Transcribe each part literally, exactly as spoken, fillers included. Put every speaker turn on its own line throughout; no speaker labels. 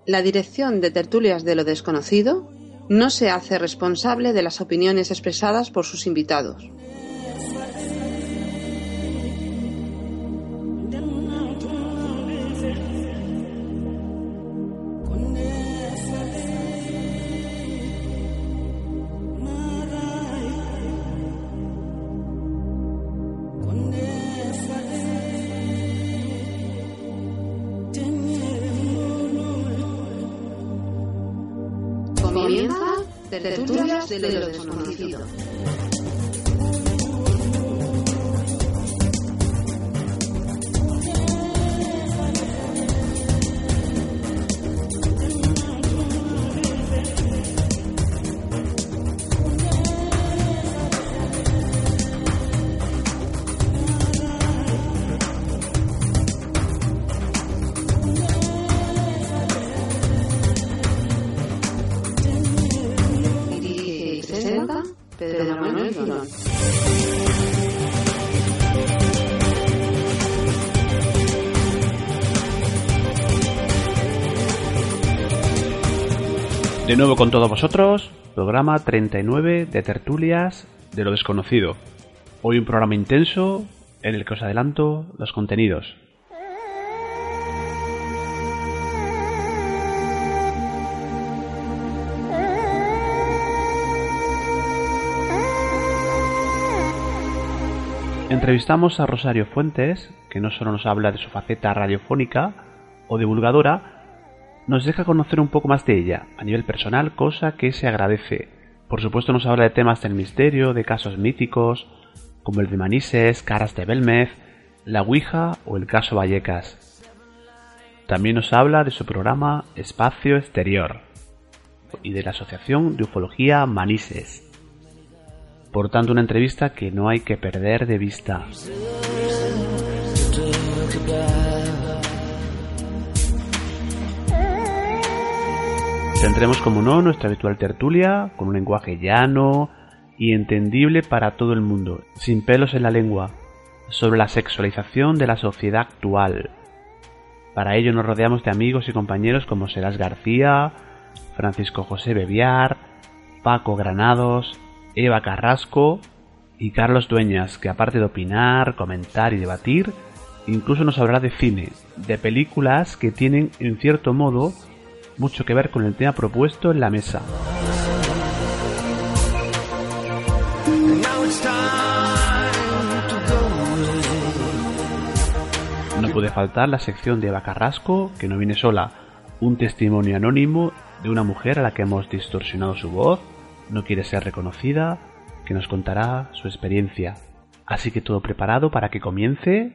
La dirección de Tertulias de lo Desconocido no se hace responsable de las opiniones expresadas por sus invitados. Tertulias de lo Desconocido.
De nuevo con todos vosotros, programa treinta y nueve de Tertulias de lo Desconocido. Hoy un programa intenso en el que os adelanto los contenidos. Entrevistamos a Rosario Fuentes, que no solo nos habla de su faceta radiofónica o divulgadora, nos deja conocer un poco más de ella, a nivel personal, cosa que se agradece. Por supuesto nos habla de temas del misterio, de casos míticos, como el de Manises, Caras de Belmez, la Ouija o el caso Vallecas. También nos habla de su programa Espacio Exterior y de la Asociación de Ufología Manises. Por tanto, una entrevista que no hay que perder de vista. Tendremos, como no, nuestra habitual tertulia, con un lenguaje llano y entendible para todo el mundo, sin pelos en la lengua, sobre la sexualización de la sociedad actual. Para ello nos rodeamos de amigos y compañeros como Serás García, Francisco José Bebiar, Paco Granados, Eva Carrasco y Carlos Dueñas, que aparte de opinar, comentar y debatir, incluso nos hablará de cine, de películas que tienen, en cierto modo, mucho que ver con el tema propuesto en la mesa. No puede faltar la sección de Eva Carrasco, que no viene sola, un testimonio anónimo de una mujer a la que hemos distorsionado su voz, no quiere ser reconocida, que nos contará su experiencia. Así que todo preparado para que comience...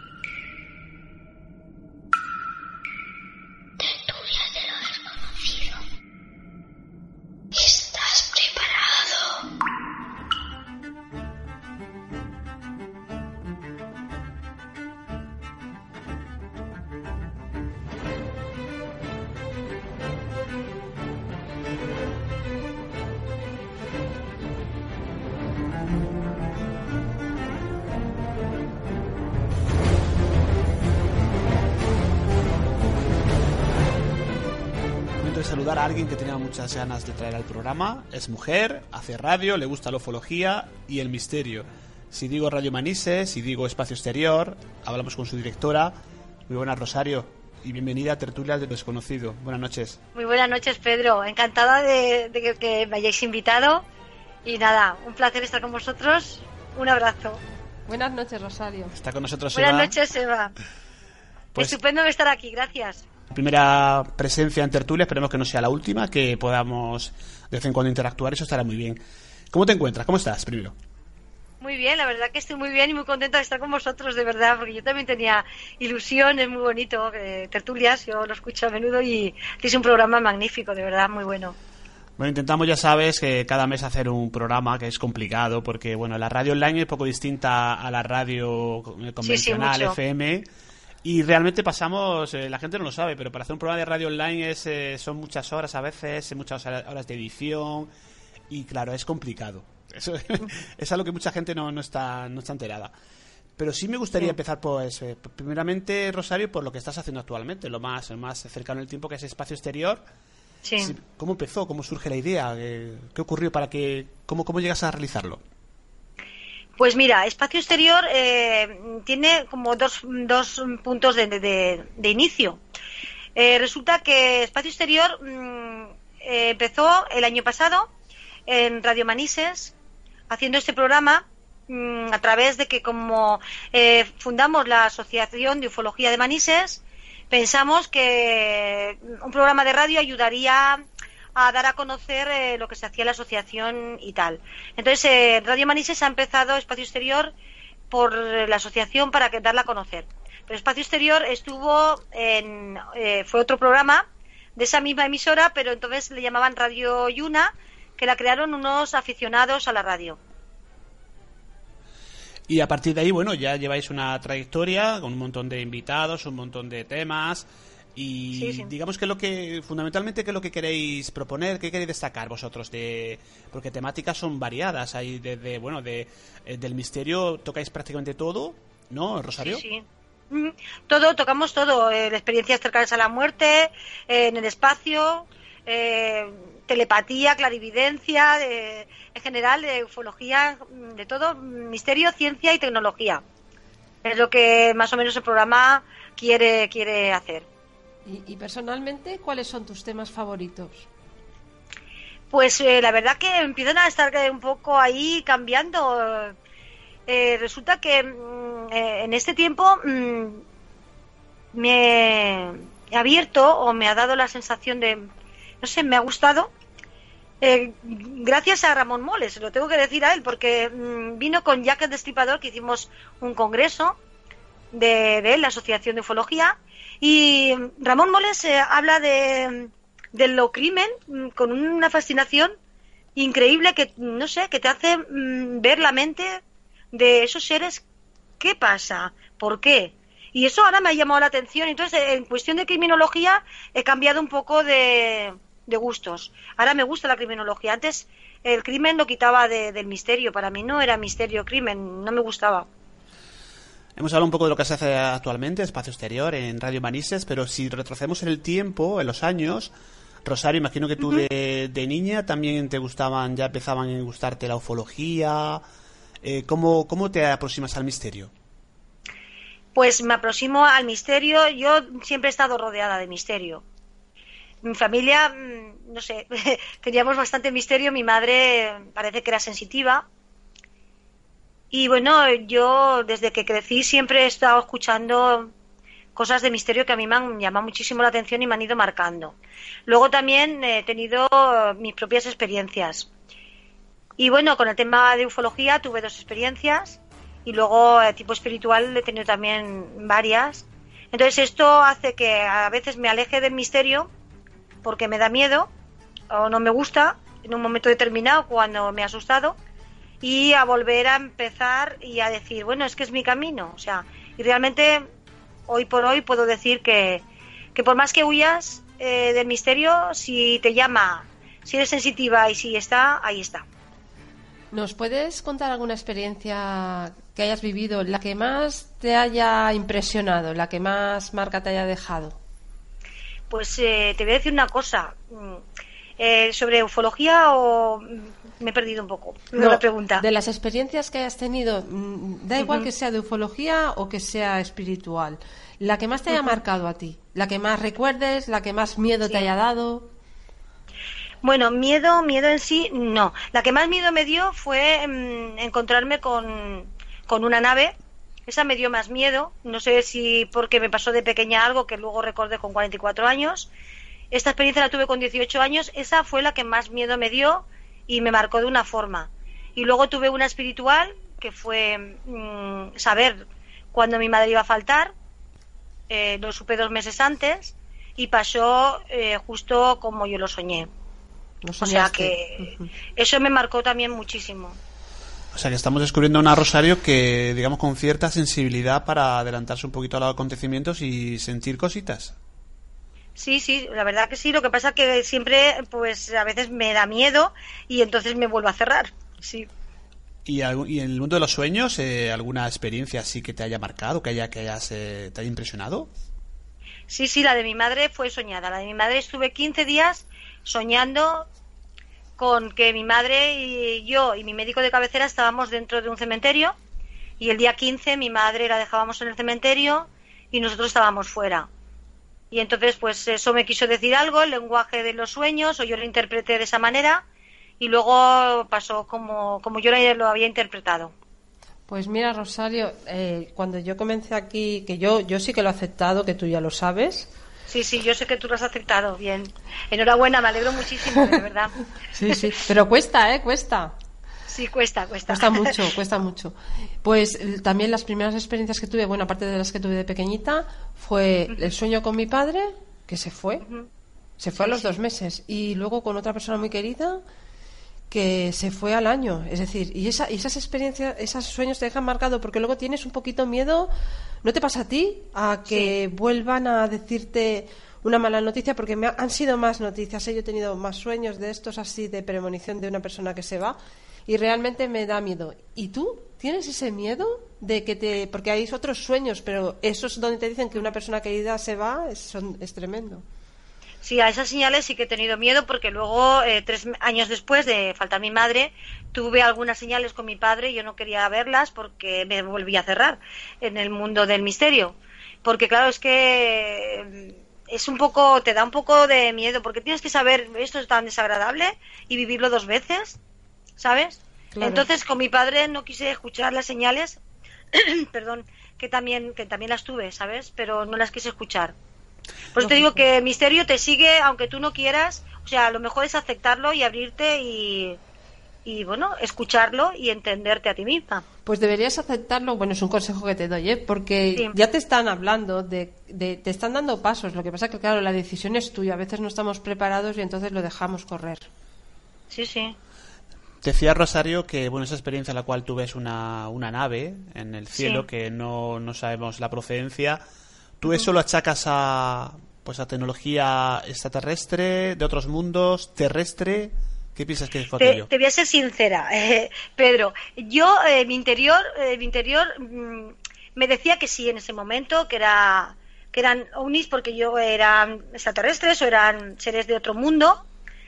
Saludar a alguien que tenía muchas ganas de traer al programa. Es mujer, hace radio, le gusta la ufología y el misterio. Si digo Radio Manises, si digo Espacio Exterior, hablamos con su directora. Muy buenas, Rosario, y bienvenida a Tertulias de lo Desconocido. Buenas noches.
Muy buenas noches, Pedro. Encantada de, de que, que me hayáis invitado. Y nada, un placer estar con vosotros. Un abrazo.
Buenas noches, Rosario.
Está con nosotros
Buenas
Eva.
noches, Eva. Pues... Estupendo estar aquí, gracias.
Primera presencia en tertulia, esperemos que no sea la última, que podamos de vez en cuando interactuar, eso estará muy bien. ¿Cómo te encuentras? ¿Cómo estás, primero?
Muy bien, la verdad que estoy muy bien y muy contenta de estar con vosotros, de verdad, porque yo también tenía ilusión, es muy bonito, eh, tertulias, yo lo escucho a menudo y es un programa magnífico, de verdad, muy bueno.
Bueno, intentamos, ya sabes, que cada mes hacer un programa, que es complicado, porque bueno, la radio online es poco distinta a la radio convencional, sí, sí, F M. Y realmente pasamos, eh, la gente no lo sabe, pero para hacer un programa de radio online es, eh, son muchas horas a veces, muchas horas de edición y claro, es complicado. Eso es algo que mucha gente no, no, está, no está enterada. Pero sí me gustaría sí. empezar, pues, eh, primeramente, Rosario, por lo que estás haciendo actualmente, lo más, más cercano en el tiempo, que es Espacio Exterior.
Sí.
¿Cómo empezó? ¿Cómo surge la idea? ¿Qué, qué ocurrió para que, cómo, cómo llegas a realizarlo?
Pues mira, Espacio Exterior eh, tiene como dos, dos puntos de, de, de inicio. Eh, resulta que Espacio Exterior mmm, eh, empezó el año pasado en Radio Manises, haciendo este programa mmm, a través de que, como eh, fundamos la Asociación de Ufología de Manises, pensamos que un programa de radio ayudaría a dar a conocer eh, lo que se hacía en la asociación y tal. Entonces, eh, Radio Manises ha empezado Espacio Exterior por la asociación para que, darla a conocer. Pero Espacio Exterior estuvo en... Eh, fue otro programa de esa misma emisora, pero entonces le llamaban Radio Yuna, que la crearon unos aficionados a la radio.
Y a partir de ahí, bueno, ya lleváis una trayectoria con un montón de invitados, un montón de temas... Y sí, sí. digamos que lo que fundamentalmente qué es lo que queréis proponer, qué queréis destacar vosotros, de porque temáticas son variadas, hay desde bueno de eh, del misterio tocáis prácticamente todo, ¿no, Rosario?
Sí, sí. Mm, todo, tocamos todo, eh, experiencias cercanas a la muerte, eh, en el espacio, eh, telepatía, clarividencia, de, en general de ufología, de todo, misterio, ciencia y tecnología. Es lo que más o menos el programa quiere quiere hacer.
Y, y personalmente, ¿cuáles son tus temas favoritos?
Pues eh, la verdad que empiezan a estar un poco ahí cambiando. Eh, resulta que mm, eh, en este tiempo mm, me he abierto o me ha dado la sensación de, no sé, me ha gustado. Eh, gracias a Ramón Moles, lo tengo que decir a él, porque mm, vino con Jack el Destripador, que hicimos un congreso de, de él, la Asociación de Ufología. Y Ramón Moles eh, habla de, de lo crimen con una fascinación increíble que, no sé, que te hace mm, ver la mente de esos seres. ¿Qué pasa? ¿Por qué? Y eso ahora me ha llamado la atención. Entonces, en cuestión de criminología, he cambiado un poco de, de gustos. Ahora me gusta la criminología. Antes el crimen lo quitaba de, del misterio. Para mí no era misterio, crimen. No me gustaba.
Hemos hablado un poco de lo que se hace actualmente, Espacio Exterior, en Radio Manises, pero si retrocedemos en el tiempo, en los años, Rosario, imagino que tú uh-huh. de, de niña también te gustaban, ya empezaban a gustarte la ufología. Eh, ¿cómo, ¿Cómo te aproximas al misterio?
Pues me aproximo al misterio, yo siempre he estado rodeada de misterio. Mi familia, no sé, teníamos bastante misterio, mi madre parece que era sensitiva. Y bueno, yo desde que crecí siempre he estado escuchando cosas de misterio que a mí me han llamado muchísimo la atención y me han ido marcando. Luego también he tenido mis propias experiencias. Y bueno, con el tema de ufología tuve dos experiencias y luego de tipo espiritual he tenido también varias. Entonces esto hace que a veces me aleje del misterio porque me da miedo o no me gusta en un momento determinado cuando me ha asustado. Y a volver a empezar y a decir, bueno, es que es mi camino. O sea, y realmente hoy por hoy puedo decir que, que por más que huyas eh, del misterio, si te llama, si eres sensitiva y si está, ahí está.
¿Nos puedes contar alguna experiencia que hayas vivido, la que más te haya impresionado, la que más marca te haya dejado?
Pues eh, te voy a decir una cosa. Eh, ¿Sobre ufología o me he perdido un poco?
No,
la pregunta.
De las experiencias que hayas tenido, da igual uh-huh. que sea de ufología o que sea espiritual, la que más te haya uh-huh. marcado a ti, la que más recuerdes, la que más miedo sí. te haya dado.
Bueno, miedo, miedo en sí, no. La que más miedo me dio fue mmm, encontrarme con, con una nave. Esa me dio más miedo. No sé si porque me pasó de pequeña algo que luego recordé con cuarenta y cuatro años. Esta experiencia la tuve con dieciocho años. Esa fue la que más miedo me dio y me marcó de una forma. Y luego tuve una espiritual que fue mmm, saber cuándo mi madre iba a faltar. Eh, lo supe dos meses antes y pasó eh, justo como yo lo soñé.
¿Lo
o sea que uh-huh. eso me marcó también muchísimo.
O sea que estamos descubriendo una Rosario que, digamos, con cierta sensibilidad para adelantarse un poquito a los acontecimientos y sentir cositas.
Sí, sí, la verdad que sí. Lo que pasa que siempre, pues a veces me da miedo y entonces me vuelvo a cerrar. Sí.
¿Y, y en el mundo de los sueños, eh, alguna experiencia así que te haya marcado, que haya que hayas, eh, te haya impresionado?
Sí, sí, la de mi madre fue soñada. La de mi madre estuve quince días soñando con que mi madre y yo y mi médico de cabecera estábamos dentro de un cementerio, y el día quince mi madre la dejábamos en el cementerio y nosotros estábamos fuera. Y entonces pues eso me quiso decir algo, el lenguaje de los sueños, o yo lo interpreté de esa manera, y luego pasó como, como yo lo había interpretado.
Pues mira, Rosario, eh, cuando yo comencé aquí, que yo, yo sí que lo he aceptado, que tú ya lo sabes.
Sí, sí, yo sé que tú lo has aceptado, bien. Enhorabuena, me alegro muchísimo, de verdad.
Sí, sí, pero cuesta, ¿eh? Cuesta.
Sí, cuesta, cuesta.
Cuesta mucho, cuesta mucho. Pues también las primeras experiencias que tuve, bueno, aparte de las que tuve de pequeñita, fue uh-huh. el sueño con mi padre, que se fue. Uh-huh. Se fue sí, a los sí. dos meses. Y luego con otra persona muy querida, que se fue al año. Es decir, y, esa, y esas experiencias, esos sueños te dejan marcado, porque luego tienes un poquito miedo, ¿no te pasa a ti? A que sí. vuelvan a decirte una mala noticia, porque me ha, han sido más noticias, ¿eh? Yo he tenido más sueños de estos así, de premonición de una persona que se va, y realmente me da miedo. ¿Y tú tienes ese miedo de que te, porque hay otros sueños, pero esos donde te dicen que una persona querida se va, es, son, es tremendo?
Sí, a esas señales sí que he tenido miedo, porque luego, eh, tres años después de faltar mi madre, tuve algunas señales con mi padre y yo no quería verlas porque me volví a cerrar en el mundo del misterio. Porque claro, es que es un poco, te da un poco de miedo, porque tienes que saber, esto es tan desagradable, y vivirlo dos veces, ¿sabes? Claro. Entonces con mi padre no quise escuchar las señales, perdón, que también, que también las tuve, ¿sabes? Pero no las quise escuchar. Por eso te digo que el misterio te sigue aunque tú no quieras, o sea, lo mejor es aceptarlo y abrirte y, y bueno, escucharlo y entenderte a ti misma.
Pues deberías aceptarlo, bueno, es un consejo que te doy, ¿eh? Porque sí. ya te están hablando, de, de, te están dando pasos, lo que pasa que claro, la decisión es tuya, a veces no estamos preparados y entonces lo dejamos correr.
Sí, sí.
Decía Rosario que bueno, esa experiencia en la cual tú ves una, una nave en el cielo, sí. que no, no sabemos la procedencia. ¿Tú eso lo achacas a pues a tecnología extraterrestre, de otros mundos, terrestre? ¿Qué piensas que fue aquello?
Te, te voy a ser sincera, eh, Pedro. Yo, eh, mi interior, eh, mi interior mmm, me decía que sí en ese momento, que era que eran ovnis, porque yo eran extraterrestres o eran seres de otro mundo.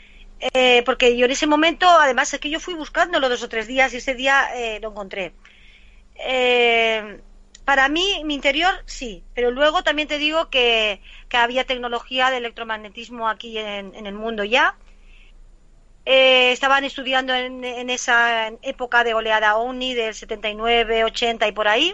Eh, porque yo en ese momento, además es que yo fui buscándolo dos o tres días y ese día eh, lo encontré. Eh, Para mí, mi interior, sí, pero luego también te digo que, que había tecnología de electromagnetismo aquí en, en el mundo ya. Eh, estaban estudiando en, en esa época de oleada ovni del setenta y nueve, ochenta y por ahí.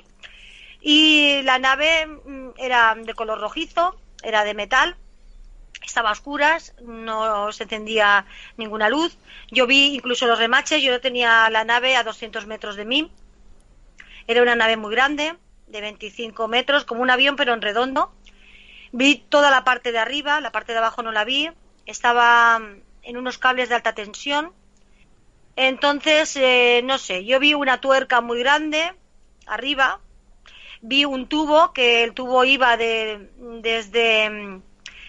Y la nave era de color rojizo, era de metal, estaba a oscuras, no se encendía ninguna luz. Yo vi incluso los remaches, yo tenía la nave a doscientos metros de mí. Era una nave muy grande, de veinticinco metros, como un avión pero en redondo. Vi toda la parte de arriba, la parte de abajo no la vi, estaba en unos cables de alta tensión. Entonces, eh, no sé, yo vi una tuerca muy grande arriba, vi un tubo, que el tubo iba de desde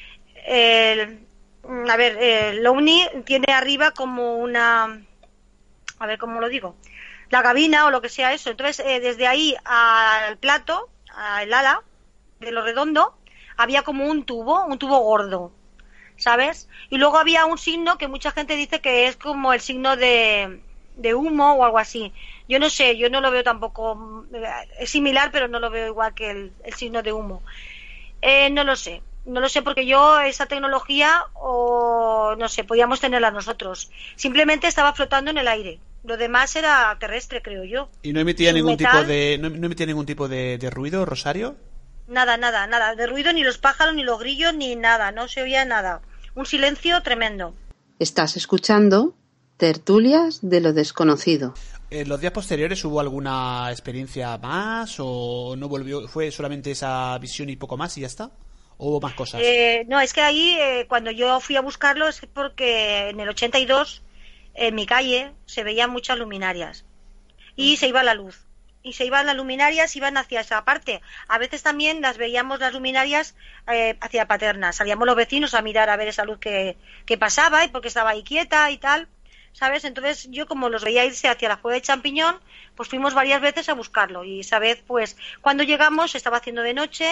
el, a ver, el ovni tiene arriba como una, a ver cómo lo digo, la cabina o lo que sea eso. Entonces, eh, desde ahí al plato, al ala de lo redondo, había como un tubo, un tubo gordo, ¿sabes? Y luego había un signo que mucha gente dice que es como el signo de, de humo o algo así. Yo no sé, yo no lo veo tampoco, es similar, pero no lo veo igual que el, el signo de humo. Eh, no lo sé. No lo sé, porque yo esa tecnología, o no sé, podíamos tenerla nosotros. Simplemente estaba flotando en el aire. Lo demás era terrestre, creo yo.
¿Y no emitía ningún metal, tipo de no, no emitía ningún tipo de, de ruido, Rosario?
Nada, nada, nada. De ruido, ni los pájaros, ni los grillos, ni nada. No se oía nada. Un silencio tremendo.
Estás escuchando Tertulias de lo Desconocido.
¿En los días posteriores hubo alguna experiencia más o no volvió? ¿Fue solamente esa visión y poco más y ya está? ¿O hubo más cosas?
Eh, no, es que ahí, eh, cuando yo fui a buscarlo, es porque en el ochenta y dos, en mi calle, se veían muchas luminarias. Y mm. se iba la luz. Y se iban las luminarias, iban hacia esa parte. A veces también las veíamos las luminarias eh, hacia Paterna. Salíamos los vecinos a mirar a ver esa luz que, que pasaba y porque estaba ahí quieta y tal. ¿sabes? Entonces yo como los veía irse hacia la cueva de Champiñón, pues fuimos varias veces a buscarlo y esa vez pues cuando llegamos estaba haciendo de noche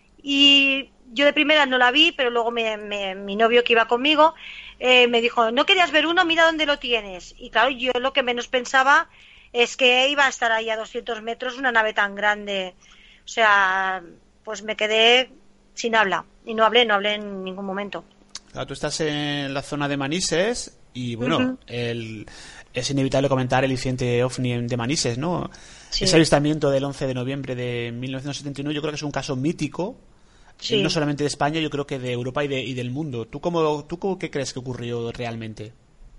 y yo de primera no la vi, pero luego me, me, mi novio que iba conmigo eh, me dijo, ¿no querías ver uno? Mira dónde lo tienes. Y claro, yo lo que menos pensaba es que iba a estar ahí a doscientos metros una nave tan grande. O sea, pues me quedé sin habla y no hablé, no hablé en ningún momento.
Claro, tú estás en la zona de Manises y bueno, uh-huh. el, es inevitable comentar el incidente OVNI de Manises, ¿no? Sí. Ese avistamiento del once de noviembre de mil novecientos setenta y nueve yo creo que es un caso mítico, sí. no solamente de España, yo creo que de Europa y, de, y del mundo. ¿Tú cómo, tú cómo, qué crees que ocurrió realmente?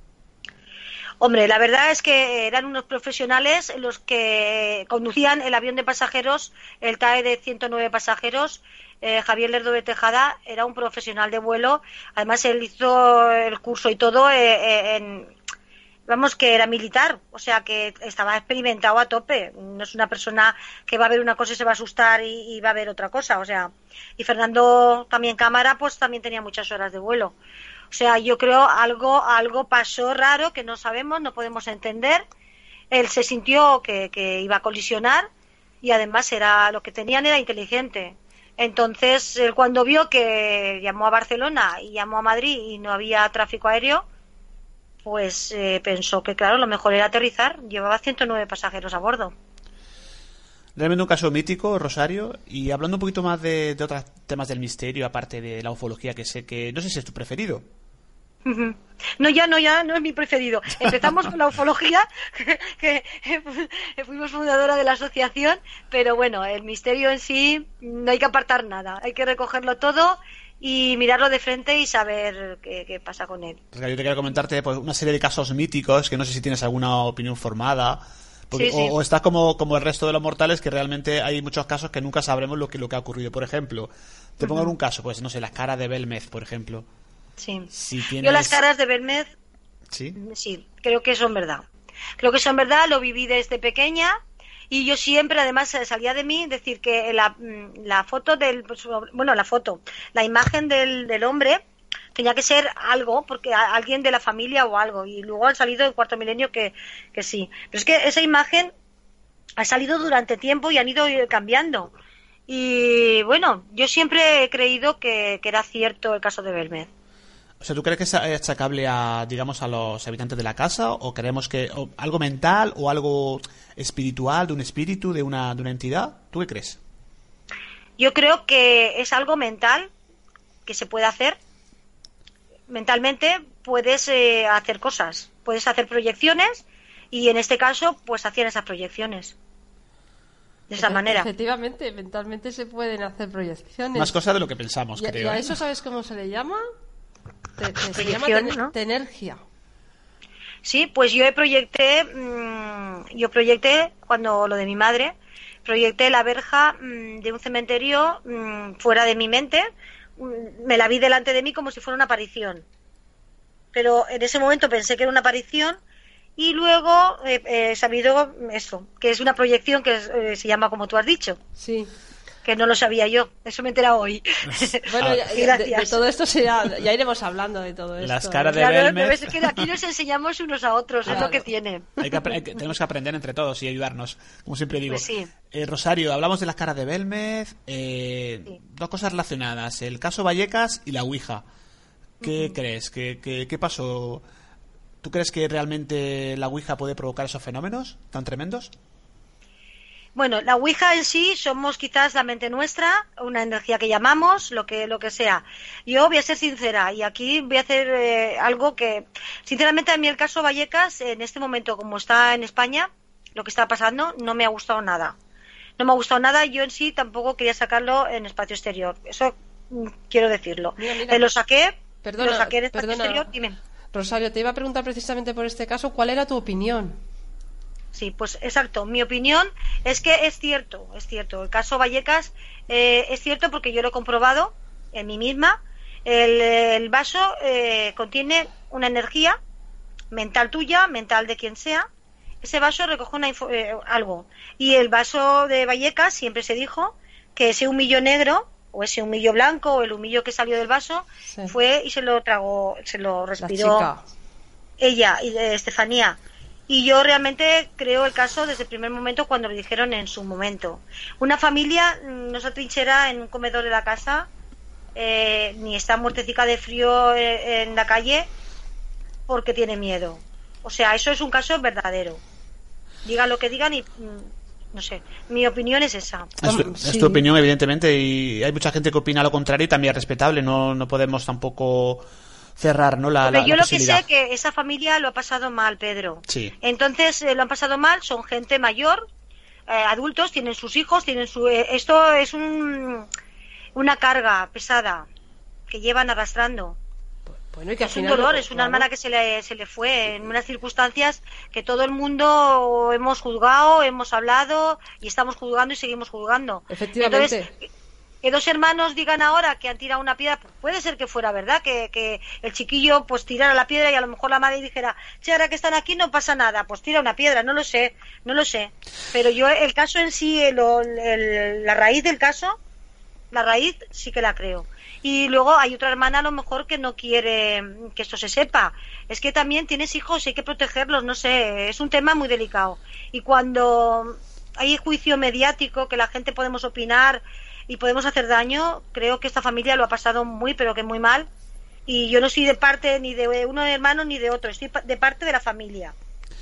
Hombre, la verdad es que eran unos profesionales los que conducían el avión de pasajeros, el T A E de ciento nueve pasajeros. Eh, Javier Lerdo de Tejada era un profesional de vuelo, además él hizo el curso y todo eh, eh, en, vamos, que era militar, o sea que estaba experimentado a tope, no es una persona que va a ver una cosa y se va a asustar y, y va a ver otra cosa, o sea, y Fernando también Cámara pues también tenía muchas horas de vuelo, o sea, yo creo algo algo pasó raro que no sabemos, no podemos entender, él se sintió que, que iba a colisionar y además era lo que tenían era inteligente. Entonces, él cuando vio que llamó a Barcelona y llamó a Madrid y no había tráfico aéreo, pues eh, pensó que, claro, lo mejor era aterrizar. Llevaba ciento nueve pasajeros a bordo.
Realmente un caso mítico, Rosario. Y hablando un poquito más de, de otros temas del misterio, aparte de la ufología, que sé que... No sé si es tu preferido.
No, ya no, ya no es mi preferido. Empezamos con la ufología, que, que, que fuimos fundadora de la asociación, pero bueno, el misterio en sí no hay que apartar nada, hay que recogerlo todo y mirarlo de frente y saber qué, qué pasa con él.
Pues yo te quería comentarte pues, una serie de casos míticos que no sé si tienes alguna opinión formada. Porque, sí, sí. O, o estás como, como el resto de los mortales, que realmente hay muchos casos que nunca sabremos lo que, lo que ha ocurrido. Por ejemplo, te pongo uh-huh. un caso, pues no sé, las caras de Belmez, por ejemplo.
Sí.
Si tienes...
Yo las caras de Belmez,
¿Sí?
sí, creo que son verdad. Creo que son verdad, lo viví desde pequeña y yo siempre, además, salía de mí decir que la, la foto del, bueno, la foto, la imagen del, del hombre tenía que ser algo, porque alguien de la familia o algo, y luego han salido en Cuarto Milenio que, que sí. Pero es que esa imagen ha salido durante tiempo y han ido cambiando. Y bueno, yo siempre he creído que, que era cierto el caso de Belmez.
O sea, ¿tú crees que es achacable a, digamos, a los habitantes de la casa o creemos que o algo mental o algo espiritual, de un espíritu, de una, de una entidad? ¿Tú qué crees?
Yo creo que es algo mental que se puede hacer. Mentalmente puedes eh, hacer cosas, puedes hacer proyecciones y en este caso pues hacían esas proyecciones. De esa manera.
Efectivamente, mentalmente se pueden hacer proyecciones.
Más cosas de lo que pensamos,
y,
creo.
¿Y a
¿eh?
eso sabes cómo se le llama? Te, te, se llama ten, ¿no? Tenergia.
Sí, pues yo proyecté, mmm, yo proyecté cuando lo de mi madre, proyecté la verja mmm, de un cementerio mmm, fuera de mi mente, mmm, me la vi delante de mí como si fuera una aparición. Pero en ese momento pensé que era una aparición y luego he eh, eh, sabido eso, que es una proyección que eh, se llama como tú has dicho.
Sí.
Que no lo sabía yo, eso me he enterado hoy.
Bueno, ya, de, de todo esto será, ya iremos hablando de todo esto.
Las caras de
claro,
Belmez.
Es que aquí nos enseñamos unos a otros, claro. Es lo que tiene.
Hay que, hay que, tenemos que aprender entre todos y ayudarnos, como siempre digo.
Pues sí.
eh, Rosario, hablamos de las caras de Belmez, eh, sí. Dos cosas relacionadas, el caso Vallecas y la Ouija. ¿Qué uh-huh. crees? ¿Qué, qué, ¿Qué pasó? ¿Tú crees que realmente la Ouija puede provocar esos fenómenos tan tremendos?
Bueno, la Ouija en sí somos quizás la mente nuestra, una energía que llamamos, lo que lo que sea. Yo voy a ser sincera y aquí voy a hacer eh, algo que, sinceramente, a mí el caso Vallecas, en este momento como está en España, lo que está pasando, no me ha gustado nada. No me ha gustado nada, yo en sí tampoco quería sacarlo en espacio exterior. Eso mm, quiero decirlo.
Mira, mira.
Eh, lo saqué,
perdona,
lo saqué en espacio
perdona,
exterior. Dime.
Rosario, te iba a preguntar precisamente por este caso, ¿cuál era tu opinión?
Sí, pues exacto. Mi opinión es que es cierto, es cierto. El caso Vallecas eh, es cierto porque yo lo he comprobado en mí misma. El, el vaso eh, contiene una energía mental tuya, mental de quien sea. Ese vaso recoge una info, eh, algo. Y el vaso de Vallecas siempre se dijo que ese humillo negro o ese humillo blanco o el humillo que salió del vaso sí. fue y se lo tragó, se lo respiró.
La chica.
ella, eh, Estefanía. Y yo realmente creo el caso desde el primer momento cuando lo dijeron en su momento. Una familia no se atrinchera en un comedor de la casa, eh, ni está muertecica de frío eh, en la calle porque tiene miedo. O sea, eso es un caso verdadero. Digan lo que digan y... no sé, mi opinión es esa.
Es tu, sí. es tu opinión, evidentemente, y hay mucha gente que opina lo contrario y también es respetable. No, no podemos tampoco... cerrar, ¿no? La, la,
yo
la
lo que sé es que esa familia lo ha pasado mal, Pedro.
Sí.
Entonces eh, lo han pasado mal, son gente mayor, eh, adultos, tienen sus hijos, tienen su. Eh, esto es un, una carga pesada que llevan arrastrando.
Bueno, y que
es
al
un
final,
dolor, es una
claro.
hermana que se le, se le fue en unas circunstancias que todo el mundo hemos juzgado, hemos hablado y estamos juzgando y seguimos juzgando.
Efectivamente.
Entonces, que dos hermanos digan ahora que han tirado una piedra, pues puede ser que fuera verdad, que, que el chiquillo pues tirara la piedra y a lo mejor la madre dijera, che, ahora que están aquí no pasa nada, pues tira una piedra, no lo sé, no lo sé. Pero yo el caso en sí, el, el, la raíz del caso, la raíz sí que la creo. Y luego hay otra hermana a lo mejor que no quiere que esto se sepa. Es que también tienes hijos y hay que protegerlos, no sé, es un tema muy delicado. Y cuando hay juicio mediático, que la gente podemos opinar y podemos hacer daño, creo que esta familia lo ha pasado muy, pero que muy mal. Y yo no soy de parte ni de uno de hermano ni de otro, estoy de parte de la familia.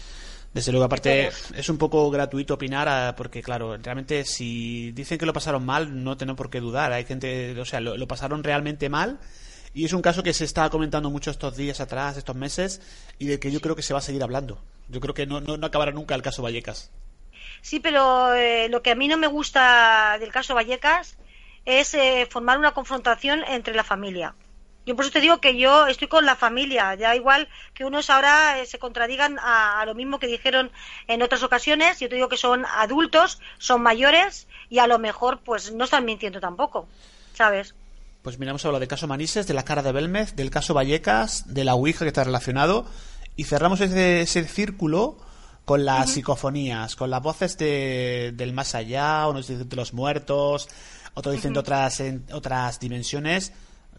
Desde luego, aparte, es un poco gratuito opinar, porque claro, realmente si dicen que lo pasaron mal, no tenemos por qué dudar. Hay gente, o sea, lo, lo pasaron realmente mal. Y es un caso que se está comentando mucho estos días atrás, estos meses, y de que yo creo que se va a seguir hablando. Yo creo que no, no, no acabará nunca el caso Vallecas.
Sí, pero eh, lo que a mí no me gusta del caso Vallecas es eh, formar una confrontación entre la familia. Yo por eso te digo que yo estoy con la familia, ya igual que unos ahora eh, se contradigan a, a lo mismo que dijeron en otras ocasiones. Yo te digo que son adultos, son mayores y a lo mejor pues no están mintiendo tampoco, ¿sabes?
Pues mira, hemos hablado del caso Manises, de la cara de Belmez, del caso Vallecas, de la Ouija que está relacionado, y cerramos ese, ese círculo con las uh-huh. psicofonías, con las voces de, del más allá, unos dicen de los muertos, otros dicen uh-huh. de otras, en, otras dimensiones.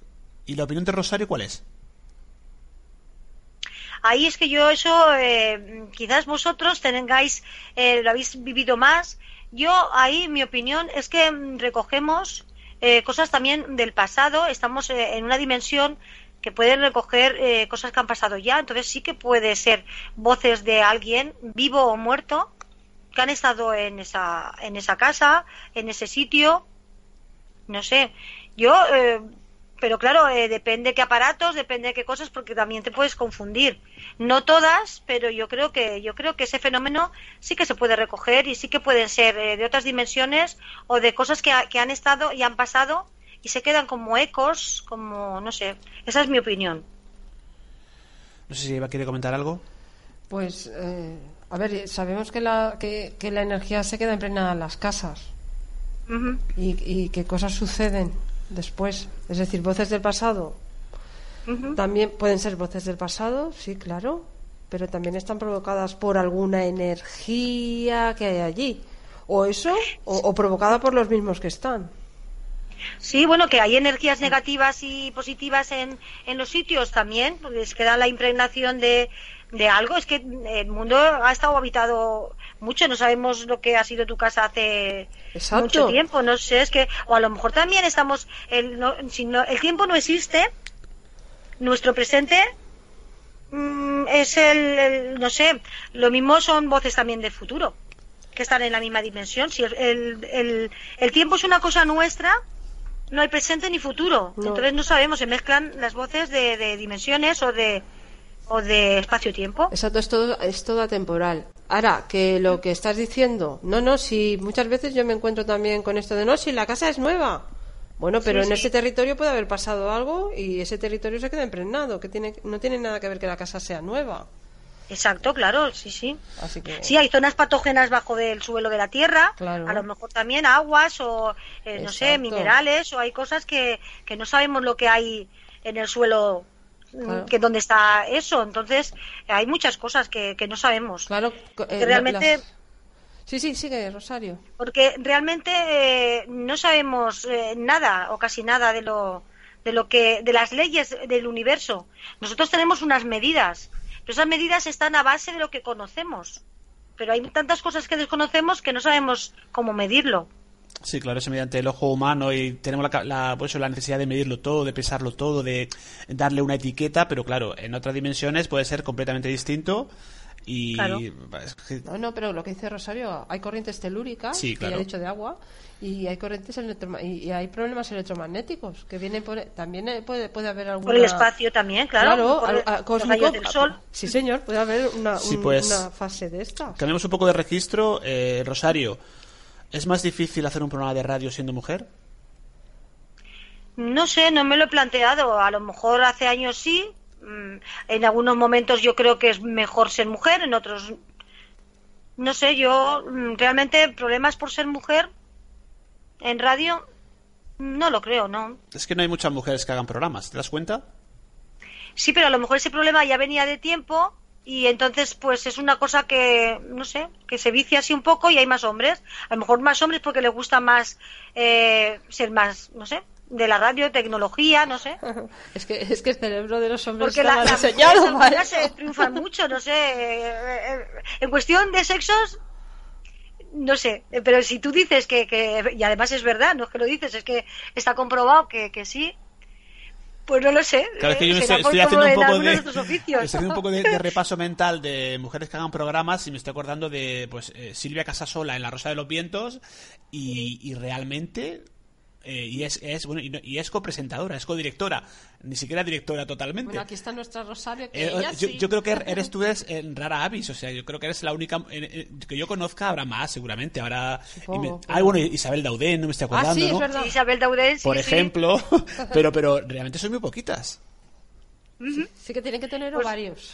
¿Y la opinión de Rosario cuál es?
Ahí es que yo eso, eh, quizás vosotros tengáis, eh, lo habéis vivido más. Yo ahí mi opinión es que recogemos eh, cosas también del pasado, estamos eh, en una dimensión que pueden recoger eh, cosas que han pasado ya, entonces sí que puede ser voces de alguien vivo o muerto que han estado en esa en esa casa, en ese sitio, no sé, yo eh, pero claro, eh, depende qué aparatos, depende qué cosas, porque también te puedes confundir. No todas, pero yo creo que yo creo que ese fenómeno sí que se puede recoger y sí que pueden ser eh, de otras dimensiones o de cosas que, ha, que han estado y han pasado y se quedan como ecos, como, no sé, esa es mi opinión.
No sé si Eva quiere comentar algo.
Pues, eh, a ver, sabemos que la, que, que la energía se queda impregnada en las casas uh-huh. y, y que cosas suceden después, es decir, voces del pasado. Uh-huh. También pueden ser voces del pasado, sí, claro, pero también están provocadas por alguna energía que hay allí, o eso, o, o provocada por los mismos que están.
Sí, bueno, que hay energías negativas y positivas en, en los sitios también, les queda la impregnación de, de algo. Es que el mundo ha estado habitado mucho, no sabemos lo que ha sido tu casa hace Exacto. mucho tiempo, no sé, es que, o a lo mejor también estamos, el, no, si no, el tiempo no existe, nuestro presente mmm, es el, el, no sé, lo mismo son voces también del futuro, que están en la misma dimensión. Si el, el, el, el tiempo es una cosa nuestra, no hay presente ni futuro, no. Entonces no sabemos, se mezclan las voces de, de dimensiones o de o de espacio-tiempo.
Exacto, es todo, es todo atemporal. Ahora, que lo que estás diciendo, no, no, si muchas veces yo me encuentro también con esto de no, si la casa es nueva. Bueno, pero sí, en sí. ese territorio puede haber pasado algo y ese territorio se queda impregnado, que tiene, no tiene nada que ver que la casa sea nueva.
Exacto, claro, sí, sí.
Así que... Sí,
hay zonas patógenas bajo del suelo de la tierra,
claro.
A lo mejor también aguas o, eh, no sé, minerales, o hay cosas que, que no sabemos lo que hay en el suelo, claro. Que dónde está eso. Entonces, hay muchas cosas que, que no sabemos.
Claro, eh,
que realmente...
Las... Sí, sí, sigue, Rosario.
Porque realmente eh, no sabemos eh, nada o casi nada de lo, de lo que, de las leyes del universo. Nosotros tenemos unas medidas Pero esas medidas están a base de lo que conocemos. Pero hay tantas cosas que desconocemos que no sabemos cómo medirlo.
Sí, claro, eso mediante el ojo humano y tenemos la, la, pues eso, la necesidad de medirlo todo, de pesarlo todo, de darle una etiqueta, pero claro, en otras dimensiones puede ser completamente distinto. Y
claro.
es que...
no, no, pero lo que dice Rosario, hay corrientes telúricas,
sí, claro.
que ya he dicho de agua, y hay corrientes electroma- y, y hay problemas electromagnéticos que vienen por, también puede puede haber alguna...
Por el espacio también, claro.
Claro,
por
al, a, cósmico,
los rayos del sol.
Sí, señor, puede haber una,
sí,
un,
pues,
una fase de estas.
Cambiamos un poco de registro. eh, Rosario, ¿es más difícil hacer un programa de radio siendo mujer?
No sé, no me lo he planteado. A lo mejor hace años sí. En algunos momentos yo creo que es mejor ser mujer, en otros no sé. Yo realmente problemas por ser mujer en radio no lo creo, no.
Es que no hay muchas mujeres que hagan programas, ¿te das cuenta?
Sí, pero a lo mejor ese problema ya venía de tiempo y entonces pues es una cosa que no sé, que se vicia así un poco y hay más hombres. A lo mejor más hombres porque les gusta más eh, ser más, no sé, de la radio, tecnología, no sé.
Es que es que el cerebro de los hombres
porque
está
la,
mal diseñado.
Las mujeres se triunfan mucho, no sé. En cuestión de sexos, no sé. Pero si tú dices que, que y además es verdad, no es que lo dices, es que está comprobado que, que sí. Pues no lo sé.
Claro, es que yo me estoy, estoy haciendo un poco de, estoy haciendo un poco de, de repaso mental de mujeres que hagan programas y me estoy acordando de pues eh, Silvia Casasola en La Rosa de los Vientos y, y realmente eh, y es, es bueno y, no, y es copresentadora, es codirectora, ni siquiera directora totalmente.
Bueno, aquí está nuestra Rosario. Que
eh,
ella
yo,
sí.
yo creo que eres tú eres en rara avis, o sea, yo creo que eres la única eh, eh, que yo conozca. Habrá más seguramente, habrá
Supongo,
me,
pero...
ah, bueno, Isabel Daudén, no me estoy acordando,
ah, sí,
¿no?
es verdad.
Sí, Isabel Daudén, sí,
por
sí.
ejemplo, pero pero realmente son muy poquitas.
Sí, sí que tienen que tener
pues...
ovarios.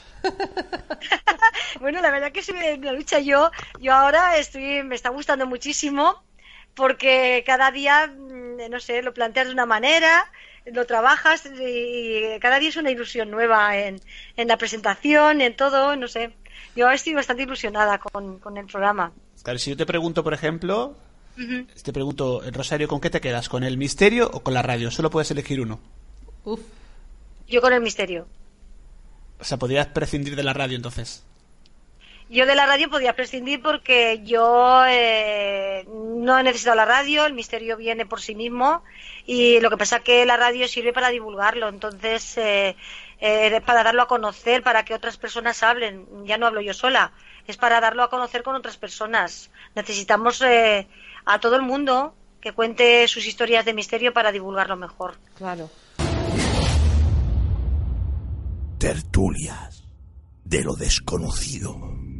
Bueno, la verdad que es una lucha. Yo, yo ahora estoy, me está gustando muchísimo porque cada día, no sé, lo planteas de una manera, lo trabajas y cada día es una ilusión nueva en, en la presentación, en todo, no sé. Yo estoy bastante ilusionada con, con el programa.
Claro, si yo te pregunto, por ejemplo,
Uh-huh.
te pregunto, Rosario, ¿con qué te quedas? ¿Con el misterio o con la radio? Solo puedes elegir uno.
Uf.
Yo con el misterio.
O sea, podrías prescindir de la radio entonces.
Yo de la radio podía prescindir porque yo eh, no he necesitado la radio, el misterio viene por sí mismo y lo que pasa es que la radio sirve para divulgarlo, entonces eh, eh, para darlo a conocer, para que otras personas hablen. Ya no hablo yo sola, es para darlo a conocer con otras personas. Necesitamos eh, a todo el mundo que cuente sus historias de misterio para divulgarlo mejor.
Claro.
Tertulias de lo desconocido.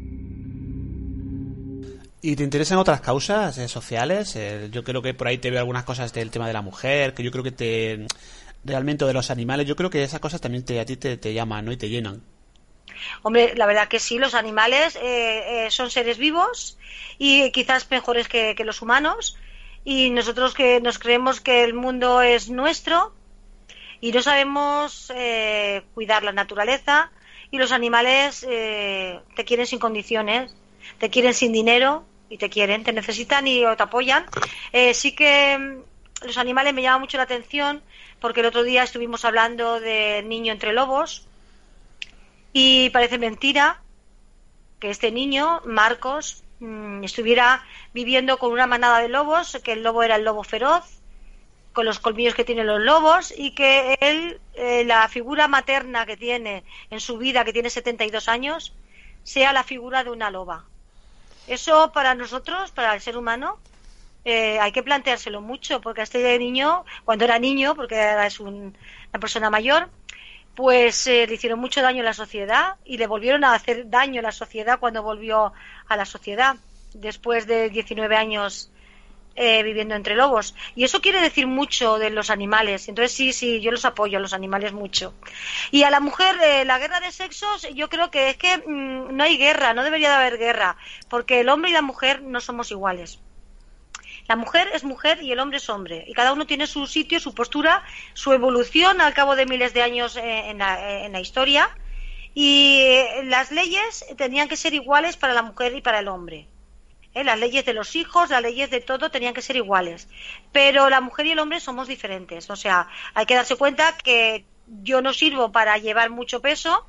¿Y te interesan otras causas eh, sociales? Eh, yo creo que por ahí te veo algunas cosas del tema de la mujer, que yo creo que te... realmente, o de los animales, yo creo que esas cosas también te, a ti te, te llaman, ¿no? Y te llenan.
Hombre, la verdad que sí, los animales eh, eh, son seres vivos y quizás mejores que, que los humanos, y nosotros que nos creemos que el mundo es nuestro y no sabemos eh, cuidar la naturaleza, y los animales eh, te quieren sin condiciones, te quieren sin dinero y te quieren, te necesitan y te apoyan. Eh, sí que los animales me llaman mucho la atención porque el otro día estuvimos hablando del niño entre lobos y parece mentira que este niño, Marcos, mmm, estuviera viviendo con una manada de lobos, que el lobo era el lobo feroz, con los colmillos que tienen los lobos, y que él, eh, la figura materna que tiene en su vida, que tiene setenta y dos años, sea la figura de una loba. Eso para nosotros, para el ser humano, eh, hay que planteárselo mucho, porque a este niño, cuando era niño, porque ahora es un, una persona mayor, pues eh, le hicieron mucho daño a la sociedad y le volvieron a hacer daño a la sociedad cuando volvió a la sociedad, después de diecinueve años eh, viviendo entre lobos. Y eso quiere decir mucho de los animales. Entonces sí, sí, yo los apoyo a los animales mucho. Y a la mujer, eh, la guerra de sexos, yo creo que es que mmm, no hay guerra, no debería de haber guerra, porque el hombre y la mujer no somos iguales. La mujer es mujer y el hombre es hombre, y cada uno tiene su sitio, su postura, su evolución al cabo de miles de años en la, en la historia, y las leyes tenían que ser iguales para la mujer y para el hombre. ¿Eh? Las leyes de los hijos, las leyes de todo tenían que ser iguales, pero la mujer y el hombre somos diferentes. O sea, hay que darse cuenta que yo no sirvo para llevar mucho peso,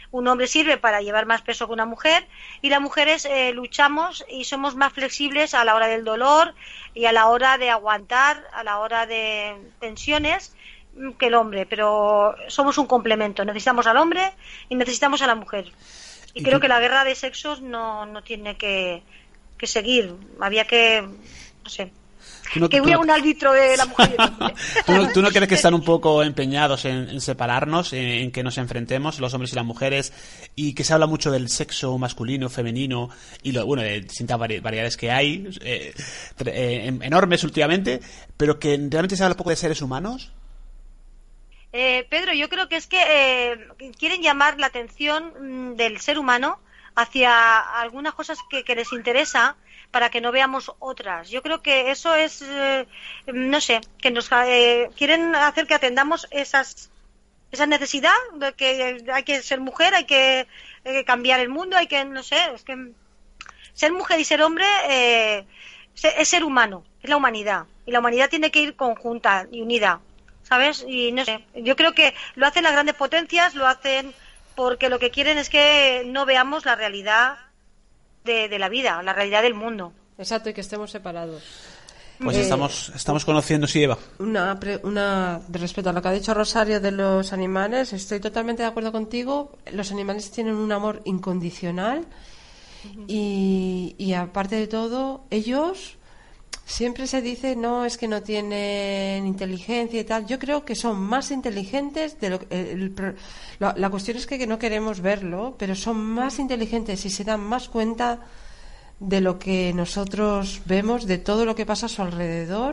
Un hombre sirve para llevar más peso que una mujer y las mujeres eh, luchamos y somos más flexibles a la hora del dolor y a la hora de aguantar, a la hora de tensiones que el hombre, pero somos un complemento. Necesitamos al hombre y necesitamos a la mujer. Y, y creo tú... que la guerra de sexos no, no tiene que, que seguir. Había que, no sé... No, que hubiera un árbitro de la mujer y el hombre.
¿Tú, no, ¿Tú no crees que están un poco empeñados en, en separarnos, en, en que nos enfrentemos los hombres y las mujeres, y que se habla mucho del sexo masculino, femenino y lo, bueno, de distintas vari- variedades que hay, eh, eh, enormes últimamente, pero que realmente se habla poco de seres humanos?
Eh, Pedro, yo creo que es que eh, quieren llamar la atención mm, del ser humano hacia algunas cosas que, que les interesa, para que no veamos otras. Yo creo que eso es, eh, no sé, que nos eh, quieren hacer que atendamos esas esa necesidad de que hay que ser mujer, hay que eh, cambiar el mundo, hay que, no sé, es que ser mujer y ser hombre eh, es ser humano, es la humanidad. Y la humanidad tiene que ir conjunta y unida, ¿sabes? Y no sé, yo creo que lo hacen las grandes potencias, lo hacen porque lo que quieren es que no veamos la realidad De, de la vida, la realidad del mundo.
Exacto, y que estemos separados.
Pues
eh,
estamos estamos conociendo, sí, Eva.
Una, una de respecto a lo que ha dicho Rosario de los animales, estoy totalmente de acuerdo contigo. Los animales tienen un amor incondicional uh-huh. y, y aparte de todo, ellos siempre se dice no, es que no tienen inteligencia y tal. Yo creo que son más inteligentes de lo el, el, la, la cuestión es que, que no queremos verlo, pero son más inteligentes y se dan más cuenta de lo que nosotros vemos, de todo lo que pasa a su alrededor.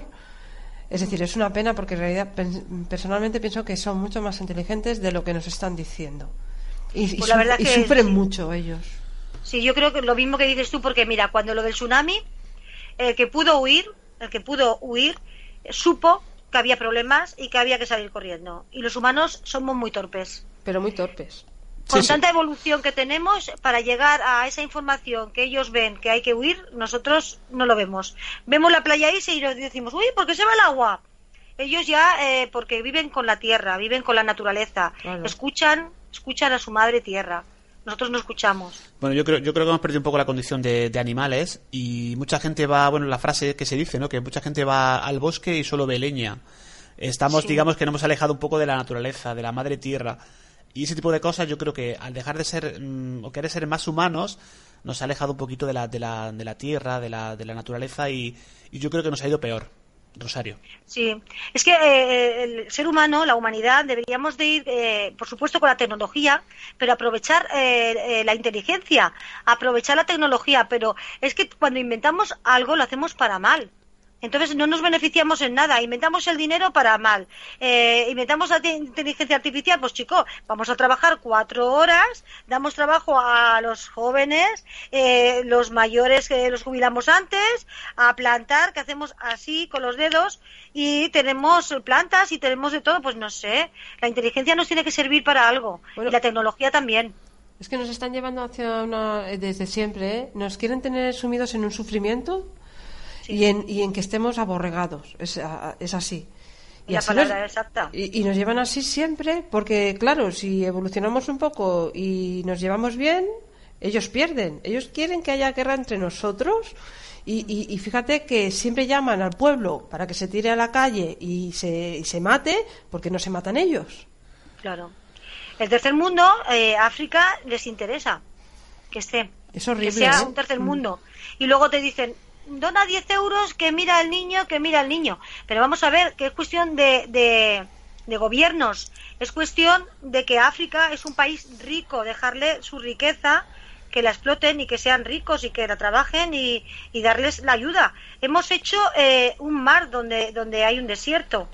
Es decir, es una pena porque en realidad personalmente pienso que son mucho más inteligentes de lo que nos están diciendo y,
pues
y,
la verdad
y
que
sufren
sí.
mucho ellos.
Sí, yo creo que lo mismo que dices tú, porque mira, cuando lo del tsunami, el que pudo huir, el que pudo huir, supo que había problemas y que había que salir corriendo. Y los humanos somos muy torpes.
Pero muy torpes.
Con
sí,
tanta
sí.
evolución que tenemos, para llegar a esa información que ellos ven que hay que huir, nosotros no lo vemos. Vemos la playa Ise y nos decimos, uy, ¿por qué se va el agua? Ellos ya, eh, porque viven con la tierra, viven con la naturaleza, claro. escuchan, escuchan a su madre tierra. Nosotros no escuchamos.
Bueno, yo creo, yo creo que hemos perdido un poco la condición de, de animales y mucha gente va, bueno, la frase que se dice, ¿no? Que mucha gente va al bosque y solo ve leña. Estamos, sí. digamos que nos hemos alejado un poco de la naturaleza, de la madre tierra. Y ese tipo de cosas yo creo que al dejar de ser, mmm, o querer ser más humanos, nos ha alejado un poquito de la, de la, de la tierra, de la, de la naturaleza y, y yo creo que nos ha ido peor. Rosario.
Sí, es que eh, el ser humano, la humanidad, deberíamos de ir, eh, por supuesto, con la tecnología, pero aprovechar eh, eh, la inteligencia, aprovechar la tecnología, pero es que cuando inventamos algo lo hacemos para mal. Entonces no nos beneficiamos en nada, inventamos el dinero para mal, eh, inventamos la inteligencia artificial, pues chico, vamos a trabajar cuatro horas, damos trabajo a los jóvenes, eh, los mayores que los jubilamos antes, a plantar, que hacemos así con los dedos y tenemos plantas y tenemos de todo, pues no sé, la inteligencia nos tiene que servir para algo, bueno, y la tecnología también.
Es que nos están llevando hacia una, desde siempre, ¿eh? Nos quieren tener sumidos en un sufrimiento. Sí. Y, en, y en que estemos aborregados, es, es así.
Y la
así
palabra
nos,
exacta.
Y, y nos llevan así siempre, porque claro, si evolucionamos un poco y nos llevamos bien, ellos pierden. Ellos quieren que haya guerra entre nosotros y, y, y fíjate que siempre llaman al pueblo para que se tire a la calle y se, y se mate, porque no se matan ellos.
Claro. El tercer mundo, eh, África, les interesa que esté.
Es horrible,
que sea
¿eh?
un tercer mundo. Mm. Y luego te dicen, dona diez euros, que mira al niño, que mira al niño. Pero vamos a ver, que es cuestión de, de, de gobiernos. Es cuestión de que África es un país rico, dejarle su riqueza, que la exploten y que sean ricos y que la trabajen y, y darles la ayuda. Hemos hecho eh, un mar donde, donde hay un desierto.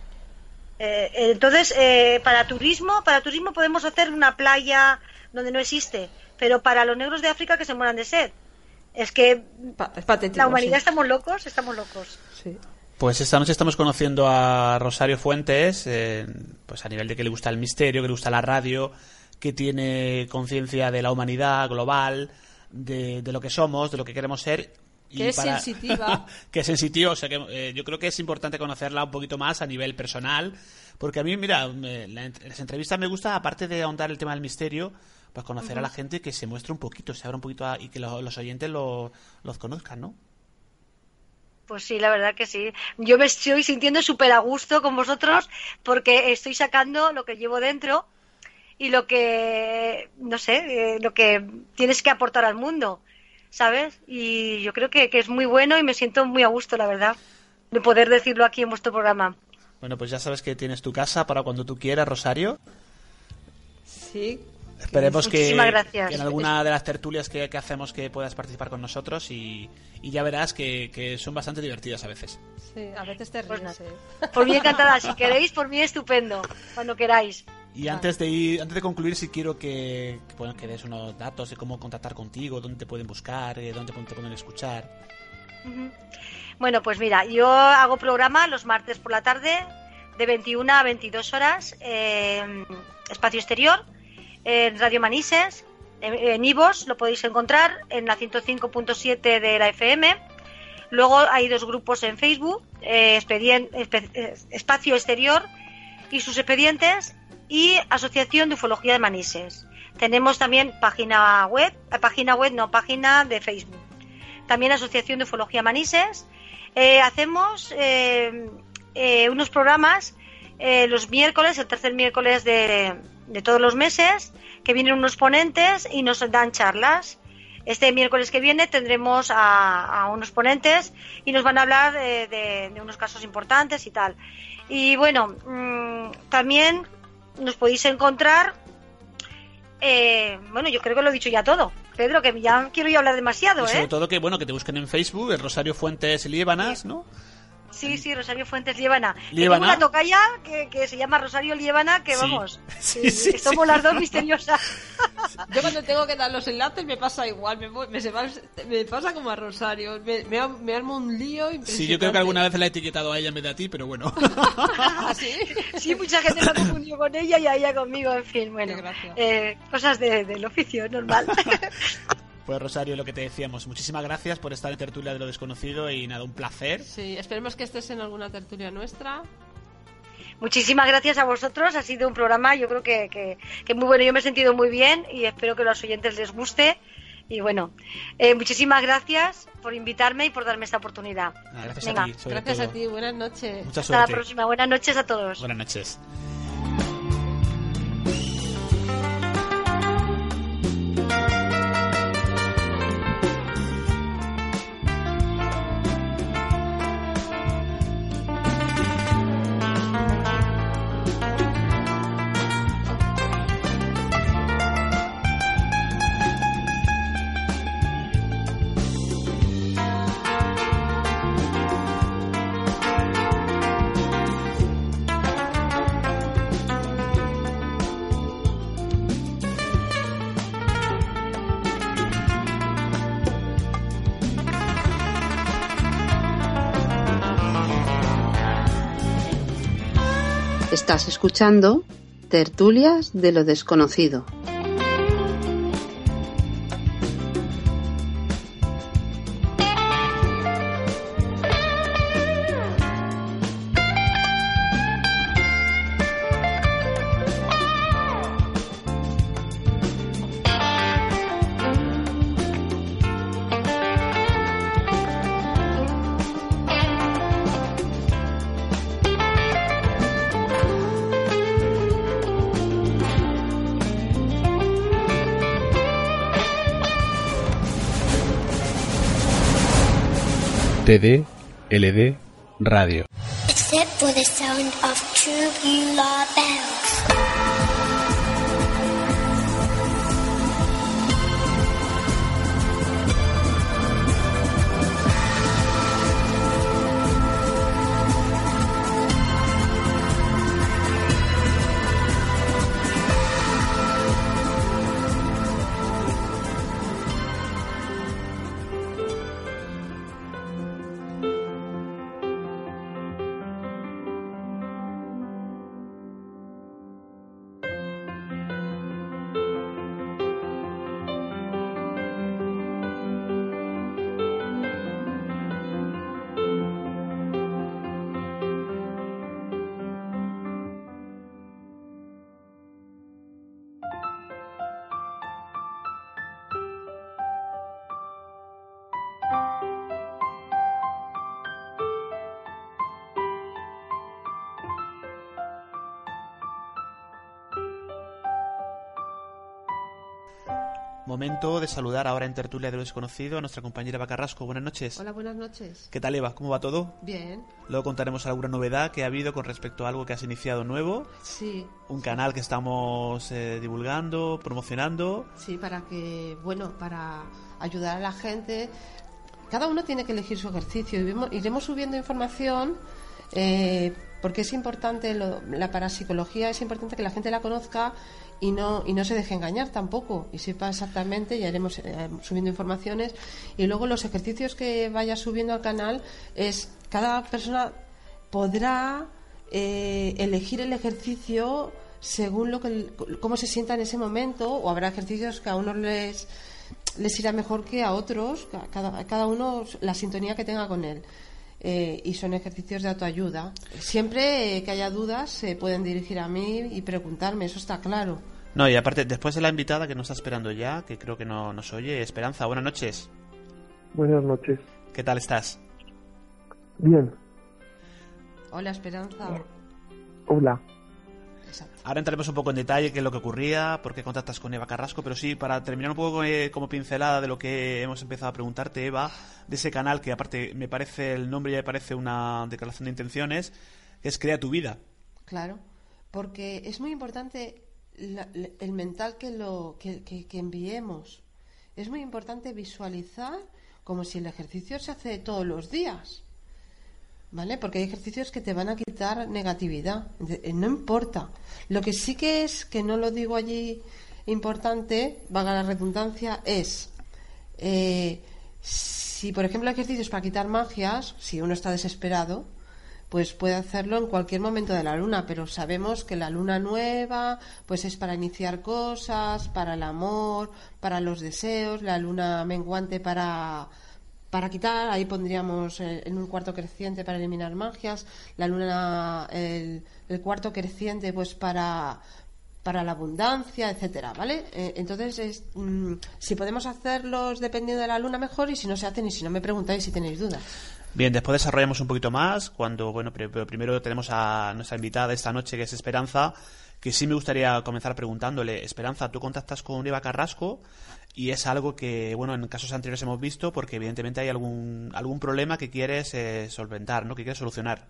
Eh, entonces, eh, para turismo, para turismo podemos hacer una playa donde no existe, pero para los negros de África que se mueran de sed. Es que
es patético,
la humanidad
sí.
estamos locos, estamos locos.
Sí.
Pues esta noche estamos conociendo a Rosario Fuentes, eh, pues a nivel de que le gusta el misterio, que le gusta la radio, que tiene conciencia de la humanidad global, de, de lo que somos, de lo que queremos ser. Y
que es
para...
sensitiva.
que es sensitiva, o sea que eh, yo creo que es importante conocerla un poquito más a nivel personal, porque a mí, mira, me, la, las entrevistas me gusta, aparte de ahondar el tema del misterio, pues conocer uh-huh. a la gente, que se muestre un poquito, se abra un poquito a, y que lo, los oyentes lo, los conozcan, ¿no?
Pues sí, la verdad que sí. Yo me estoy sintiendo súper a gusto con vosotros porque estoy sacando lo que llevo dentro y lo que, no sé, eh, lo que tienes que aportar al mundo, ¿sabes? Y yo creo que, que es muy bueno y me siento muy a gusto, la verdad, de poder decirlo aquí en vuestro programa.
Bueno, pues ya sabes que tienes tu casa para cuando tú quieras, Rosario.
Sí.
Esperemos que,
gracias.
que en alguna de las tertulias que, que hacemos que puedas participar con nosotros y, y ya verás que, que son bastante divertidas a veces.
Sí, a veces te ríes. Pues,
eh. Por mí encantada, si queréis, por mí estupendo, cuando queráis.
Y antes de ir, antes de concluir, si quiero que, que, bueno, que des unos datos de cómo contactar contigo, dónde te pueden buscar, dónde te pueden escuchar.
Uh-huh. Bueno, pues mira, yo hago programa los martes por la tarde de veintiuna a veintidós horas, eh, Espacio Exterior, en Radio Manises, en Ivos lo podéis encontrar, en la ciento cinco punto siete de la F M. Luego hay dos grupos en Facebook, eh, expedien, espe, eh, Espacio Exterior y sus expedientes, y Asociación de Ufología de Manises. Tenemos también página web, eh, página web no, página de Facebook. También Asociación de Ufología Manises. Eh, hacemos eh, eh, unos programas eh, los miércoles, el tercer miércoles de, de todos los meses, que vienen unos ponentes y nos dan charlas. Este miércoles que viene tendremos a, a unos ponentes y nos van a hablar de, de, de unos casos importantes y tal. Y bueno, mmm, también nos podéis encontrar, eh, bueno, yo creo que lo he dicho ya todo, Pedro, que ya quiero yo hablar demasiado,
y sobre
¿eh?
todo que, bueno, que te busquen en Facebook, el Rosario Fuentes Liébanas,
sí.
¿no?
Sí, sí, Rosario Fuentes Liébana.
Liébana.
Tengo una tocaya que, que se llama Rosario Liébana, que
sí.
vamos,
sí, sí, sí,
somos
sí.
las dos misteriosas.
Yo cuando tengo que dar los enlaces me pasa igual, me, me, se va, me pasa como a Rosario, me, me, me armo un lío impresionante.
Sí, yo creo que alguna vez la he etiquetado a ella en vez de a ti, pero bueno.
¿Ah, sí?
Sí, mucha gente la confundió con ella y a ella conmigo, en fin, bueno, eh, cosas de, del oficio, normal.
Pues Rosario, lo que te decíamos, muchísimas gracias por estar en Tertulia de lo Desconocido y nada, un placer.
Sí, esperemos que estés en alguna tertulia nuestra.
Muchísimas gracias a vosotros, ha sido un programa, yo creo que, que, que muy bueno, yo me he sentido muy bien y espero que a los oyentes les guste. Y bueno, eh, muchísimas gracias por invitarme y por darme esta oportunidad.
Ah, gracias
Venga.
a ti, sobre
Gracias
todo.
a ti, buenas noches.
Mucha
Hasta
suerte.
la próxima, buenas noches a todos.
Buenas noches.
Estás escuchando Tertulias de lo Desconocido.
T D L D Radio.
Except for the sound of tubular bells.
Momento de saludar ahora en Tertulia de lo Desconocido a nuestra compañera Eva Carrasco. Buenas noches.
Hola, buenas noches.
¿Qué tal, Eva? ¿Cómo va todo?
Bien.
Luego contaremos alguna novedad que ha habido con respecto a algo que has iniciado nuevo.
Sí.
Un canal que estamos eh, divulgando, promocionando.
Sí, para que, bueno, para ayudar a la gente. Cada uno tiene que elegir su ejercicio. Iremos, iremos subiendo información eh, porque es importante, lo, la parapsicología es importante que la gente la conozca y no y no se deje engañar tampoco y sepa exactamente. Ya iremos eh, subiendo informaciones y luego los ejercicios que vaya subiendo al canal es cada persona podrá eh, elegir el ejercicio según lo que cómo se sienta en ese momento, o habrá ejercicios que a unos les les irá mejor que a otros, cada, cada uno la sintonía que tenga con él. Eh, y son ejercicios de autoayuda. Siempre eh, que haya dudas se pueden dirigir a mí y preguntarme, eso está claro.
No, y aparte, después de la invitada que nos está esperando ya, que creo que no nos oye, Esperanza, buenas noches.
Buenas noches.
¿Qué tal estás?
Bien.
Hola, Esperanza.
Hola.
Exacto.
Ahora entraremos un poco en detalle qué es lo que ocurría, por qué contactas con Eva Carrasco, pero sí, para terminar un poco eh, como pincelada de lo que hemos empezado a preguntarte, Eva, de ese canal que aparte me parece, el nombre ya me parece una declaración de intenciones, es Crea tu Vida.
Claro, porque es muy importante la, la, el mental que, lo, que, que, que enviemos. Es muy importante visualizar como si el ejercicio se hace todos los días. ¿Vale? Porque hay ejercicios que te van a quitar negatividad. No importa. Lo que sí que es, que no lo digo allí importante, valga la redundancia, es eh, si por ejemplo hay ejercicios para quitar magias, si uno está desesperado, pues puede hacerlo en cualquier momento de la luna, pero sabemos que la luna nueva pues es para iniciar cosas, para el amor, para los deseos, la luna menguante para para quitar, ahí pondríamos en un cuarto creciente para eliminar magias, la luna, el, el cuarto creciente pues para para la abundancia, etcétera, ¿vale? Eh, entonces, es, mmm, si podemos hacerlos dependiendo de la luna, mejor, y si no se hacen, y si no me preguntáis si tenéis dudas.
Bien, después desarrollamos un poquito más, cuando, bueno, pero primero tenemos a nuestra invitada esta noche, que es Esperanza, que sí me gustaría comenzar preguntándole, Esperanza, tú contactas con Eva Carrasco, y es algo que, bueno, en casos anteriores hemos visto, porque evidentemente hay algún algún problema que quieres eh, solventar, ¿no? Que quieres solucionar.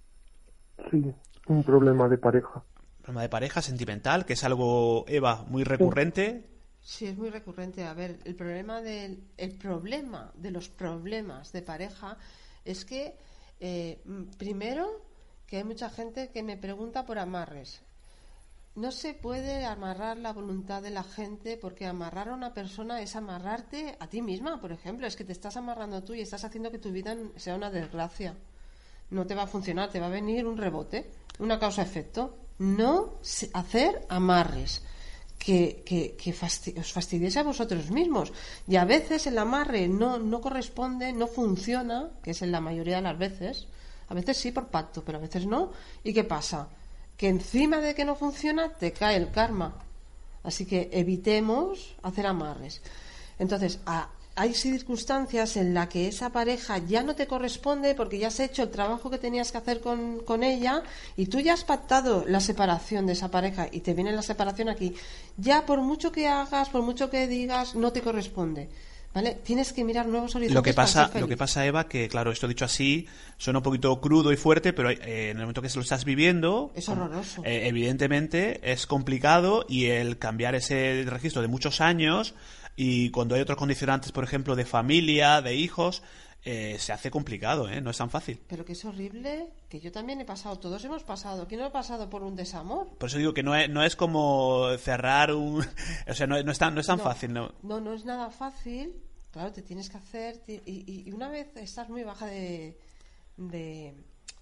Sí, un problema de pareja.
Problema de pareja, sentimental, que es algo, Eva, muy recurrente.
Sí, es muy recurrente. A ver, el problema del el problema de los problemas de pareja es que, eh, primero, que hay mucha gente que me pregunta por amarres. No se puede amarrar la voluntad de la gente, porque amarrar a una persona es amarrarte a ti misma, por ejemplo. Es que te estás amarrando tú y estás haciendo que tu vida sea una desgracia. No te va a funcionar, te va a venir un rebote, una causa-efecto. No hacer amarres que, que, que fasti- os fastidiéis a vosotros mismos. Y a veces el amarre no, no corresponde, no funciona, que es en la mayoría de las veces. A veces sí por pacto, pero a veces no. ¿Y qué pasa? Que encima de que no funciona te cae el karma. Así que evitemos hacer amarres. Entonces, a, hay circunstancias en las que esa pareja ya no te corresponde porque ya has hecho el trabajo que tenías que hacer con, con ella, y tú ya has pactado la separación de esa pareja y te viene la separación aquí. Ya por mucho que hagas, por mucho que digas, no te corresponde. ¿Vale? Tienes que mirar nuevos horizontes.
Lo que pasa,
para ser feliz.
Lo que pasa, Eva, que claro, esto dicho así suena un poquito crudo y fuerte, pero eh, en el momento que se lo estás viviendo,
es horroroso.
Eh, evidentemente es complicado, y el cambiar ese registro de muchos años, y cuando hay otros condicionantes, por ejemplo, de familia, de hijos, eh, se hace complicado, ¿eh? No es tan fácil.
Pero que es horrible, que yo también he pasado, todos hemos pasado. ¿Quién no ha pasado por un desamor?
Por eso digo que no es, no es como cerrar un... O sea, no, no es tan, no es tan
no,
fácil, ¿no?
No, no es nada fácil. Claro, te tienes que hacer... Y, y una vez estás muy baja de... de,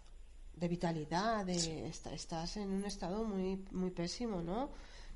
de vitalidad, de, sí. est- estás en un estado muy, muy pésimo, ¿no?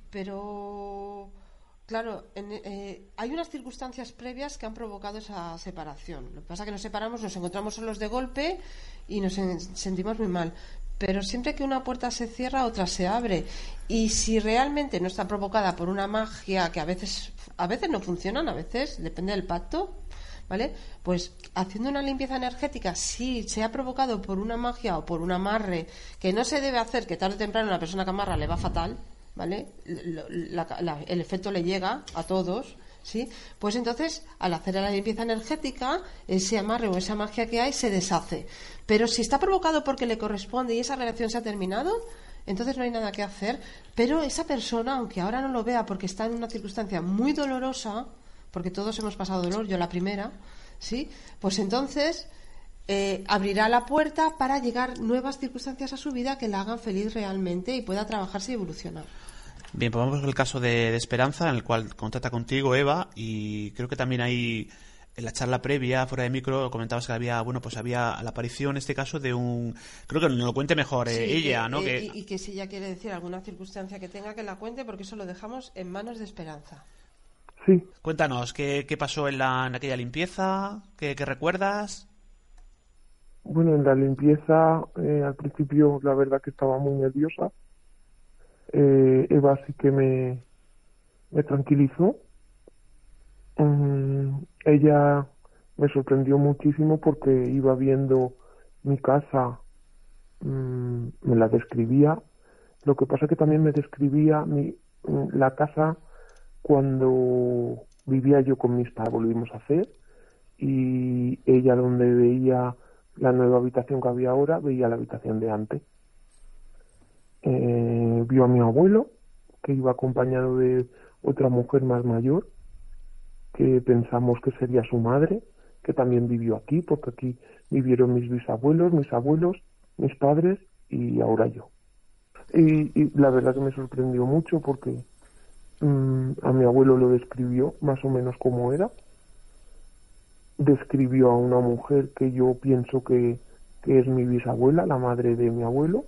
Pero... Claro, en, eh, hay unas circunstancias previas que han provocado esa separación. Lo que pasa es que nos separamos, nos encontramos solos de golpe y nos en, sentimos muy mal. Pero siempre que una puerta se cierra, otra se abre. Y si realmente no está provocada por una magia que a veces, a veces no funcionan, a veces depende del pacto, ¿vale? Pues haciendo una limpieza energética, si se ha provocado por una magia o por un amarre, que no se debe hacer, que tarde o temprano a la persona que amarra le va fatal, ¿vale? La, la, la, el efecto le llega a todos, ¿sí? Pues entonces, al hacer la limpieza energética, ese amarre o esa magia que hay se deshace. Pero si está provocado porque le corresponde y esa relación se ha terminado, entonces no hay nada que hacer. Pero esa persona, aunque ahora no lo vea porque está en una circunstancia muy dolorosa, porque todos hemos pasado dolor, yo la primera, ¿sí? Pues entonces eh, abrirá la puerta para llegar nuevas circunstancias a su vida que la hagan feliz realmente y pueda trabajarse y evolucionar.
Bien, pues vamos con el caso de, de Esperanza, en el cual contacta contigo, Eva, y creo que también ahí en la charla previa, fuera de micro, comentabas que había, bueno, pues había la aparición, en este caso, de un... Creo que nos lo cuente mejor eh,
sí,
ella,
eh,
¿no?
Eh,
que...
y, y que si ella quiere decir alguna circunstancia que tenga, que la cuente, porque eso lo dejamos en manos de Esperanza.
Sí.
Cuéntanos, ¿qué, qué pasó en, la, en aquella limpieza? ¿Qué, qué recuerdas?
Bueno, en la limpieza, eh, al principio, la verdad que estaba muy nerviosa. Eh, Eva sí que me, me tranquilizó. Um, ella me sorprendió muchísimo porque iba viendo mi casa, um, me la describía. Lo que pasa que también me describía mi, la casa cuando vivía yo con mis padres, volvimos a hacer, y ella donde veía la nueva habitación que había ahora, veía la habitación de antes. Eh, vio a mi abuelo, que iba acompañado de otra mujer más mayor, que pensamos que sería su madre, que también vivió aquí, porque aquí vivieron mis bisabuelos, mis abuelos, mis padres y ahora yo. Y, y la verdad que me sorprendió mucho porque mmm, a mi abuelo lo describió más o menos como era. Describió a una mujer que yo pienso que, que es mi bisabuela, la madre de mi abuelo.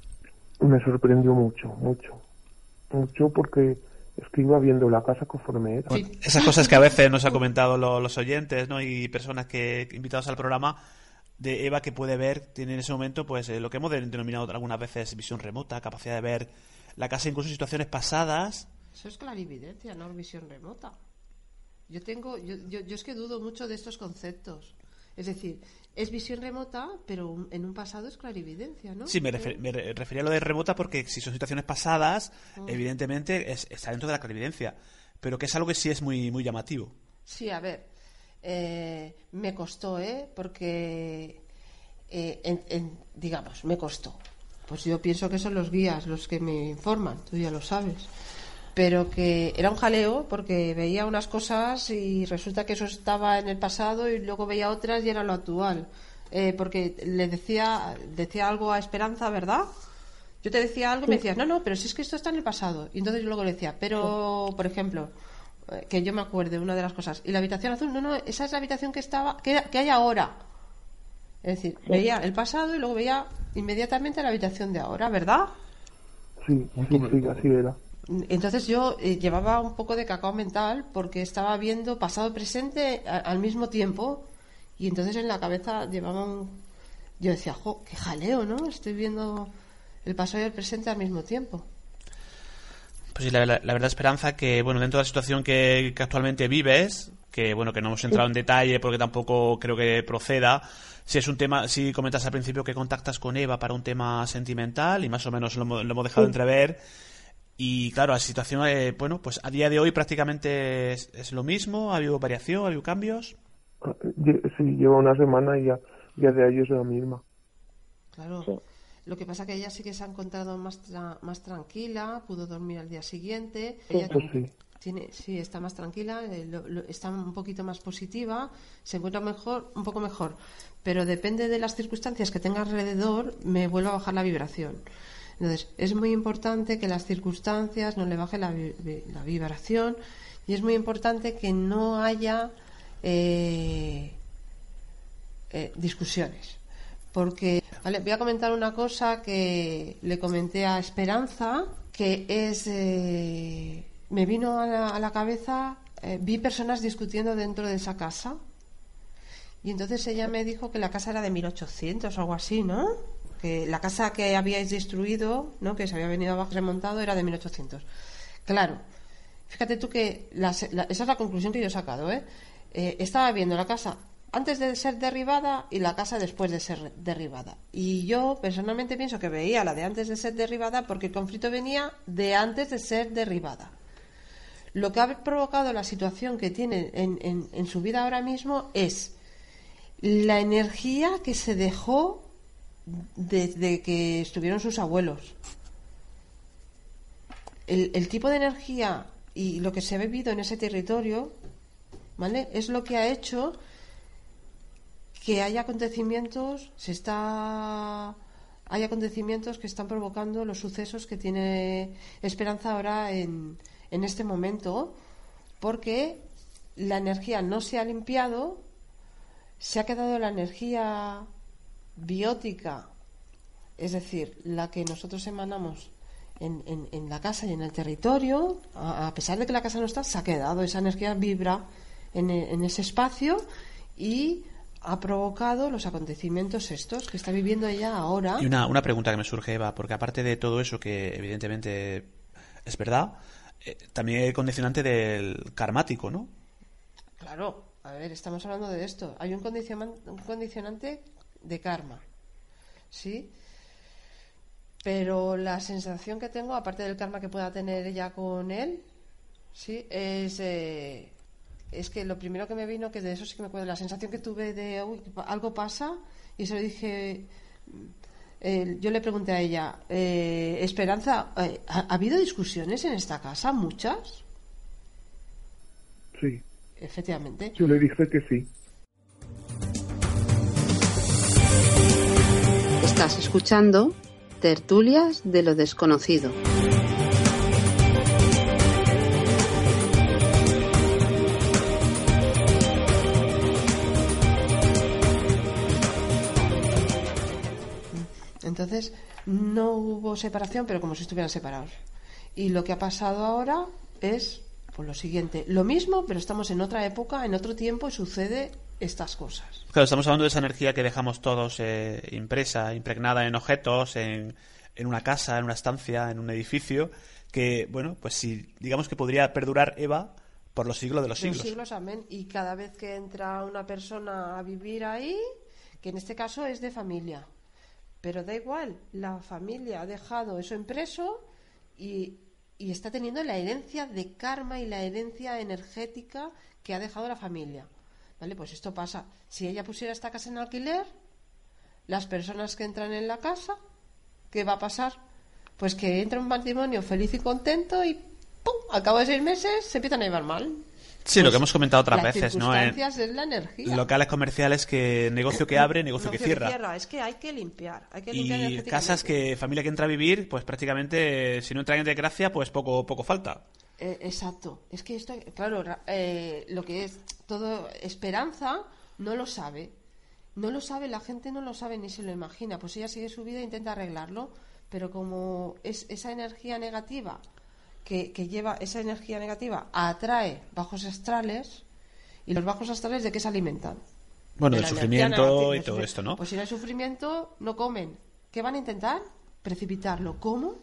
Me sorprendió mucho, mucho, mucho porque es que iba viendo la casa conforme era.
Sí. Esas cosas que a veces nos han comentado los, los oyentes, ¿no? Y personas que invitados al programa de Eva, que puede ver, tiene en ese momento pues eh, lo que hemos denominado algunas veces visión remota, capacidad de ver la casa incluso en situaciones pasadas.
Eso es clarividencia, no visión remota. Yo tengo, yo, yo, yo es que dudo mucho de estos conceptos. Es decir, es visión remota, pero en un pasado es clarividencia, ¿no?
Sí, me, refer, me refería a lo de remota porque si son situaciones pasadas, oh. evidentemente es, está dentro de la clarividencia, pero que es algo que sí es muy, muy llamativo.
Sí, a ver, eh, me costó, ¿eh? Porque, eh, en, en, digamos, me costó. Pues yo pienso que son los guías los que me informan, tú ya lo sabes. Pero que era un jaleo porque veía unas cosas y resulta que eso estaba en el pasado y luego veía otras y era lo actual. Eh, porque le decía decía algo a Esperanza, ¿verdad? Yo te decía algo y me decías, no, no, pero si es que esto está en el pasado. Y entonces yo luego le decía, pero, por ejemplo, que yo me acuerde una de las cosas, y la habitación azul, no, no, esa es la habitación que estaba que, que hay ahora. Es decir, veía el pasado y luego veía inmediatamente la habitación de ahora, ¿verdad?
Sí, sí, sí, así era.
Entonces yo eh, llevaba un poco de cacao mental porque estaba viendo pasado y presente a, al mismo tiempo y entonces en la cabeza llevaba un... Yo decía, jo, qué jaleo, ¿no? Estoy viendo el pasado y el presente al mismo tiempo.
Pues sí, la, la, la verdad, Esperanza, que bueno, dentro de la situación que, que actualmente vives, que bueno, que no hemos entrado en detalle porque tampoco creo que proceda, si es un tema, si comentas al principio que contactas con Eva para un tema sentimental y más o menos lo, lo hemos dejado entrever. Y claro, la situación, eh, bueno, pues a día de hoy prácticamente es, es lo mismo. ¿Ha habido variación? ¿Ha habido cambios?
Sí, lleva una semana y ya, ya de ahí es la misma.
Claro. Sí. Lo que pasa es que ella sí que se ha encontrado más tra- más tranquila, pudo dormir al día siguiente.
Sí,
ella
pues sí.
Tiene, sí, está más tranquila, eh, lo, lo, está un poquito más positiva, se encuentra mejor, un poco mejor. Pero depende de las circunstancias que tenga alrededor, me vuelve a bajar la vibración. Entonces, es muy importante que las circunstancias no le baje la, la vibración y es muy importante que no haya eh, eh, discusiones. Porque, vale, voy a comentar una cosa que le comenté a Esperanza, que es, eh, me vino a la, a la cabeza, eh, vi personas discutiendo dentro de esa casa y entonces ella me dijo que la casa era de mil ochocientos o algo así, ¿no? Que la casa que habíais destruido, ¿no?, que se había venido abajo remontado, era de mil ochocientos. Claro, fíjate tú que la, la, esa es la conclusión que yo he sacado, ¿eh? Eh, estaba viendo la casa antes de ser derribada y la casa después de ser derribada. Y yo personalmente pienso que veía la de antes de ser derribada porque el conflicto venía de antes de ser derribada. Lo que ha provocado la situación que tiene en, en, en su vida ahora mismo es la energía que se dejó desde que estuvieron sus abuelos. El, el tipo de energía y lo que se ha vivido en ese territorio, ¿vale?, es lo que ha hecho que haya acontecimientos, se está, hay acontecimientos que están provocando los sucesos que tiene Esperanza ahora en, en este momento, porque la energía no se ha limpiado, se ha quedado la energía biótica, es decir, la que nosotros emanamos en, en, en la casa y en el territorio, a, a pesar de que la casa no está, se ha quedado, esa energía vibra en, en ese espacio y ha provocado los acontecimientos estos que está viviendo ella ahora.
Y una, una pregunta que me surge, Eva, porque aparte de todo eso, que evidentemente es verdad, eh, también hay el condicionante del karmático, ¿no?
Claro, a ver, estamos hablando de esto. Hay un condicionante, un condicionante de karma, ¿sí? Pero la sensación que tengo, aparte del karma que pueda tener ella con él, ¿sí?, es... Eh, es que lo primero que me vino, que de eso sí que me acuerdo, la sensación que tuve de uy, algo pasa, y se lo dije, eh, yo le pregunté a ella, eh, Esperanza, eh, ¿ha, ¿ha habido discusiones en esta casa? ¿Muchas?
Sí.
Efectivamente.
Yo le dije que sí.
Estás escuchando Tertulias de lo Desconocido.
Entonces no hubo separación, pero como si estuvieran separados. Y lo que ha pasado ahora es pues lo siguiente, lo mismo, pero estamos en otra época, en otro tiempo, y sucede estas cosas.
Claro, estamos hablando de esa energía que dejamos todos eh, impresa, impregnada en objetos, en, en una casa, en una estancia, en un edificio, que, bueno, pues sí, digamos que podría perdurar, Eva, por los siglos de los siglos.
Los siglos, amén. Y cada vez que entra una persona a vivir ahí, que en este caso es de familia, pero da igual, la familia ha dejado eso impreso y, y está teniendo la herencia de karma y la herencia energética que ha dejado la familia. ¿Vale? Pues esto pasa. Si ella pusiera esta casa en alquiler, las personas que entran en la casa, ¿qué va a pasar? Pues que entra un matrimonio feliz y contento y ¡pum!, al cabo de seis meses se empiezan a llevar mal.
Sí,
pues
lo que hemos comentado otras
las
veces, ¿no? En
circunstancias es la energía.
locales comerciales, que negocio que abre, negocio,
negocio
que cierra.
Que cierra. Es que hay que limpiar. Hay que limpiar
Y casas que, familia que entra a vivir, pues prácticamente, si no entra en desgracia, pues poco, poco falta.
Eh, exacto. Es que esto, claro, eh, lo que es todo Esperanza no lo sabe. No lo sabe, la gente no lo sabe ni se lo imagina. Pues ella sigue su vida e intenta arreglarlo, pero como es esa energía negativa que, que lleva, esa energía negativa atrae bajos astrales, y los bajos astrales ¿de qué se alimentan?
Bueno,
de
del sufrimiento y todo
sufri-
esto, ¿no?
Pues si no hay sufrimiento, no comen. ¿Qué van a intentar? Precipitarlo. ¿Cómo?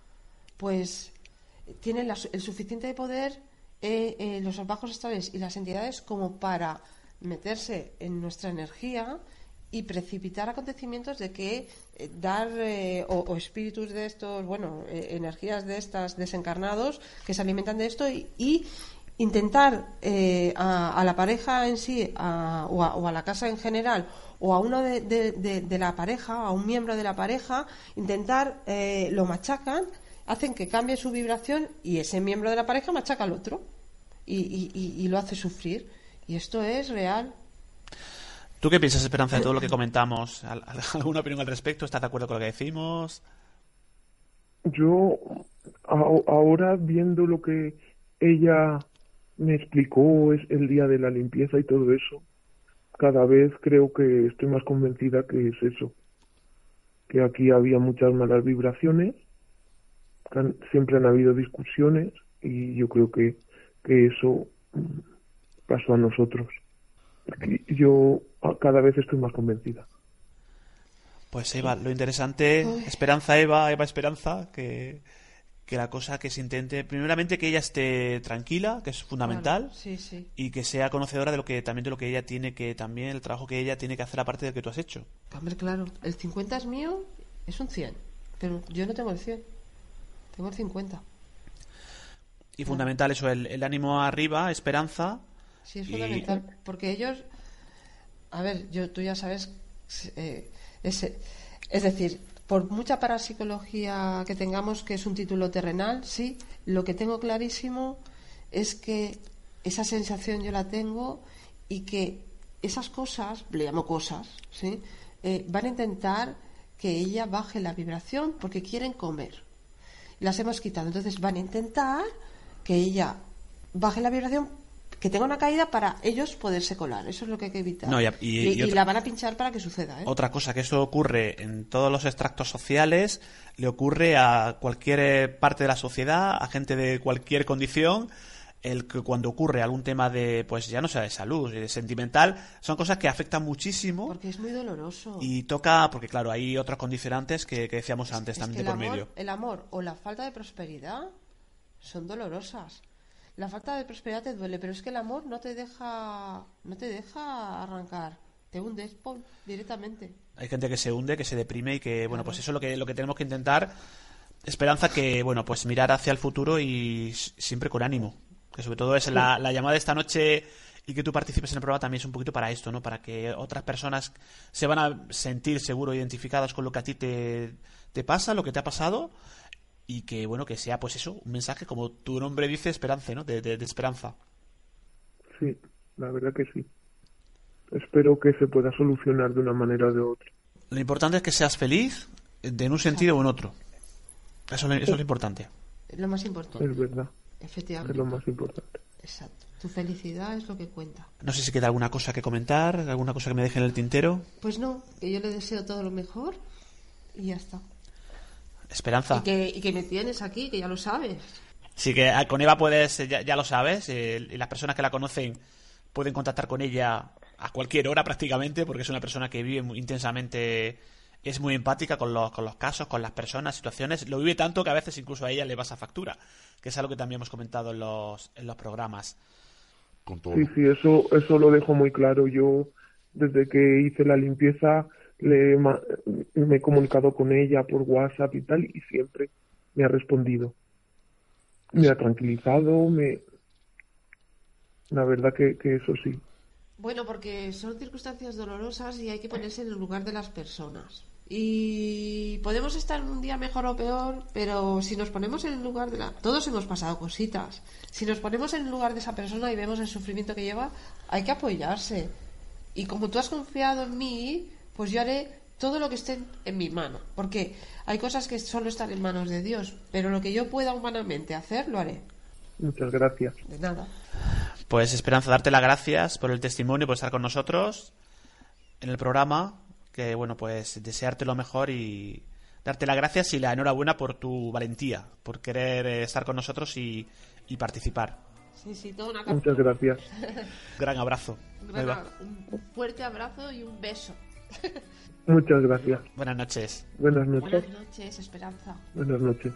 Pues tienen la, el suficiente poder eh, eh, los bajos astrales y las entidades como para meterse en nuestra energía y precipitar acontecimientos de que eh, dar eh, o, o espíritus de estos, bueno, eh, energías de estas desencarnados que se alimentan de esto y, y intentar eh, a, a la pareja en sí a, o, a, o a la casa en general o a uno de, de, de, de la pareja, a un miembro de la pareja, intentar eh, lo machacan, hacen que cambie su vibración y ese miembro de la pareja machaca al otro y, y, y, y lo hace sufrir. Y esto es real.
¿Tú qué piensas, Esperanza, de todo lo que comentamos? ¿Alguna opinión al respecto? ¿Estás de acuerdo con lo que decimos?
Yo, a- ahora viendo lo que ella me explicó es el día de la limpieza y todo eso, cada vez creo que estoy más convencida que es eso, que aquí había muchas malas vibraciones, que han- siempre han habido discusiones y yo creo que, que eso mm, pasó a nosotros. Y yo a- cada vez estoy más convencida.
Pues Eva, lo interesante, Esperanza Eva, Eva Esperanza, que, que la cosa que se intente, primeramente que ella esté tranquila, que es fundamental,
Claro, sí, sí.
y que sea conocedora de lo que también de lo que ella tiene que, también el trabajo que ella tiene que hacer aparte del que tú has hecho.
Hombre, claro, el cincuenta es mío, es un cien, pero yo no tengo el cien, tengo el cincuenta.
Y fundamental eso, el, el ánimo arriba, esperanza.
Sí, es
y...
fundamental, porque ellos, a ver, yo tú ya sabes, eh, es, es decir, por mucha parapsicología que tengamos, que es un título terrenal, sí, lo que tengo clarísimo es que esa sensación yo la tengo y que esas cosas, le llamo cosas, ¿sí? Eh, van a intentar que ella baje la vibración porque quieren comer. Las hemos quitado, entonces van a intentar que ella baje la vibración, que tenga una caída para ellos poderse colar. Eso es lo que hay que evitar.
No, y, y,
y, y,
y otra,
la van a pinchar para que suceda, ¿eh?
Otra cosa, que eso ocurre en todos los extractos sociales, le ocurre a cualquier parte de la sociedad, a gente de cualquier condición, el que cuando ocurre algún tema de, pues ya no sea de salud, de sentimental, son cosas que afectan muchísimo.
Porque es muy doloroso.
Y toca, porque claro, hay otros condicionantes que, que decíamos antes
es,
también
es
de por
el amor,
medio.
El amor o la falta de prosperidad son dolorosas. La falta de prosperidad te duele, pero es que el amor no te deja, no te deja arrancar, te hundes, pum, directamente.
Hay gente que se hunde, que se deprime y que, claro. Bueno, pues eso es lo que lo que tenemos que intentar. Esperanza, que, bueno, pues mirar hacia el futuro y siempre con ánimo. Que sobre todo es la, la llamada de esta noche y que tú participes en el programa también es un poquito para esto, ¿no? Para que otras personas se van a sentir seguro identificadas con lo que a ti te, te pasa, lo que te ha pasado. Y que, bueno, que sea, pues eso, un mensaje, como tu nombre dice, esperanza, ¿no? De, de, de esperanza.
Sí, la verdad que sí. Espero que se pueda solucionar de una manera o de otra.
Lo importante es que seas feliz en un sentido o en otro. Eso, eso es lo importante.
Es lo más importante.
Es verdad.
Efectivamente.
Es lo más importante.
Exacto. Tu felicidad es lo que cuenta.
No sé si queda alguna cosa que comentar, alguna cosa que me deje en el tintero.
Pues no, que yo le deseo todo lo mejor y ya está.
Esperanza.
Y que, y que me tienes aquí, que ya lo sabes.
Sí, que con Eva puedes, ya, ya lo sabes, eh, y las personas que la conocen pueden contactar con ella a cualquier hora prácticamente, porque es una persona que vive muy intensamente, es muy empática con los, con los casos, con las personas, situaciones, lo vive tanto que a veces incluso a ella le pasa factura, que es algo que también hemos comentado en los, en los programas.
Con todo. Sí, sí, eso, eso lo dejo muy claro. Yo, desde que hice la limpieza, le, me he comunicado con ella por WhatsApp y tal, y siempre me ha respondido. Me ha tranquilizado, me... La verdad que, que eso sí.
Bueno, porque son circunstancias dolorosas y hay que ponerse en el lugar de las personas. Y podemos estar un día mejor o peor, pero si nos ponemos en el lugar de la... Todos hemos pasado cositas. Si nos ponemos en el lugar de esa persona y vemos el sufrimiento que lleva, hay que apoyarse. Y como tú has confiado en mí, pues yo haré todo lo que esté en mi mano. Porque hay cosas que solo están en manos de Dios, pero lo que yo pueda humanamente hacer, lo haré.
Muchas gracias.
De nada.
Pues Esperanza, darte las gracias por el testimonio, por estar con nosotros en el programa. Que bueno, pues desearte lo mejor y darte las gracias y la enhorabuena por tu valentía, por querer estar con nosotros y, y participar.
Sí, sí, toda una...
Muchas gracias.
Gran abrazo.
Gran, un fuerte abrazo y un beso.
Muchas gracias.
Buenas noches.
Buenas noches.
Buenas noches, Esperanza.
Buenas noches.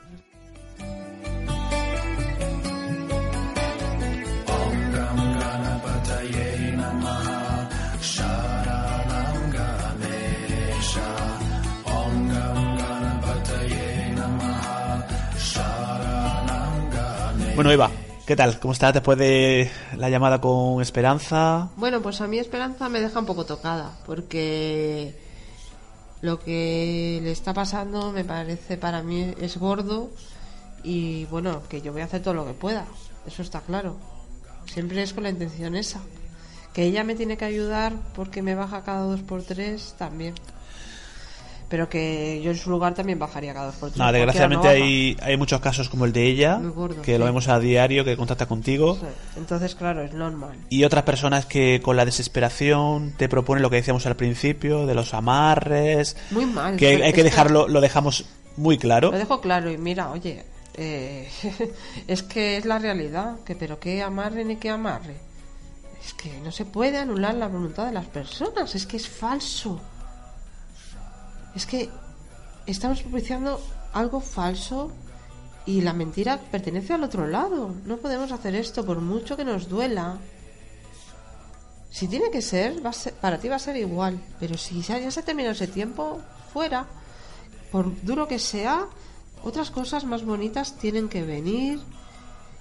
Bueno, Eva, ¿qué tal? ¿Cómo estás después de la llamada con Esperanza?
Bueno, pues a mí Esperanza me deja un poco tocada, porque lo que le está pasando me parece, para mí es gordo, y bueno, que yo voy a hacer todo lo que pueda, eso está claro. Siempre es con la intención esa. Que ella me tiene que ayudar porque me baja cada dos por tres también. Pero que yo en su lugar también bajaría cada dos por tres.
No, desgraciadamente no hay, hay muchos casos como el de ella, gordo, que sí. Lo vemos a diario, que contacta contigo.
Sí. Entonces, claro, es normal.
Y otras personas que con la desesperación te proponen lo que decíamos al principio, de los amarres.
Muy mal.
Que hay, hay que dejarlo, lo dejamos muy claro.
Lo dejo claro y mira, oye, eh, es que es la realidad, que pero qué amarre ni qué amarre. Es que no se puede anular la voluntad de las personas, es que es falso. Es que estamos propiciando algo falso y la mentira pertenece al otro lado. No podemos hacer esto por mucho que nos duela. Si tiene que ser, va a ser para ti va a ser igual. Pero si ya, ya se terminó ese tiempo, fuera. Por duro que sea, otras cosas más bonitas tienen que venir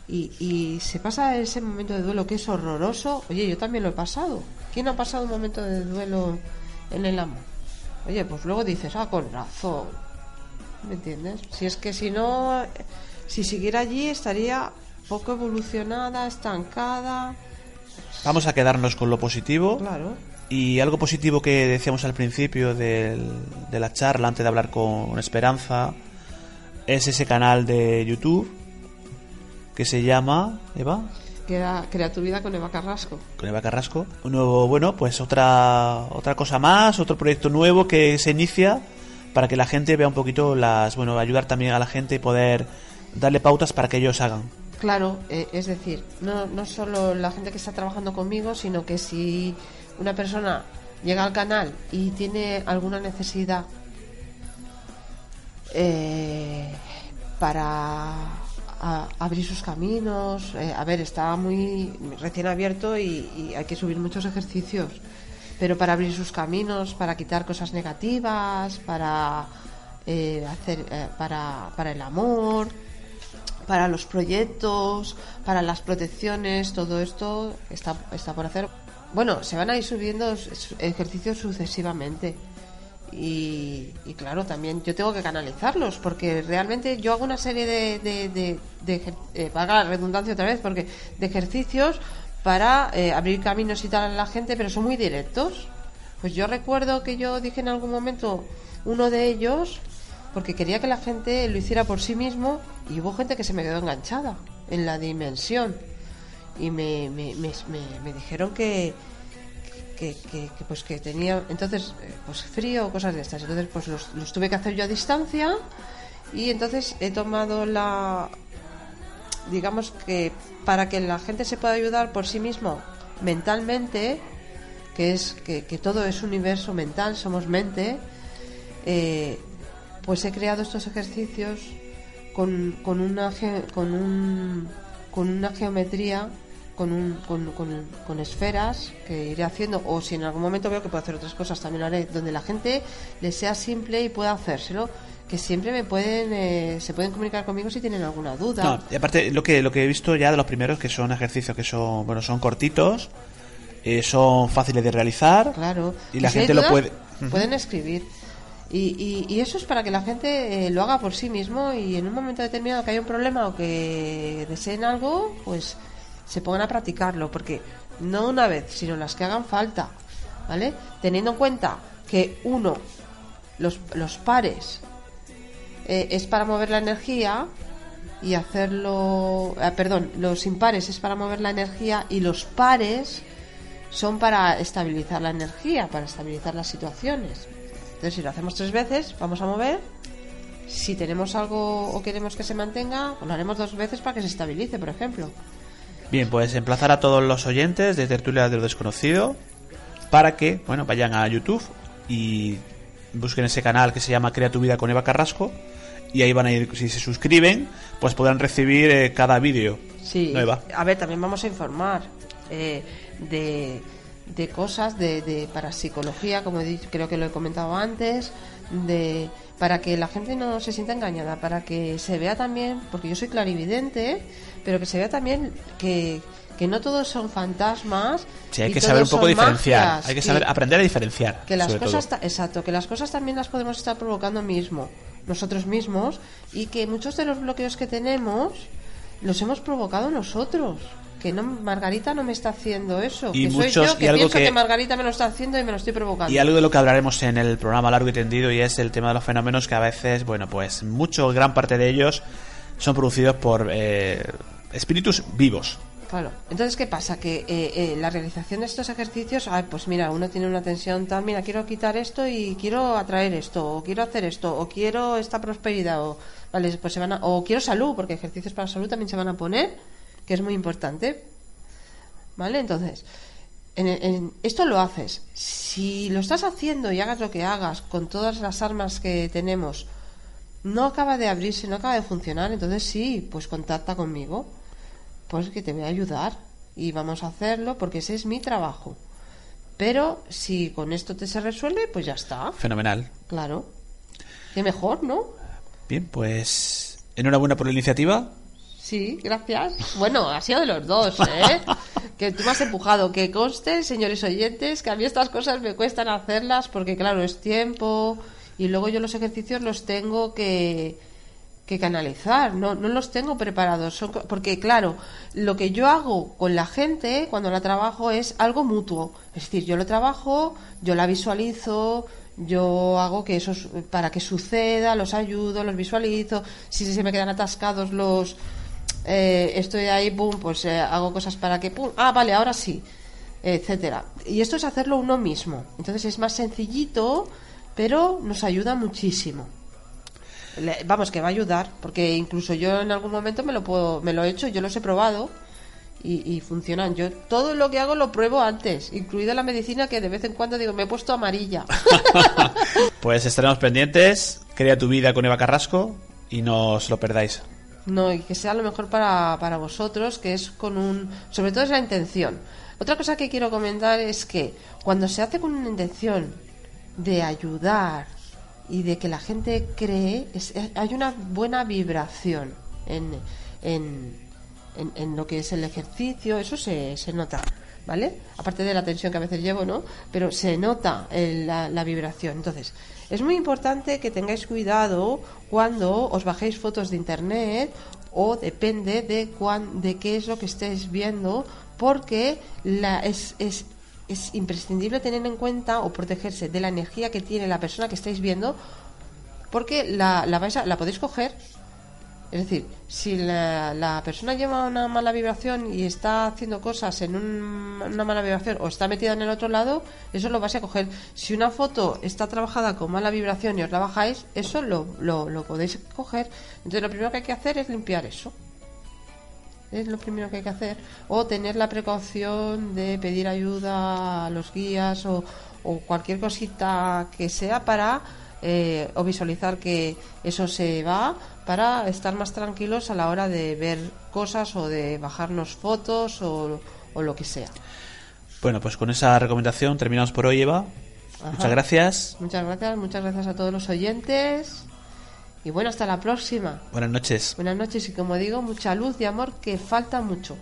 y, y se pasa ese momento de duelo que es horroroso. Oye, yo también lo he pasado. ¿Quién ha pasado un momento de duelo en el amor? Oye, pues luego dices, ah, con razón, ¿me entiendes? Si es que si no, si siguiera allí estaría poco evolucionada, estancada.
Vamos a quedarnos con lo positivo.
Claro.
Y algo positivo que decíamos al principio del, de la charla, antes de hablar con Esperanza, es ese canal de YouTube que se llama, Eva,
que era Crea tu vida con Eva Carrasco.
Con Eva Carrasco. Un nuevo, bueno, pues otra otra cosa más, otro proyecto nuevo que se inicia para que la gente vea un poquito las, bueno, ayudar también a la gente y poder darle pautas para que ellos hagan.
Claro, eh, es decir, no no solo la gente que está trabajando conmigo, sino que si una persona llega al canal y tiene alguna necesidad eh, para a, abrir sus caminos, eh, a ver, está muy recién abierto y, y hay que subir muchos ejercicios, pero para abrir sus caminos, para quitar cosas negativas, para eh, hacer eh, para, para el amor, para los proyectos, para las protecciones, todo esto está, está por hacer. Bueno, se van a ir subiendo ejercicios sucesivamente y, y claro, también yo tengo que canalizarlos porque realmente yo hago una serie de, de, de, de eh, valga la redundancia otra vez, porque de ejercicios para eh, abrir caminos y tal a la gente, pero son muy directos. Pues yo recuerdo que yo dije en algún momento uno de ellos porque quería que la gente lo hiciera por sí mismo y hubo gente que se me quedó enganchada en la dimensión. Y me, me, me, me, me dijeron que, que, que, que pues que tenía entonces pues frío o cosas de estas, entonces pues los, los tuve que hacer yo a distancia y entonces he tomado la, digamos que para que la gente se pueda ayudar por sí mismo mentalmente, que es que, que todo es universo mental, somos mente, eh, pues he creado estos ejercicios con, con una con un con una geometría, con, un, con, con, con esferas que iré haciendo, o si en algún momento veo que puedo hacer otras cosas también lo haré, donde la gente les sea simple y pueda hacérselo, que siempre me pueden eh, se pueden comunicar conmigo si tienen alguna duda.
No, y aparte lo que lo que he visto ya de los primeros, que son ejercicios que son, bueno, son cortitos, eh, son fáciles de realizar,
claro,
y la gente lo puede
pueden escribir. Y, y, y eso es para que la gente eh, lo haga por sí mismo y en un momento determinado que haya un problema o que deseen algo, pues se pongan a practicarlo, porque no una vez, sino las que hagan falta, ¿vale? Teniendo en cuenta que uno, los, los pares eh, es para mover la energía y hacerlo, eh, perdón, los impares es para mover la energía y los pares son para estabilizar la energía, para estabilizar las situaciones. Entonces, si lo hacemos tres veces, vamos a mover. Si tenemos algo o queremos que se mantenga, pues lo haremos dos veces para que se estabilice, por ejemplo.
Bien, pues emplazar a todos los oyentes de Tertulia de lo Desconocido para que, bueno, vayan a YouTube y busquen ese canal que se llama Crea tu vida con Eva Carrasco, y ahí van a ir, si se suscriben, pues podrán recibir eh, cada vídeo.
Sí,
¿No, Eva?
A ver, también vamos a informar eh, de... de cosas de, de parapsicología, como he dicho, creo que lo he comentado antes, de para que la gente no se sienta engañada, para que se vea también, porque yo soy clarividente, pero que se vea también que, que no todos son fantasmas.
Sí, hay que saber un poco diferenciar,
magias,
hay que saber
que,
aprender a diferenciar.
Que las cosas, ta, exacto, que las cosas también las podemos estar provocando mismo, nosotros mismos, y que muchos de los bloqueos que tenemos los hemos provocado nosotros. Que no, Margarita no me está haciendo eso,
y
que
muchos,
soy yo que
y algo
pienso que...
que
Margarita me lo está haciendo y me lo estoy provocando.
Y algo de lo que hablaremos en el programa largo y tendido, y es el tema de los fenómenos que a veces, bueno, pues mucho, gran parte de ellos son producidos por eh, espíritus vivos.
Claro, entonces ¿qué pasa? Que eh, eh, la realización de estos ejercicios, ay, pues mira, uno tiene una tensión tal, mira, quiero quitar esto y quiero atraer esto, o quiero hacer esto, o quiero esta prosperidad, o vale, pues se van a, o quiero salud, porque ejercicios para salud también se van a poner, que es muy importante. ¿Vale? Entonces, en, en, esto lo haces. Si lo estás haciendo y hagas lo que hagas con todas las armas que tenemos, no acaba de abrirse, no acaba de funcionar, entonces sí, pues contacta conmigo, pues que te voy a ayudar y vamos a hacerlo porque ese es mi trabajo. Pero si con esto te se resuelve, pues ya está.
Fenomenal.
Claro. Qué mejor, ¿no?
Bien, pues enhorabuena por la iniciativa.
Sí, gracias. Bueno, ha sido de los dos, ¿eh? Que tú me has empujado. Que conste, señores oyentes, que a mí estas cosas me cuestan hacerlas porque, claro, es tiempo y luego yo los ejercicios los tengo que, que canalizar. No, no los tengo preparados. Son, porque, claro, lo que yo hago con la gente cuando la trabajo es algo mutuo. Es decir, yo lo trabajo, yo la visualizo, yo hago que eso para que suceda, los ayudo, los visualizo. Si se me quedan atascados los... Eh, estoy ahí, pum, pues eh, hago cosas para que, pum, ah, vale, ahora sí, etcétera. Y esto es hacerlo uno mismo. Entonces es más sencillito, pero nos ayuda muchísimo. Le, vamos, que va a ayudar, porque incluso yo en algún momento me lo puedo, me lo he hecho, yo los he probado y, y funcionan. Yo todo lo que hago lo pruebo antes, incluida la medicina, que de vez en cuando digo, me he puesto amarilla.
Pues estaremos pendientes. Crea tu vida con Eva Carrasco y no os lo perdáis.
No, y que sea lo mejor para, para vosotros, que es con un... Sobre todo es la intención. Otra cosa que quiero comentar es que cuando se hace con una intención de ayudar y de que la gente cree, es, hay una buena vibración en, en, en, en lo que es el ejercicio, eso se, se nota, ¿vale? Aparte de la tensión que a veces llevo, ¿no? Pero se nota el, la, la vibración. Entonces, es muy importante que tengáis cuidado cuando os bajéis fotos de internet o depende de cuán, de qué es lo que estéis viendo, porque la, es, es, es imprescindible tener en cuenta o protegerse de la energía que tiene la persona que estáis viendo, porque la, la, vais a, la podéis coger. Es decir, si la, la persona lleva una mala vibración y está haciendo cosas en un, una mala vibración o está metida en el otro lado, eso lo vais a coger. Si una foto está trabajada con mala vibración y os la bajáis, eso lo, lo, lo podéis coger. Entonces lo primero que hay que hacer es limpiar eso. Es lo primero que hay que hacer. O tener la precaución de pedir ayuda a los guías o, o cualquier cosita que sea para... Eh, o visualizar que eso se va, para estar más tranquilos a la hora de ver cosas o de bajarnos fotos o, o lo que sea.
Bueno, pues con esa recomendación terminamos por hoy, Eva. Ajá. Muchas gracias.
Muchas gracias, muchas gracias a todos los oyentes. Y bueno, hasta la próxima.
Buenas noches.
Buenas noches y como digo, mucha luz y amor, que falta mucho.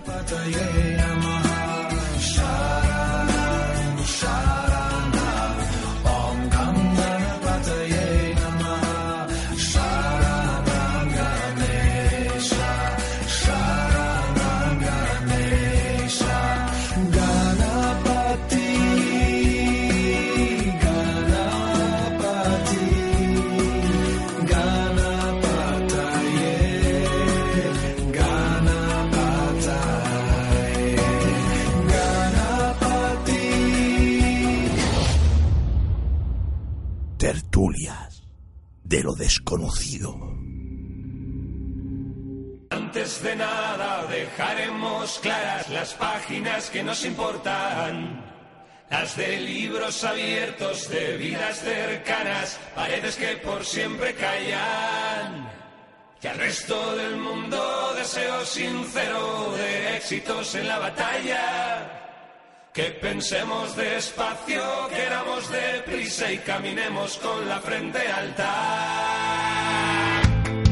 Tertulias de lo desconocido.
Antes de nada dejaremos claras las páginas que nos importan, las de libros abiertos, de vidas cercanas, paredes que por siempre callan. Y al resto del mundo deseo sincero de éxitos en la batalla. Que pensemos despacio, queramos deprisa y caminemos con la frente alta.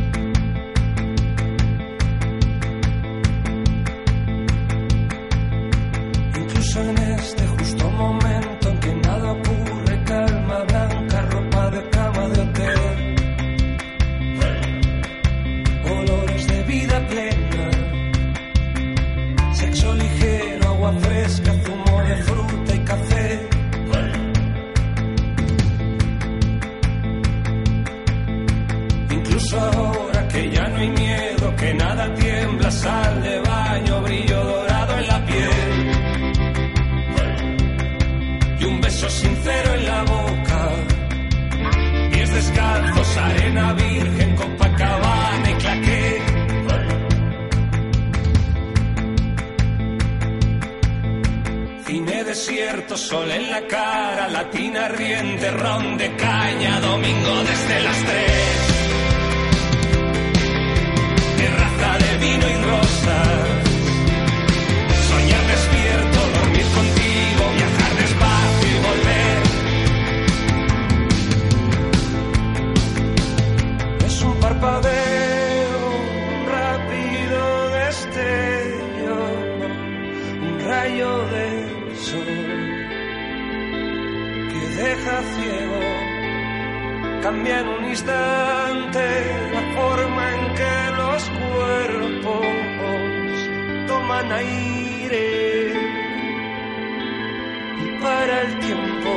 Incluso en este justo momento en que nada ocurre, calma blanca, ropa de cama de hotel, olores de vida plena, sexo ligero, agua fresca, zumo de fruta y café. Incluso ahora que ya no hay miedo, que nada tiembla, sal de baño, brillo dorado en la piel y un beso sincero en la boca, pies descalzos, arena virgen, Copacabana y claqué. Cine desierto, sol en la cara, latina riente, ron de caña, domingo desde las tres. Terraza de vino y rosas, soñar despierto, dormir contigo, viajar despacio y volver. Es un parpadeo, un rápido rayo del sol que deja ciego cambia en un instante la forma en que los cuerpos toman aire y para el tiempo.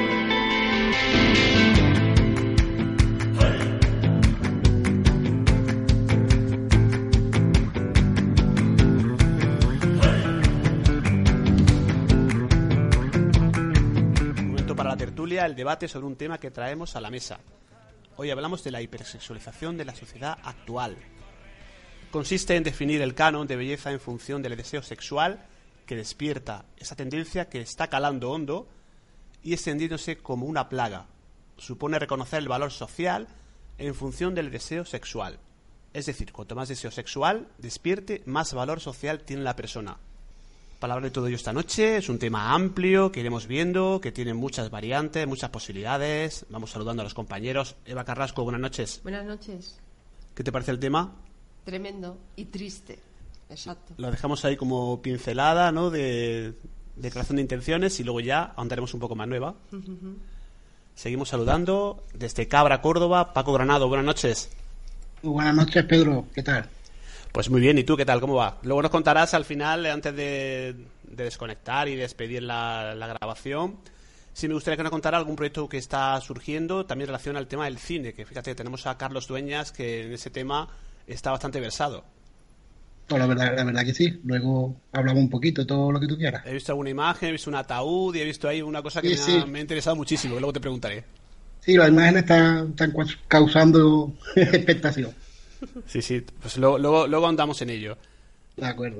Tertulia, el debate sobre un tema que traemos a la mesa. Hoy hablamos de la hipersexualización de la sociedad actual. Consiste en definir el canon de belleza en función del deseo sexual que despierta esa tendencia que está calando hondo y extendiéndose como una plaga. Supone reconocer el valor social en función del deseo sexual. Es decir, cuanto más deseo sexual despierte, más valor social tiene la persona. Para hablar de todo ello esta noche, es un tema amplio que iremos viendo, que tiene muchas variantes, muchas posibilidades. Vamos saludando a los compañeros. Eva Carrasco, buenas noches.
Buenas noches.
¿Qué te parece el tema?
Tremendo y triste, exacto.
Lo dejamos ahí como pincelada, ¿no?, de declaración de intenciones y luego ya ahondaremos un poco más nueva. Uh-huh. Seguimos saludando desde Cabra, Córdoba, Paco Granado, buenas noches.
Muy buenas noches, Pedro, ¿qué tal?
Pues muy bien, ¿y tú qué tal? ¿Cómo va? Luego nos contarás al final, antes de, de desconectar y despedir la, la grabación, si me gustaría que nos contara algún proyecto que está surgiendo, también en relación al tema del cine, que fíjate, tenemos a Carlos Dueñas, que en ese tema está bastante versado.
No, la verdad, la verdad que sí, luego hablamos un poquito, todo lo que tú quieras.
He visto alguna imagen, he visto un ataúd y he visto ahí una cosa que
sí,
me, ha,
sí.
me ha interesado muchísimo, que luego te preguntaré.
Sí, las imágenes están, están causando expectación.
Sí, sí, pues luego, luego, luego andamos en ello.
De acuerdo.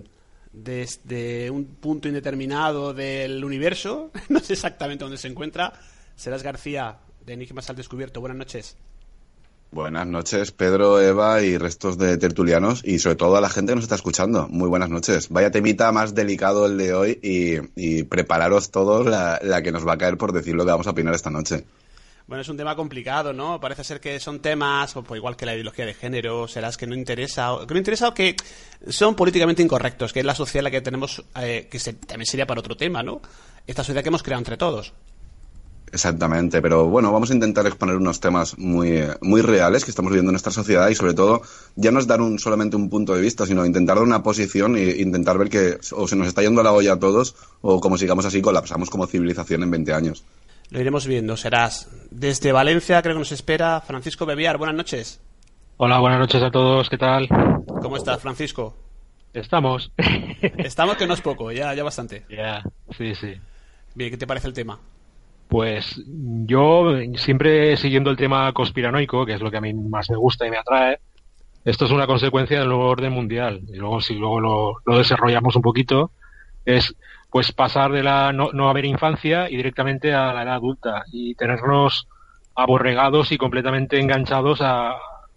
Desde un punto indeterminado del universo, no sé exactamente dónde se encuentra, Serás García, de Enigmas al Descubierto. Buenas noches.
Buenas noches, Pedro, Eva y restos de tertulianos, y sobre todo a la gente que nos está escuchando. Muy buenas noches. Vaya temita más delicado el de hoy, y, y prepararos todos la, la que nos va a caer por decir lo que vamos a opinar esta noche.
Bueno, es un tema complicado, ¿no? Parece ser que son temas, pues, igual que la ideología de género, serás que no interesa, o, que no interesa o que son políticamente incorrectos, que es la sociedad la que tenemos, eh, que se, también sería para otro tema, ¿no? Esta sociedad que hemos creado entre todos.
Exactamente, pero bueno, vamos a intentar exponer unos temas muy, muy reales que estamos viviendo en nuestra sociedad, y sobre todo ya no es dar un, solamente un punto de vista, sino intentar dar una posición e intentar ver que o se nos está yendo a la olla a todos, o como sigamos así colapsamos como civilización en veinte años.
Lo iremos viendo, Serás. Desde Valencia creo que nos espera Francisco Bebiar. Buenas noches.
Hola, buenas noches a todos. ¿Qué tal?
¿Cómo estás, Francisco?
Estamos.
Estamos, que no es poco, ya, ya bastante.
Ya, yeah, sí, sí.
Bien, ¿qué te parece el tema?
Pues yo, siempre siguiendo el tema conspiranoico, que es lo que a mí más me gusta y me atrae, esto es una consecuencia del nuevo orden mundial. Y luego, si luego lo, lo desarrollamos un poquito, es pues pasar de la no, no haber infancia y directamente a la edad adulta y tenernos aborregados y completamente enganchados a,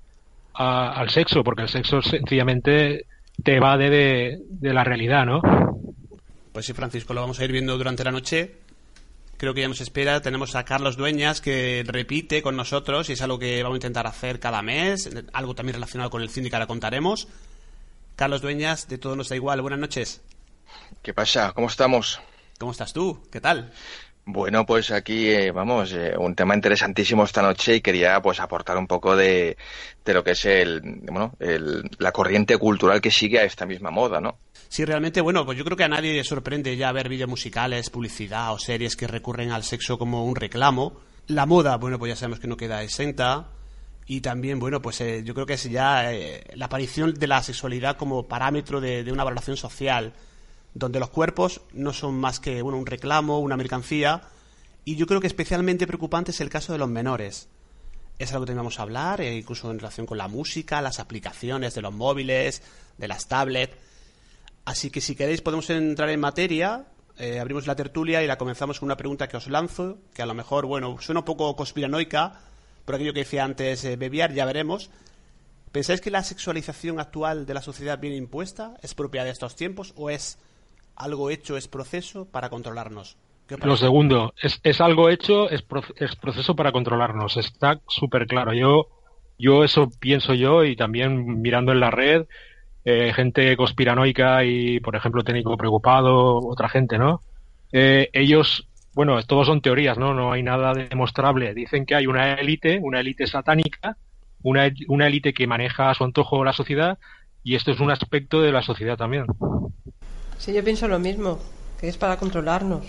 a, al sexo, porque el sexo sencillamente te evade de, de la realidad, ¿no?
Pues sí, Francisco, lo vamos a ir viendo durante la noche. Creo que ya nos espera. Tenemos a Carlos Dueñas, que repite con nosotros, y es algo que vamos a intentar hacer cada mes, algo también relacionado con el cine que ahora contaremos. Carlos Dueñas, de Todo Nos Da Igual, buenas noches.
¿Qué pasa? ¿Cómo estamos?
¿Cómo estás tú? ¿Qué tal?
Bueno, pues aquí, eh, vamos, eh, un tema interesantísimo esta noche, y quería pues aportar un poco de, de lo que es el, bueno, el, la corriente cultural que sigue a esta misma moda, ¿no?
Sí, realmente, bueno, pues yo creo que a nadie le sorprende ya ver vídeos musicales, publicidad o series que recurren al sexo como un reclamo. La moda, bueno, pues ya sabemos que no queda exenta. Y también, bueno, pues eh, yo creo que es ya eh, la aparición de la sexualidad como parámetro de, de una valoración social, donde los cuerpos no son más que bueno, un reclamo, una mercancía, y yo creo que especialmente preocupante es el caso de los menores. Es algo que tenemos a hablar, eh, incluso en relación con la música, las aplicaciones de los móviles, de las tablets. Así que si queréis podemos entrar en materia, eh, abrimos la tertulia y la comenzamos con una pregunta que os lanzo, que a lo mejor, bueno, suena un poco conspiranoica, por aquello que decía antes eh, Bebiar, ya veremos. ¿Pensáis que la sexualización actual de la sociedad viene impuesta? ¿Es propia de estos tiempos o es algo hecho, es proceso para controlarnos?
Lo segundo, es, es algo hecho, es, pro, es proceso para controlarnos, está súper claro. Yo, yo eso pienso yo, y también mirando en la red, eh, gente conspiranoica y, por ejemplo, técnico preocupado, otra gente, ¿no? Eh, ellos, bueno, todos son teorías, ¿no? No hay nada demostrable. Dicen que hay una élite, una élite satánica, una, una élite que maneja a su antojo la sociedad, y esto es un aspecto de la sociedad también.
Sí, yo pienso lo mismo, que es para controlarnos.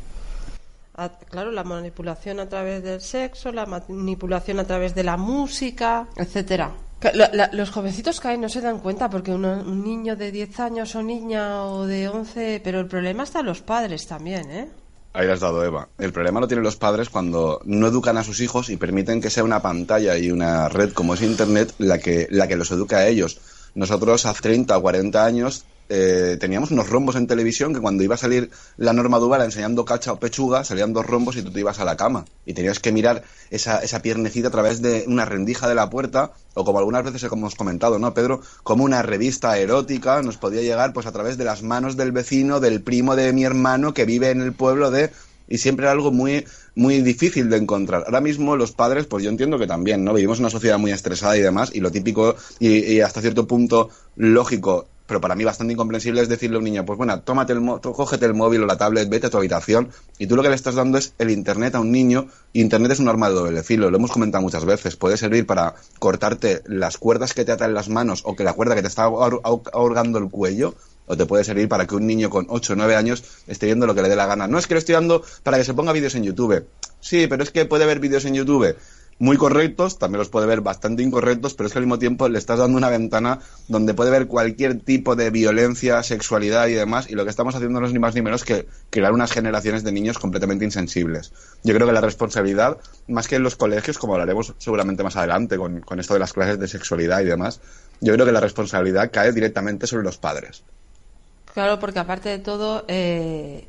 A, claro, la manipulación a través del sexo, la manipulación a través de la música, etcétera. La, la, los jovencitos caen, no se dan cuenta, porque uno, un niño de diez años o niña o de once, pero el problema está en los padres también, ¿eh?
Ahí le has dado, Eva. El problema lo tienen los padres cuando no educan a sus hijos y permiten que sea una pantalla y una red como es Internet la que, la que los educa a ellos. Nosotros hace treinta o cuarenta años eh, teníamos unos rombos en televisión que cuando iba a salir la Norma Duval enseñando cacha o pechuga, salían dos rombos y tú te ibas a la cama. Y tenías que mirar esa, esa piernecita a través de una rendija de la puerta, o como algunas veces hemos comentado, ¿no, Pedro? Como una revista erótica nos podía llegar pues a través de las manos del vecino, del primo de mi hermano que vive en el pueblo de... Y siempre era algo muy muy difícil de encontrar. Ahora mismo los padres, pues yo entiendo que también, ¿no? Vivimos en una sociedad muy estresada y demás, y lo típico y, y hasta cierto punto lógico, pero para mí bastante incomprensible, es decirle a un niño, pues bueno, tómate el mo- cógete el móvil o la tablet, vete a tu habitación, y tú lo que le estás dando es el Internet a un niño, y Internet es un arma de doble filo, lo hemos comentado muchas veces, puede servir para cortarte las cuerdas que te atan las manos, o que la cuerda que te está ahor- ahorgando el cuello, o te puede servir para que un niño con ocho o nueve años esté viendo lo que le dé la gana. No es que le estoy dando para que se ponga vídeos en YouTube. Sí, pero es que puede ver vídeos en YouTube muy correctos, también los puede ver bastante incorrectos, pero es que al mismo tiempo le estás dando una ventana donde puede ver cualquier tipo de violencia, sexualidad y demás, y lo que estamos haciendo no es ni más ni menos que crear unas generaciones de niños completamente insensibles. Yo creo que la responsabilidad, más que en los colegios, como hablaremos seguramente más adelante con, con esto de las clases de sexualidad y demás, yo creo que la responsabilidad cae directamente sobre los padres.
Claro, porque aparte de todo, eh,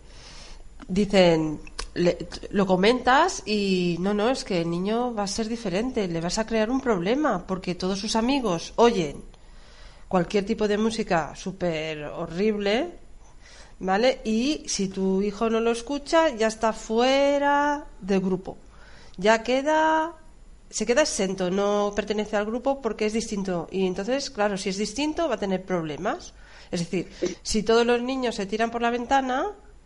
dicen, le, lo comentas y no, no, es que el niño va a ser diferente, le vas a crear un problema, porque todos sus amigos oyen cualquier tipo de música súper horrible, ¿vale? Y si tu hijo no lo escucha, ya está fuera del grupo, ya queda... se queda exento, no pertenece al grupo porque es distinto. Y entonces, claro, si es distinto va a tener problemas. Es decir, si todos los niños se tiran por la ventana,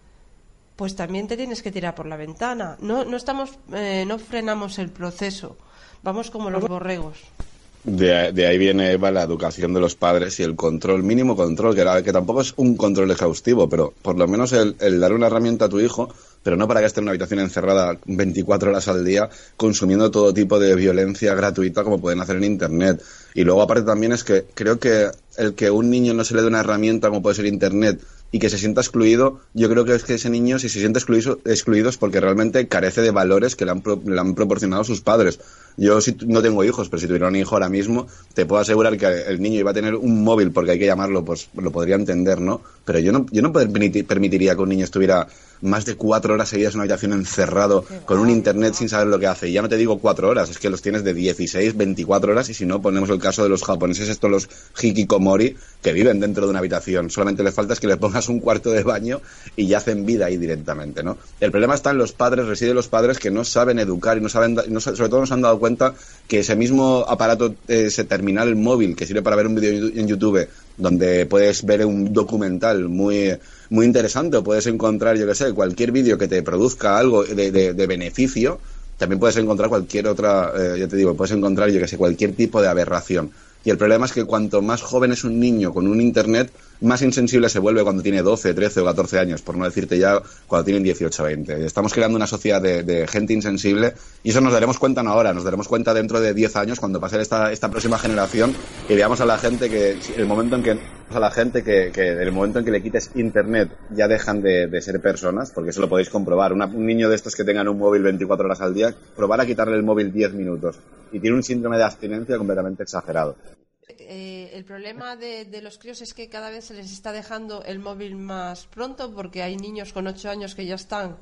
pues también te tienes que tirar por la ventana. No, no estamos, eh, no frenamos el proceso. Vamos como los borregos.
De, de ahí viene, Eva, la educación de los padres y el control, mínimo control, que, era, que tampoco es un control exhaustivo, pero por lo menos el, el dar una herramienta a tu hijo, pero no para que esté en una habitación encerrada veinticuatro horas al día consumiendo todo tipo de violencia gratuita como pueden hacer en Internet. Y luego aparte también es que creo que el que un niño no se le dé una herramienta como puede ser Internet y que se sienta excluido, yo creo que es que ese niño, si se siente excluido, excluido es porque realmente carece de valores que le han, pro, le han proporcionado sus padres. Yo si, no tengo hijos, pero si tuviera un hijo ahora mismo, te puedo asegurar que el niño iba a tener un móvil, porque hay que llamarlo, pues lo podría entender, ¿no? Pero yo no, yo no permitiría que un niño estuviera más de cuatro horas seguidas en una habitación encerrado con un Internet sin saber lo que hace. Y ya no te digo cuatro horas, es que los tienes de dieciséis, veinticuatro horas, y si no, ponemos el caso de los japoneses, estos los hikikomori, que viven dentro de una habitación. Solamente les falta es que les pongas un cuarto de baño y ya hacen vida ahí directamente, ¿no? El problema está en los padres, reside en los padres que no saben educar y no saben, no, sobre todo no se han dado cuenta que ese mismo aparato, ese terminal móvil que sirve para ver un vídeo en YouTube, donde puedes ver un documental muy muy interesante, o puedes encontrar, yo que sé, cualquier vídeo que te produzca algo de, de, de beneficio, también puedes encontrar cualquier otra, eh, ya te digo, puedes encontrar, yo que sé, cualquier tipo de aberración. Y el problema es que cuanto más joven es un niño con un Internet, más insensible se vuelve cuando tiene doce, trece o catorce años, por no decirte ya cuando tienen dieciocho o veinte. Estamos creando una sociedad de, de gente insensible, y eso nos daremos cuenta no ahora, nos daremos cuenta dentro de diez años cuando pase esta, esta próxima generación y veamos a la gente que el momento en que a la gente que, que el momento en que le quites Internet ya dejan de, de ser personas, porque eso lo podéis comprobar. Una, un niño de estos que tengan un móvil veinticuatro horas al día, probar a quitarle el móvil diez minutos y tiene un síndrome de abstinencia completamente exagerado.
Eh, el problema de, de los críos es que cada vez se les está dejando el móvil más pronto, porque hay niños con ocho años que ya están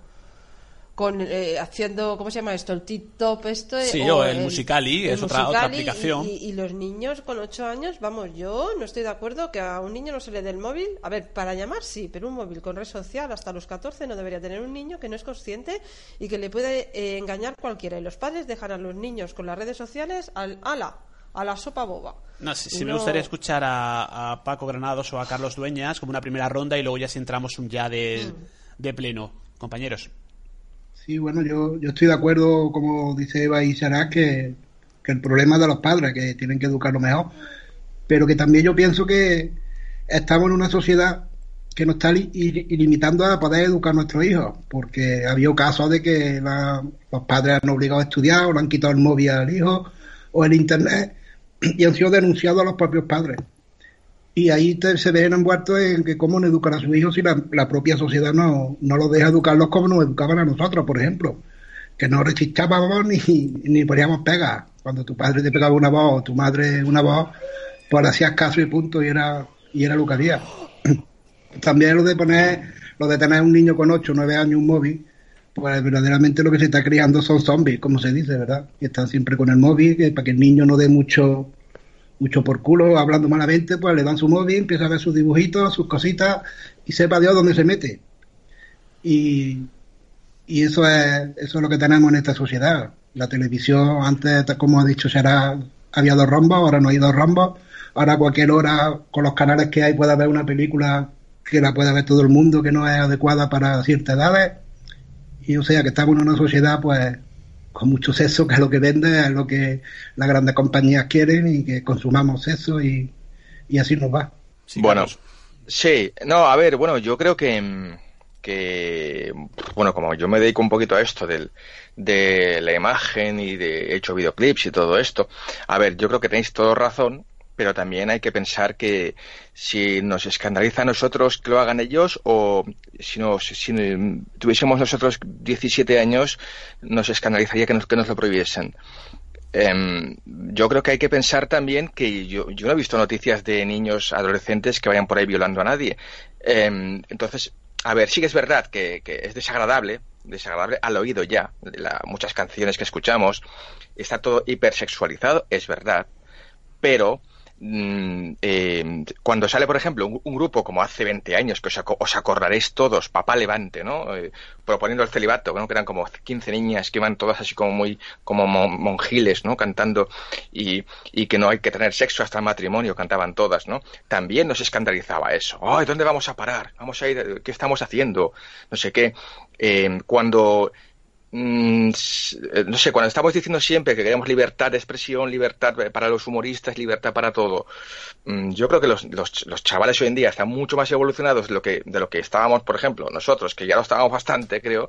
con eh, haciendo, ¿cómo se llama esto? El TikTok esto.
Sí,
o,
o el, el Musical.ly, es otra, otra
Musical.ly,
aplicación.
Y, y, y los niños con ocho años, vamos, yo no estoy de acuerdo que a un niño no se le dé el móvil. A ver, para llamar sí, pero un móvil con red social hasta los catorce no debería tener un niño que no es consciente y que le puede eh, engañar cualquiera. Y los padres dejan a los niños con las redes sociales al ala. a la sopa boba.
No, sí, sí
no...
me gustaría escuchar a, a Paco Granados o a Carlos Dueñas como una primera ronda y luego ya si entramos un ya de, mm. de pleno. Compañeros.
Sí, bueno, yo, yo estoy de acuerdo, como dice Eva y Sara, que, que el problema es de los padres, que tienen que educarlo mejor, pero que también yo pienso que estamos en una sociedad que nos está li- limitando a poder educar a nuestros hijos, porque ha habido casos de que la, los padres han obligado a estudiar o le han quitado el móvil al hijo o el internet y han sido denunciados a los propios padres. Y ahí te, se ven envueltos en que cómo no educar a sus hijos si la, la propia sociedad no, no los deja educarlos como nos educaban a nosotros, por ejemplo, que no rechichábamos ni, ni poníamos pegas. Cuando tu padre te pegaba una voz o tu madre una voz, pues hacías caso y punto, y era, y era lo que había. También lo de poner, lo de tener un niño con ocho o nueve años un móvil, pues verdaderamente lo que se está criando son zombies, como se dice, ¿verdad? Y están siempre con el móvil, que para que el niño no dé mucho mucho por culo, hablando malamente, pues le dan su móvil, empieza a ver sus dibujitos, sus cositas, y sepa Dios dónde se mete. Y, y eso es eso es lo que tenemos en esta sociedad. La televisión, antes, como ha dicho Sara, había dos rombos, ahora no hay dos rombos. Ahora a cualquier hora, con los canales que hay, puede haber una película que la puede ver todo el mundo, que no es adecuada para ciertas edades. Y o sea, que estamos en una sociedad, pues, con mucho sexo, que es lo que vende, es lo que las grandes compañías quieren, y que consumamos sexo, y, y así nos va.
Sí, bueno, sí, no, a ver, bueno, yo creo que, que, bueno, como yo me dedico un poquito a esto del, de la imagen y de he hecho videoclips y todo esto, a ver, yo creo que tenéis toda razón, pero también hay que pensar que si nos escandaliza a nosotros que lo hagan ellos, o si, no, si, si tuviésemos nosotros diecisiete años, nos escandalizaría que nos, que nos lo prohibiesen. Eh, yo creo que hay que pensar también que yo, yo no he visto noticias de niños adolescentes que vayan por ahí violando a nadie. Eh, entonces, a ver, sí que es verdad que, que es desagradable, desagradable al oído ya, la, muchas canciones que escuchamos, está todo hipersexualizado, es verdad, pero Eh, cuando sale, por ejemplo, un, un grupo como hace veinte años, que os, ac- os acordaréis todos, Papá Levante, ¿no? Eh, proponiendo el celibato, ¿no? Que eran como quince niñas que iban todas así como muy, como mon- monjiles, ¿no? Cantando, y, y que no hay que tener sexo hasta el matrimonio, cantaban todas, ¿no? También nos escandalizaba eso. ¡Ay, ¿dónde vamos a parar? Vamos a ir, ¿qué estamos haciendo? No sé qué. Eh, cuando no sé, cuando estamos diciendo siempre que queremos libertad de expresión, libertad para los humoristas, libertad para todo, yo creo que los, los, los chavales hoy en día están mucho más evolucionados de lo que, de lo que estábamos, por ejemplo, nosotros, que ya lo estábamos bastante, creo,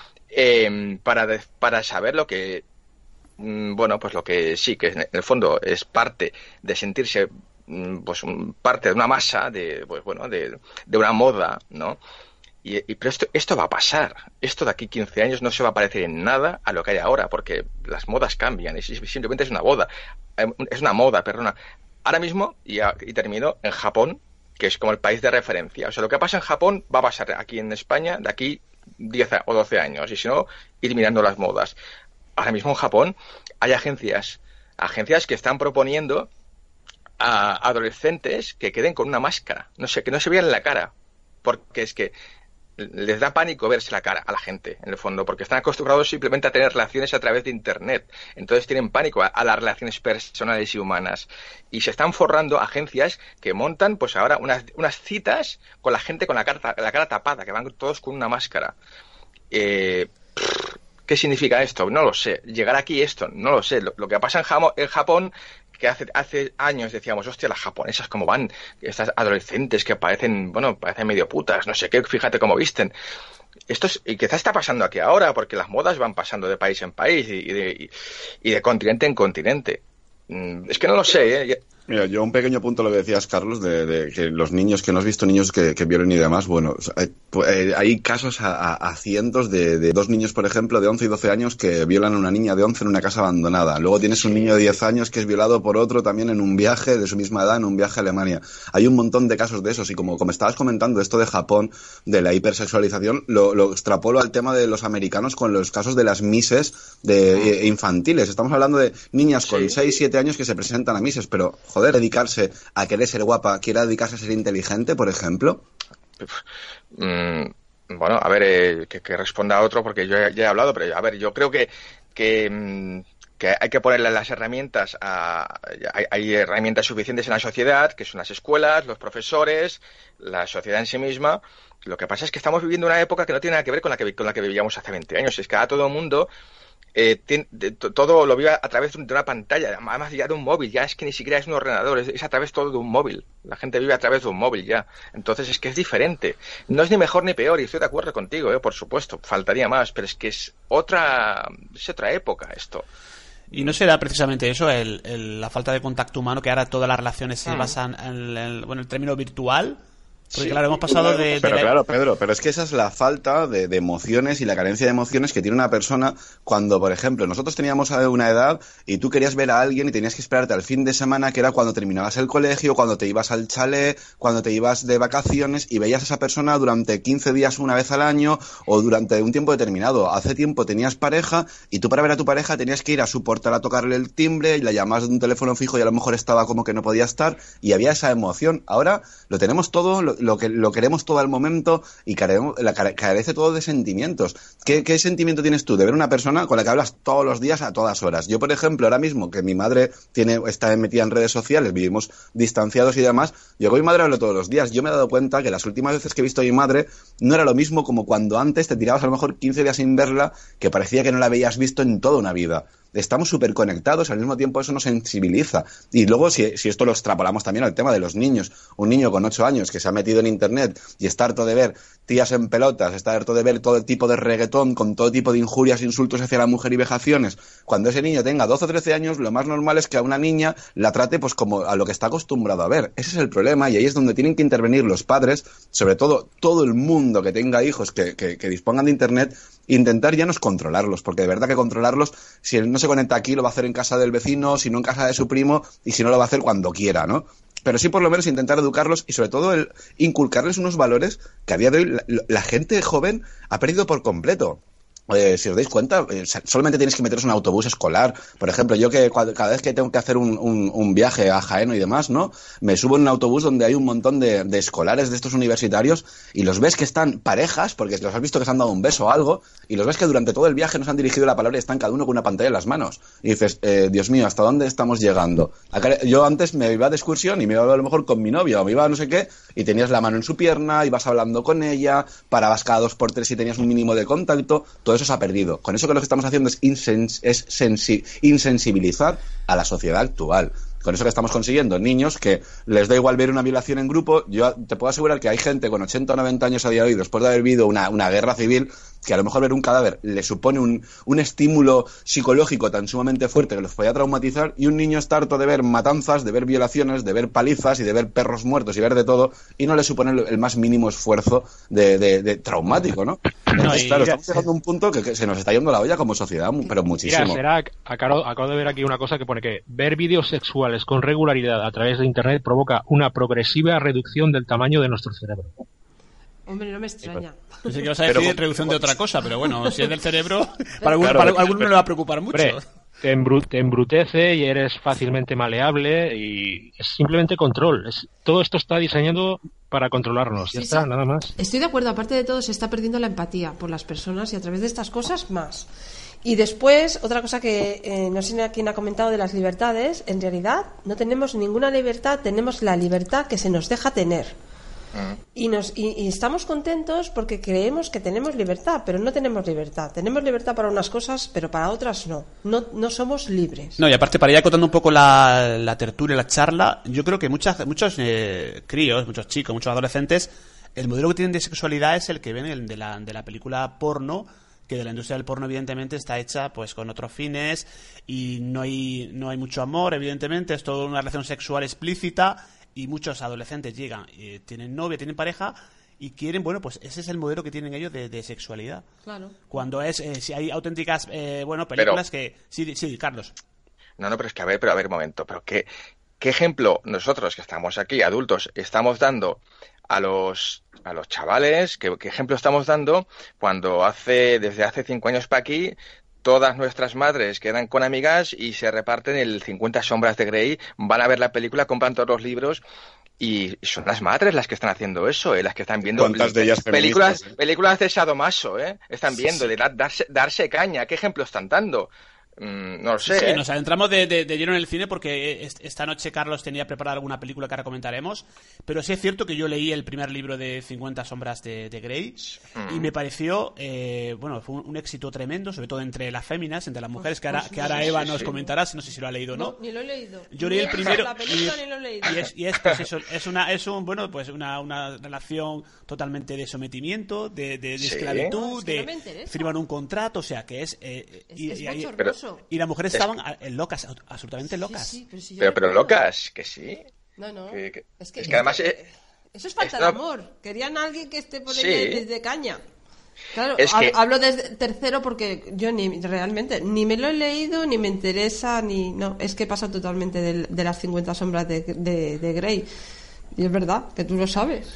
eh, para, de, para saber lo que, bueno, pues lo que sí, que en el fondo es parte de sentirse, pues parte de una masa, de, pues bueno, de, de una moda, ¿no? Y, y, pero esto, esto va a pasar. Esto de aquí quince años no se va a parecer en nada a lo que hay ahora, porque las modas cambian y simplemente es una moda. Es una moda, perdona. Ahora mismo, y, a, y termino, en Japón, que es como el país de referencia. O sea, lo que pasa en Japón va a pasar aquí en España de aquí diez o doce años. Y si no, ir mirando las modas. Ahora mismo en Japón hay agencias, agencias que están proponiendo a adolescentes que queden con una máscara. No sé, que no se vean la cara. Porque es que les da pánico verse la cara a la gente, en el fondo, porque están acostumbrados simplemente a tener relaciones a través de Internet. Entonces tienen pánico a, a las relaciones personales y humanas. Y se están forrando agencias que montan, pues ahora, unas, unas citas con la gente con la cara, la cara tapada, que van todos con una máscara. Eh, ¿Qué significa esto? No lo sé. Llegar aquí esto, no lo sé. Lo, lo que pasa en, Jamo, en Japón, que hace, hace años decíamos, hostia, las japonesas cómo van, estas adolescentes que parecen, bueno, parecen medio putas, no sé qué, fíjate cómo visten. Esto es, y quizás está pasando aquí ahora, porque las modas van pasando de país en país y, y, de, y, y de continente en continente. Es que no lo sé, ¿eh?
Mira, yo un pequeño punto lo que decías, Carlos, de, de que los niños, que no has visto niños que, que violen y demás, bueno, hay, hay casos a, a, a cientos de, de dos niños, por ejemplo, de once y doce años que violan a una niña de once en una casa abandonada. Luego tienes un niño de diez años que es violado por otro también en un viaje de su misma edad, en un viaje a Alemania. Hay un montón de casos de esos y como, como estabas comentando esto de Japón, de la hipersexualización, lo, lo extrapolo al tema de los americanos con los casos de las misses de, eh, infantiles. Estamos hablando de niñas con seis, siete años que se presentan a misses, pero, joder, dedicarse a querer ser guapa, quiere dedicarse a ser inteligente, por ejemplo.
Mm, bueno, a ver, eh, que, que responda a otro, porque yo ya, ya he hablado, pero a ver, yo creo que, que, que hay que ponerle las herramientas a, hay, hay herramientas suficientes en la sociedad, que son las escuelas, los profesores, la sociedad en sí misma. Lo que pasa es que estamos viviendo una época que no tiene nada que ver con la que, con la que vivíamos hace veinte años. Es que ahora todo el mundo eh, tiene, de, todo lo vive a través de una pantalla, además ya de un móvil, ya es que ni siquiera es un ordenador, es, es a través todo de un móvil. La gente vive a través de un móvil ya. Entonces es que es diferente. No es ni mejor ni peor, y estoy de acuerdo contigo, eh, por supuesto, faltaría más, pero es que es otra, es otra época esto.
Y no será precisamente eso, el, el, la falta de contacto humano, que ahora todas las relaciones se basan en el, bueno, el término virtual. Porque
sí,
claro, hemos pasado de...
Pero
de la...
claro, Pedro, pero es que esa es la falta de, de emociones y la carencia de emociones que tiene una persona cuando, por ejemplo, nosotros teníamos una edad y tú querías ver a alguien y tenías que esperarte al fin de semana, que era cuando terminabas el colegio, cuando te ibas al chalet, cuando te ibas de vacaciones y veías a esa persona durante quince días una vez al año o durante un tiempo determinado. Hace tiempo tenías pareja y tú para ver a tu pareja tenías que ir a su portal a tocarle el timbre y la llamabas de un teléfono fijo y a lo mejor estaba como que no podía estar y había esa emoción. Ahora lo tenemos todo... Lo, Lo que lo queremos todo al momento y carece, la, carece todo de sentimientos. ¿Qué, ¿Qué sentimiento tienes tú de ver una persona con la que hablas todos los días a todas horas? Yo, por ejemplo, ahora mismo que mi madre tiene está metida en redes sociales, vivimos distanciados y demás, yo con mi madre hablo todos los días. Yo me he dado cuenta que las últimas veces que he visto a mi madre no era lo mismo como cuando antes te tirabas a lo mejor quince días sin verla, que parecía que no la habías visto en toda una vida. Estamos súper conectados, al mismo tiempo eso nos sensibiliza. Y luego, si, si esto lo extrapolamos también al tema de los niños, un niño con ocho años que se ha metido en internet y está harto de ver tías en pelotas, está harto de ver todo tipo de reggaetón con todo tipo de injurias, insultos hacia la mujer y vejaciones, cuando ese niño tenga doce o trece años, lo más normal es que a una niña la trate pues como a lo que está acostumbrado a ver. Ese es el problema y ahí es donde tienen que intervenir los padres, sobre todo todo el mundo que tenga hijos que, que, que dispongan de internet, intentar ya no es controlarlos, porque de verdad que controlarlos, si él no se conecta aquí, lo va a hacer en casa del vecino, si no en casa de su primo, y si no lo va a hacer cuando quiera, ¿no? Pero sí por lo menos intentar educarlos y sobre todo el inculcarles unos valores que a día de hoy la, la gente joven ha perdido por completo. Eh, si os dais cuenta, eh, solamente tienes que meteros en un autobús escolar. Por ejemplo, yo que cada vez que tengo que hacer un, un, un viaje a Jaén y demás, ¿no? Me subo en un autobús donde hay un montón de, de escolares de estos universitarios y los ves que están parejas, porque los has visto que se han dado un beso o algo, y los ves que durante todo el viaje nos han dirigido la palabra y están cada uno con una pantalla en las manos. Y dices, eh, Dios mío, ¿hasta dónde estamos llegando? Acá, yo antes me iba de excursión y me iba a lo mejor con mi novia o me iba a no sé qué, y tenías la mano en su pierna, ibas hablando con ella, parabas cada dos por tres y tenías un mínimo de contacto. Todo eso se ha perdido. Con eso que lo que estamos haciendo es, insens es sensi insensibilizar a la sociedad actual. Con eso que estamos consiguiendo niños que les da igual ver una violación en grupo. Yo te puedo asegurar que hay gente con ochenta o noventa años a día de hoy, después de haber vivido una, una guerra civil, que a lo mejor ver un cadáver le supone un, un estímulo psicológico tan sumamente fuerte que los podía traumatizar, y un niño está harto de ver matanzas, de ver violaciones, de ver palizas y de ver perros muertos y ver de todo, y no le supone el, el más mínimo esfuerzo de, de, de traumático, ¿no? Entonces, no, claro, estamos llegando a un punto que, que se nos está yendo la olla como sociedad, pero muchísimo.
Mira, será, acabo, acabo de ver aquí una cosa que pone que ver vídeos sexuales con regularidad a través de Internet provoca una progresiva reducción del tamaño de nuestro cerebro.
Hombre, no me extraña.
Pensé que ibas a decir pero, reducción de otra cosa, pero bueno, si es del cerebro, para algún, claro, para algún no le va a preocupar mucho.
Hombre, te, embru te embrutece y eres fácilmente maleable y es simplemente control. Es, todo esto está diseñado para controlarnos. Sí, ya está, sí. Nada más.
Estoy de acuerdo. Aparte de todo, se está perdiendo la empatía por las personas y a través de estas cosas más. Y después, otra cosa que eh, no sé quién ha comentado de las libertades, en realidad no tenemos ninguna libertad, tenemos la libertad que se nos deja tener. Y, nos, y, y estamos contentos porque creemos que tenemos libertad, pero no tenemos libertad. Tenemos libertad para unas cosas, pero para otras no. No, no somos libres.
No, y aparte, para ir acotando un poco la, la tertulia, la charla, yo creo que muchas, muchos eh, críos, muchos chicos, muchos adolescentes, el modelo que tienen de sexualidad es el que ven el de la, de la película porno, que de la industria del porno evidentemente está hecha pues con otros fines y no hay, no hay mucho amor, evidentemente, es toda una relación sexual explícita. Y muchos adolescentes llegan, eh, tienen novia, tienen pareja y quieren, bueno, pues ese es el modelo que tienen ellos de, de sexualidad.
Claro.
Cuando es, eh, si hay auténticas, eh, bueno, películas pero, que... Sí, sí, Carlos.
No, no, pero es que a ver, pero a ver, un momento, pero ¿qué, qué ejemplo nosotros que estamos aquí, adultos, estamos dando a los a los chavales? ¿Qué, qué ejemplo estamos dando cuando hace desde hace cinco años para aquí todas nuestras madres quedan con amigas y se reparten el cincuenta sombras de Grey, van a ver la película, compran todos los libros y son las madres las que están haciendo eso, ¿eh? Las que están viendo
¿Cuántas de ellas
películas,
feministas, eh?
películas de sadomaso, ¿eh? Están viendo, sí, sí. de dar, darse, darse caña. ¿Qué ejemplo están dando? No lo sé.
Sí,
¿eh?
nos adentramos de, de, de lleno en el cine porque esta noche Carlos tenía preparada alguna película que ahora comentaremos, pero sí es cierto que yo leí el primer libro de cincuenta sombras de, de Grey y me pareció, eh, bueno, fue un, un éxito tremendo, sobre todo entre las féminas, entre las mujeres, que ahora, que ahora Eva nos comentará, no sé si lo ha leído o no.
No, ni lo he leído.
Yo leí el primero
la película,
y,
ni lo he leído.
y es, y es, pues eso, es una, es un, bueno, pues una, una relación totalmente de sometimiento, de, de, de
sí.
esclavitud,
no, es que
de
no me interesa.
firman un contrato, o sea, que es, eh,
es,
y,
es
y, y,
pero,
y las mujeres estaban locas, absolutamente locas.
Sí, sí, pero, si
pero, pero locas, que sí.
No, no.
Que, que,
es que,
es que además...
Eh, eso es falta
es,
de amor. Querían a alguien que esté por
sí.
ahí desde caña. Claro,
es que...
hablo desde tercero porque yo ni realmente ni me lo he leído, ni me interesa, ni... No, es que pasa totalmente de, de las cincuenta sombras de, de, de Grey. Y es verdad, que tú lo sabes.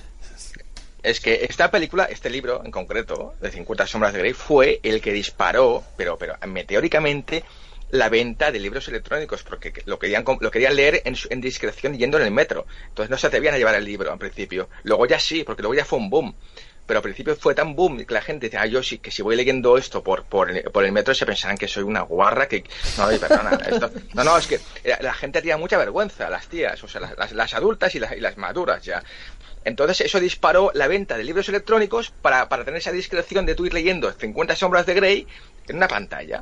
Es que esta película, este libro en concreto, de cincuenta sombras de Grey, fue el que disparó, pero, pero meteóricamente, la venta de libros electrónicos, porque lo querían, lo querían leer en, en discreción yendo en el metro. Entonces no se atrevían a llevar el libro al principio. Luego ya sí, porque luego ya fue un boom. Pero al principio fue tan boom que la gente decía, ah, yo sí, que si voy leyendo esto por, por, el, por el metro se pensarán que soy una guarra, que... No, perdona, esto... No, no, es que la, la gente tenía mucha vergüenza, las tías, o sea, las, las, las adultas y las, y las maduras ya. Entonces eso disparó la venta de libros electrónicos para, para tener esa discreción de tú ir leyendo cincuenta sombras de Grey en una pantalla.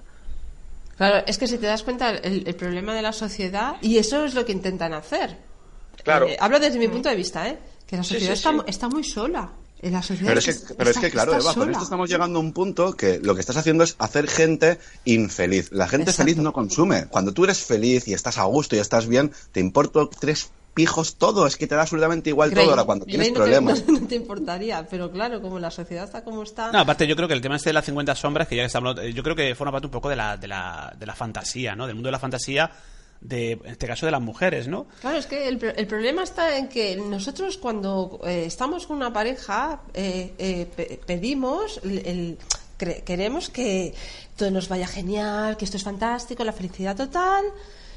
Claro, es que si te das cuenta el, el problema de la sociedad, y eso es lo que intentan hacer.
Claro.
Eh, hablo desde mi punto de vista, ¿eh? Que la sociedad
sí, sí,
está,
sí.
está muy sola. En la sociedad
pero es que, pero
está,
es que claro, Eva, con esto estamos llegando a un punto que lo que estás haciendo es hacer gente infeliz. La gente Exacto. feliz no consume. Cuando tú eres feliz y estás a gusto y estás bien, te importa tres pijos todo, es que te da absolutamente igual Grey, todo ahora cuando tienes
no
problemas.
Te, no, no te importaría, pero claro, como la sociedad está como está...
No, aparte yo creo que el tema este de las cincuenta sombras, que ya estamos, yo creo que forma parte un poco de la, de la, de la fantasía, ¿no? Del mundo de la fantasía, de, en este caso de las mujeres, ¿no?
Claro, es que el, el problema está en que nosotros cuando eh, estamos con una pareja eh, eh, pe- pedimos, el, el, cre- queremos que todo nos vaya genial, que esto es fantástico, la felicidad total...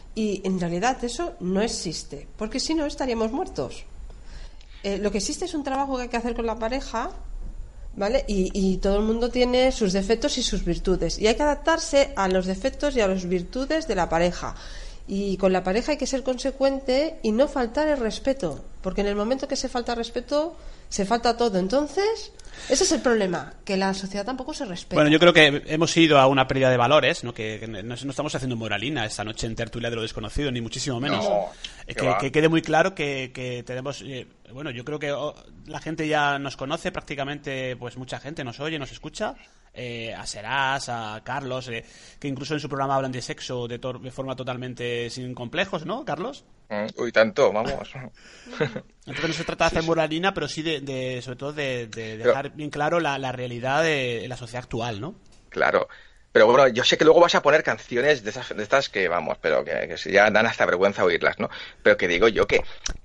Y en realidad eso no existe, porque si no estaríamos muertos. Eh, lo que existe es un trabajo que hay que hacer con la pareja, ¿vale? Y, y todo el mundo tiene sus defectos y sus virtudes. Y hay que adaptarse a los defectos y a las virtudes de la pareja. Y con la pareja hay que ser consecuente y no faltar el respeto, porque en el momento que se falta respeto, se falta todo. Entonces, ese es el problema, que la sociedad tampoco se respeta.
Bueno, yo creo que hemos ido a una pérdida de valores, ¿no? Que, que no, no estamos haciendo moralina esta noche en Tertulia de lo Desconocido, ni muchísimo menos.
No,
eh, que, que quede muy claro que, que tenemos... Eh, bueno, yo creo que oh, la gente ya nos conoce prácticamente, pues mucha gente nos oye, nos escucha. Eh, a Serás, a Carlos, eh, que incluso en su programa hablan de sexo de, to- de forma totalmente sin complejos, ¿no, Carlos?
Mm, uy, tanto, vamos.
Entonces no se trata de hacer sí, moralina, pero sí de, de sobre todo de, de dejar pero, bien claro la, la realidad de, de la sociedad actual, ¿no?
Claro. Pero bueno, yo sé que luego vas a poner canciones de estas, de estas que, vamos, pero que, que ya dan hasta vergüenza oírlas, ¿no? Pero que digo yo que,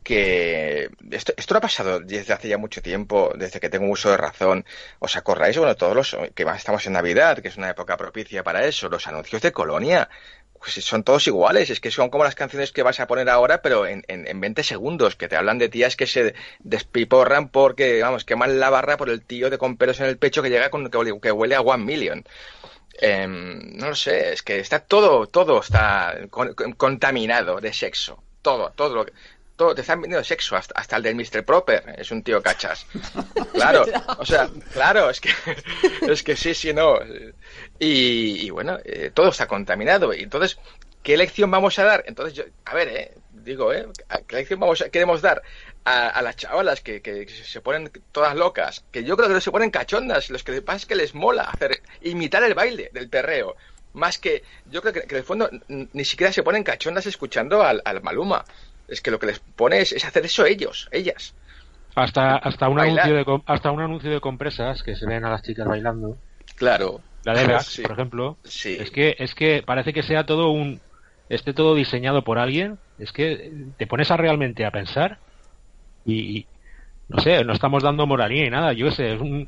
que esto, esto no ha pasado desde hace ya mucho tiempo, desde que tengo uso de razón. ¿Os acordáis? Bueno, todos los que estamos en Navidad, que es una época propicia para eso, los anuncios de Colonia, pues son todos iguales, es que son como las canciones que vas a poner ahora, pero en, en, en veinte segundos, que te hablan de tías que se despiporran porque, vamos, queman la barra por el tío de con pelos en el pecho que llega con que, que huele a One Million. Eh, no lo sé, es que está todo, todo está con, con, contaminado de sexo, todo, todo lo que, todo, te están vendiendo sexo, hasta, hasta el del mister Proper, es un tío cachas, claro, o sea, claro, es que, es que sí, sí, no, y, y bueno, eh, todo está contaminado, y entonces, ¿qué lección vamos a dar? Entonces yo, a ver, eh, digo, eh, ¿qué lección vamos a, queremos dar a, a las chavalas que, que, que se ponen todas locas? Que yo creo que no se ponen cachondas, los que pasa es que les mola hacer, imitar el baile del perreo, más que, yo creo que, que en el fondo ni siquiera se ponen cachondas escuchando al, al Maluma, es que lo que les pone es, es hacer eso ellos, ellas.
Hasta hasta un Bailar. anuncio de hasta un anuncio de compresas que se ven a las chicas bailando.
Claro.
La de Vegas,
sí.
por ejemplo.
Sí.
Es que es que parece que sea todo un esté todo diseñado por alguien. Es que te pones a realmente a pensar y, y no sé, no estamos dando moralina ni nada. Yo sé, es un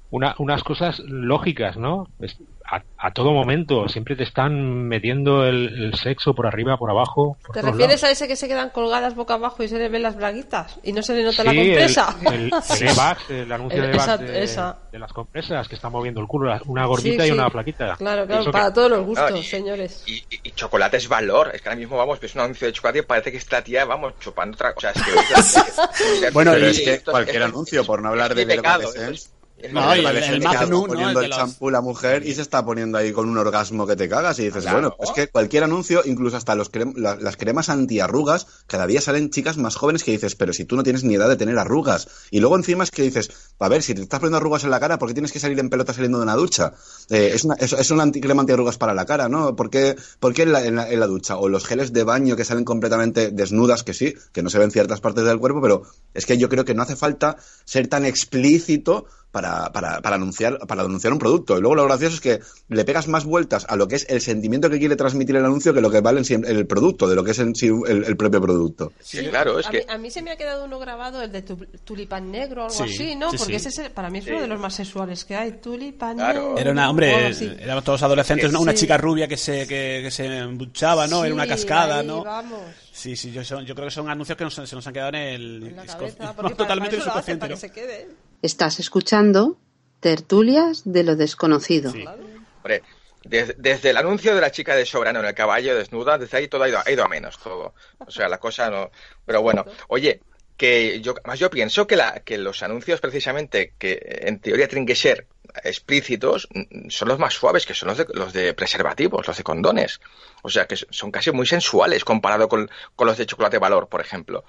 una, unas cosas lógicas, ¿no? Es, a, a todo momento, siempre te están metiendo el, el sexo por arriba, por abajo. Por
¿Te
todos
refieres
lados.
a ese que se quedan colgadas boca abajo y se le ven las braguitas y no se le nota
Sí,
la compresa?
El, el, el Evax, el anuncio
El-
de Evax
esa-
de,
esa.
de las compresas que están moviendo el culo, una gordita
Sí,
y
sí.
una flaquita.
Claro, claro,
Eso
para
que-
todos los gustos,
No, y-
señores.
Y, y, y chocolate es valor. Es que ahora mismo, vamos, ves un anuncio de chocolate y parece que esta tía, vamos, chupando otra cosa. Es que, o sea,
Bueno,
pero
y
es
es que
esto-
cualquier
esto-
anuncio, por no hablar
es
de
mi pecado,
Veloz
esto es- es
No,
mi
y
pecado.
el-
Parece
el
que está
Magnum, ¿no?
poniendo
El
el
de los-
champú la mujer y se está poniendo ahí con un orgasmo que te cagas y dices,
Claro.
bueno, es que cualquier anuncio, incluso hasta los crem- la- las cremas antiarrugas, cada día salen chicas más jóvenes que dices, pero si tú no tienes ni edad de tener arrugas. Y luego encima es que dices, a ver, si te estás poniendo arrugas en la cara, ¿por qué tienes que salir en pelota saliendo de una ducha? Eh, es, una, es, es una anti- crema antiarrugas para la cara, ¿no? ¿Por qué, por qué en, la, en, la, en la ducha? O los geles de baño que salen completamente desnudas, que sí, que no se ven ciertas partes del cuerpo, pero es que yo creo que no hace falta ser tan explícito para, para, para, anunciar, para anunciar un producto. Y luego lo gracioso es que le pegas más vueltas a lo que es el sentimiento que quiere transmitir el anuncio que lo que vale en sí el producto, de lo que es en sí el, el propio producto.
Sí, claro, es
a,
que...
mí, a mí se me ha quedado uno grabado, el de tu- tulipán negro o algo
Sí,
así, ¿no?
sí,
Porque
sí.
ese es, para mí es
Sí.
uno de los más sexuales que hay. Tulipán
Claro.
negro.
Era una,
o
hombre,
algo así.
éramos todos adolescentes, ¿no? Una
Sí.
chica rubia que se, que, que se embuchaba, ¿no? Era una
Sí,
cascada,
ahí
¿no?
vamos.
Sí, sí, yo, son, yo creo que son anuncios que nos, se nos han quedado en el...
En la
esco-
cabeza,
no,
porque para-
totalmente
para eso lo hacen,
subconsciente,
para
¿no?
que se quede.
Estás escuchando Tertulias de lo desconocido.
Sí.
Hombre, desde, desde el anuncio de la chica de Sobrano en el caballo desnuda, desde ahí todo ha ido, ha ido a menos, todo. O sea, la cosa no... Pero bueno, oye, que yo, más yo pienso que, la, que los anuncios precisamente, que en teoría tienen que ser explícitos, son los más suaves, que son los de, los de preservativos, los de condones. O sea, que son casi muy sensuales comparado con, con los de chocolate valor, por ejemplo.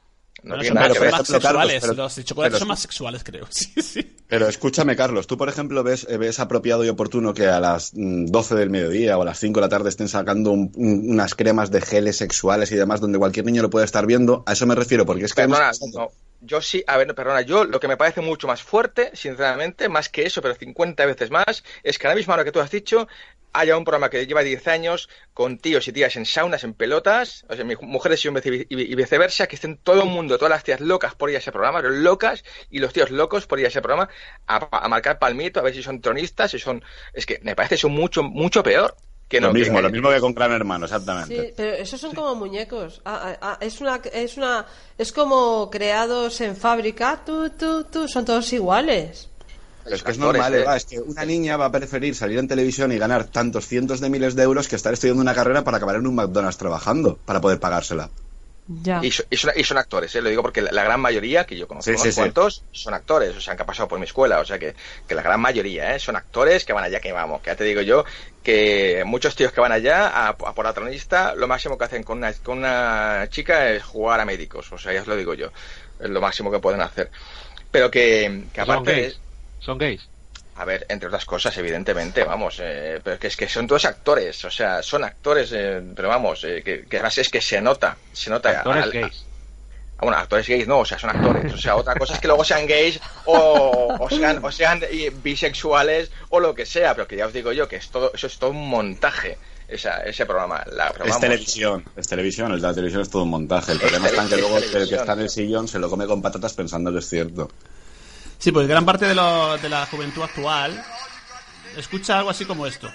No
Bueno,
tiene
son
nada
más,
que
son
ver.
más
Ejemplo, Carlos,
sexuales,
pero-
los de chocolate
pero-
son más sexuales, creo. Sí, sí.
Pero escúchame, Carlos, tú, por ejemplo, ves, eh, ves apropiado y oportuno que a las mm, doce del mediodía o a las cinco de la tarde estén sacando un- un- unas cremas de geles sexuales y demás donde cualquier niño lo puede estar viendo. A eso me refiero, porque es que...
Perdona,
hemos-
no, yo sí, a ver, no, perdona, yo lo que me parece mucho más fuerte, sinceramente, más que eso, pero cincuenta veces más, es que ahora mismo, ahora que tú has dicho, haya un programa que lleva diez años con tíos y tías en saunas, en pelotas, o sea, mi- mujeres y hombres y, y- y viceversa, que estén todo el mundo, todas las tías locas por ir a ese programa, pero locas, y los tíos locos por ir a ese programa a, a marcar palmito, a ver si son tronistas, si son... Es que me parece eso mucho, mucho peor. Que
lo
no,
mismo,
que-
lo mismo que con Gran Hermano, exactamente.
Sí, pero esos son como muñecos. Ah, ah, ah, es una, es una, es como creados en fábrica. Tú, tú, tú, son todos iguales.
Pero es que es
actores,
normal,
¿eh?
Eva, es que una niña va a preferir salir en televisión y ganar tantos cientos de miles de euros que estar estudiando una carrera para acabar en un McDonald's trabajando, para poder pagársela.
Ya.
Y, so- y son, y son actores, ¿eh? Lo digo porque la, la gran mayoría, que yo conozco
Sí,
unos
sí, sí.
cuantos, son actores, o sea, que han pasado por mi escuela, o sea, que, que la gran mayoría, ¿eh? Son actores que van allá, que vamos, que ya te digo yo, que muchos tíos que van allá a, a por la tronista, lo máximo que hacen con una, con una chica es jugar a médicos, o sea, ya os lo digo yo, es lo máximo que pueden hacer. Pero que, que
Son
aparte...
gays. Son gays.
A ver, entre otras cosas, evidentemente, vamos, eh, pero es que, es que son todos actores, o sea, son actores, eh, pero vamos, eh, que, que además es que se nota, se nota.
Actores
al-
gays.
Ah, bueno, actores gays no, o sea, son actores. O sea, otra cosa es que luego sean gays o, o sean, o sean eh, bisexuales o lo que sea, pero que ya os digo yo que es todo, eso es todo un montaje, esa, ese programa. La, pero
Es
vamos,
televisión, es televisión, el de la televisión es todo un montaje. El
Es
problema está en que
tele-
luego
es
el que
televisión.
está en el sillón se lo come con patatas pensando que es cierto.
Sí, pues gran parte de, lo, de la juventud actual escucha algo así como esto.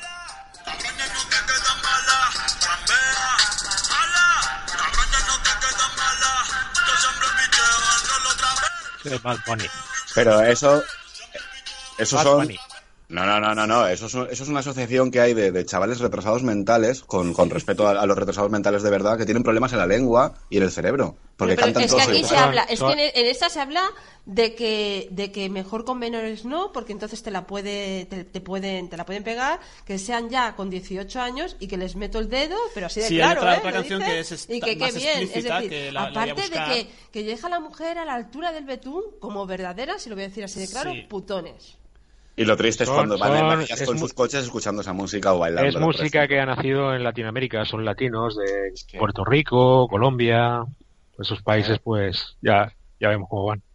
Es Bad Bunny.
Pero eso... Eso
Bad
son...
Bunny.
No, no, no, no, no. Eso es, eso es una asociación que hay de, de chavales retrasados mentales, con, con respeto a, a los retrasados mentales de verdad, que tienen problemas en la lengua y en el cerebro. Porque
Pero
cantan
es que
todos
aquí
igual.
se habla, es que en, en esta se habla de que de que mejor con menores no, porque entonces te la puede te, te pueden te la pueden pegar, que sean ya con dieciocho años y que les meto el dedo, pero así de
Sí, hay
claro,
otra-
¿eh?
otra
Lo
canción
dice,
que es
y que
más
qué bien, es
explícita,
decir,
que la- la voy a
aparte de
buscar.
que que deja a la mujer a la altura del betún como verdadera, si lo voy a decir así de claro,
Sí.
putones.
Y lo triste es
Son-
cuando van en
son-
vacías
es
con
mu-
sus coches escuchando esa música o bailando.
Es música que ha nacido en Latinoamérica, son latinos de Puerto Rico, Colombia, esos países pues ya, ya vemos cómo van.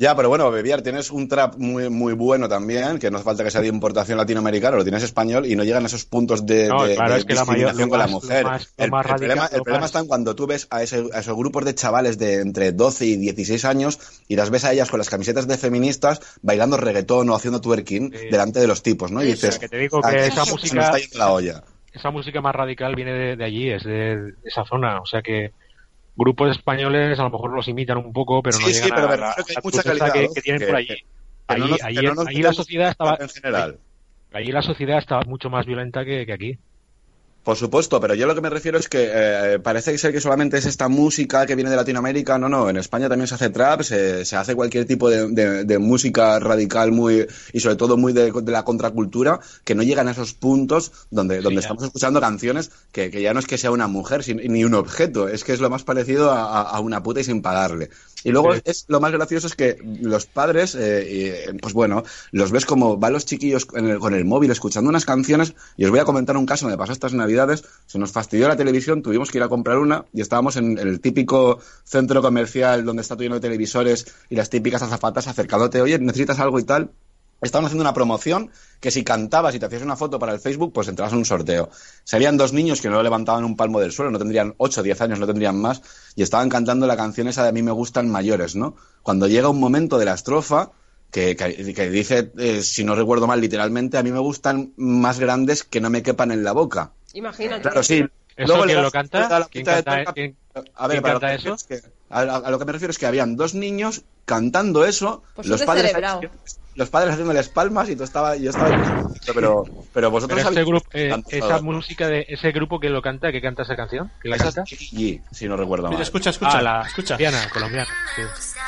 Ya, pero bueno, Bebiar, tienes un trap muy muy bueno también, que no hace falta que sea de importación latinoamericana, lo tienes español y no llegan a esos puntos de,
no,
de,
claro,
de
es que
discriminación
la mayor,
con la
más,
mujer.
Más,
el,
más
el problema, el problema
más.
está en cuando tú ves a, ese, a esos grupos de chavales de entre doce y dieciséis años y las ves a ellas con las camisetas de feministas bailando reggaetón o haciendo twerking sí. delante de los tipos, ¿no? Y dices,
que te digo que esa música,
se nos está yendo la olla.
Esa música más radical viene de, de allí, es de, de esa zona, o sea que grupos españoles a lo mejor los imitan un poco, pero no
sí,
llegan
sí, pero
a la,
que hay
la
mucha calidad,
que,
¿no?
que tienen
que,
por allí.
Que,
allí,
no nos,
allí,
no nos
allí la sociedad estaba
en general.
Allí la sociedad estaba mucho más violenta que, que aquí.
Por supuesto, pero yo lo que me refiero es que eh, parece ser que solamente es esta música que viene de Latinoamérica. No, no, en España también se hace trap, se, se hace cualquier tipo de, de, de música radical muy y sobre todo muy de, de la contracultura, que no llegan a esos puntos donde, sí, donde estamos escuchando canciones que, que ya no es que sea una mujer sin, ni un objeto, es que es lo más parecido a, a una puta y sin pagarle. Y luego sí. es, lo más gracioso es que los padres, eh, y, pues bueno, los ves como van los chiquillos en el, con el móvil escuchando unas canciones, y os voy a comentar un caso, me pasó estas navidades, se nos fastidió la televisión, tuvimos que ir a comprar una, y estábamos en el típico centro comercial donde está todo lleno de televisores y las típicas azafatas acercándote, oye, ¿necesitas algo y tal? Estaban haciendo una promoción que si cantabas y te hacías una foto para el Facebook, pues entrabas en un sorteo. Salían dos niños que no levantaban un palmo del suelo, no tendrían ocho o diez años, no tendrían más, y estaban cantando la canción esa de A mí me gustan mayores, ¿no? Cuando llega un momento de la estrofa que, que, que dice, eh, si no recuerdo mal literalmente, a mí me gustan más grandes que no me quepan en la boca.
Imagínate.
Claro, sí.
¿Eso quién das, lo canta? ¿Quién canta,
de...
¿quién,
a ver,
¿quién
para
canta
lo que
eso?
Es que, a, a lo que me refiero es que habían dos niños cantando eso,
pues
los padres los padres haciéndoles palmas y tú estaba, yo estaba pero pero vosotros
pero este grupo, eh, esa
todo.
música de ese grupo que lo canta, que canta esa canción, que la
esa
canta,
es G, si no recuerdo mal.
Mira, escucha, escucha,
ah, la
escucha.
colombiana, colombiana. Sí.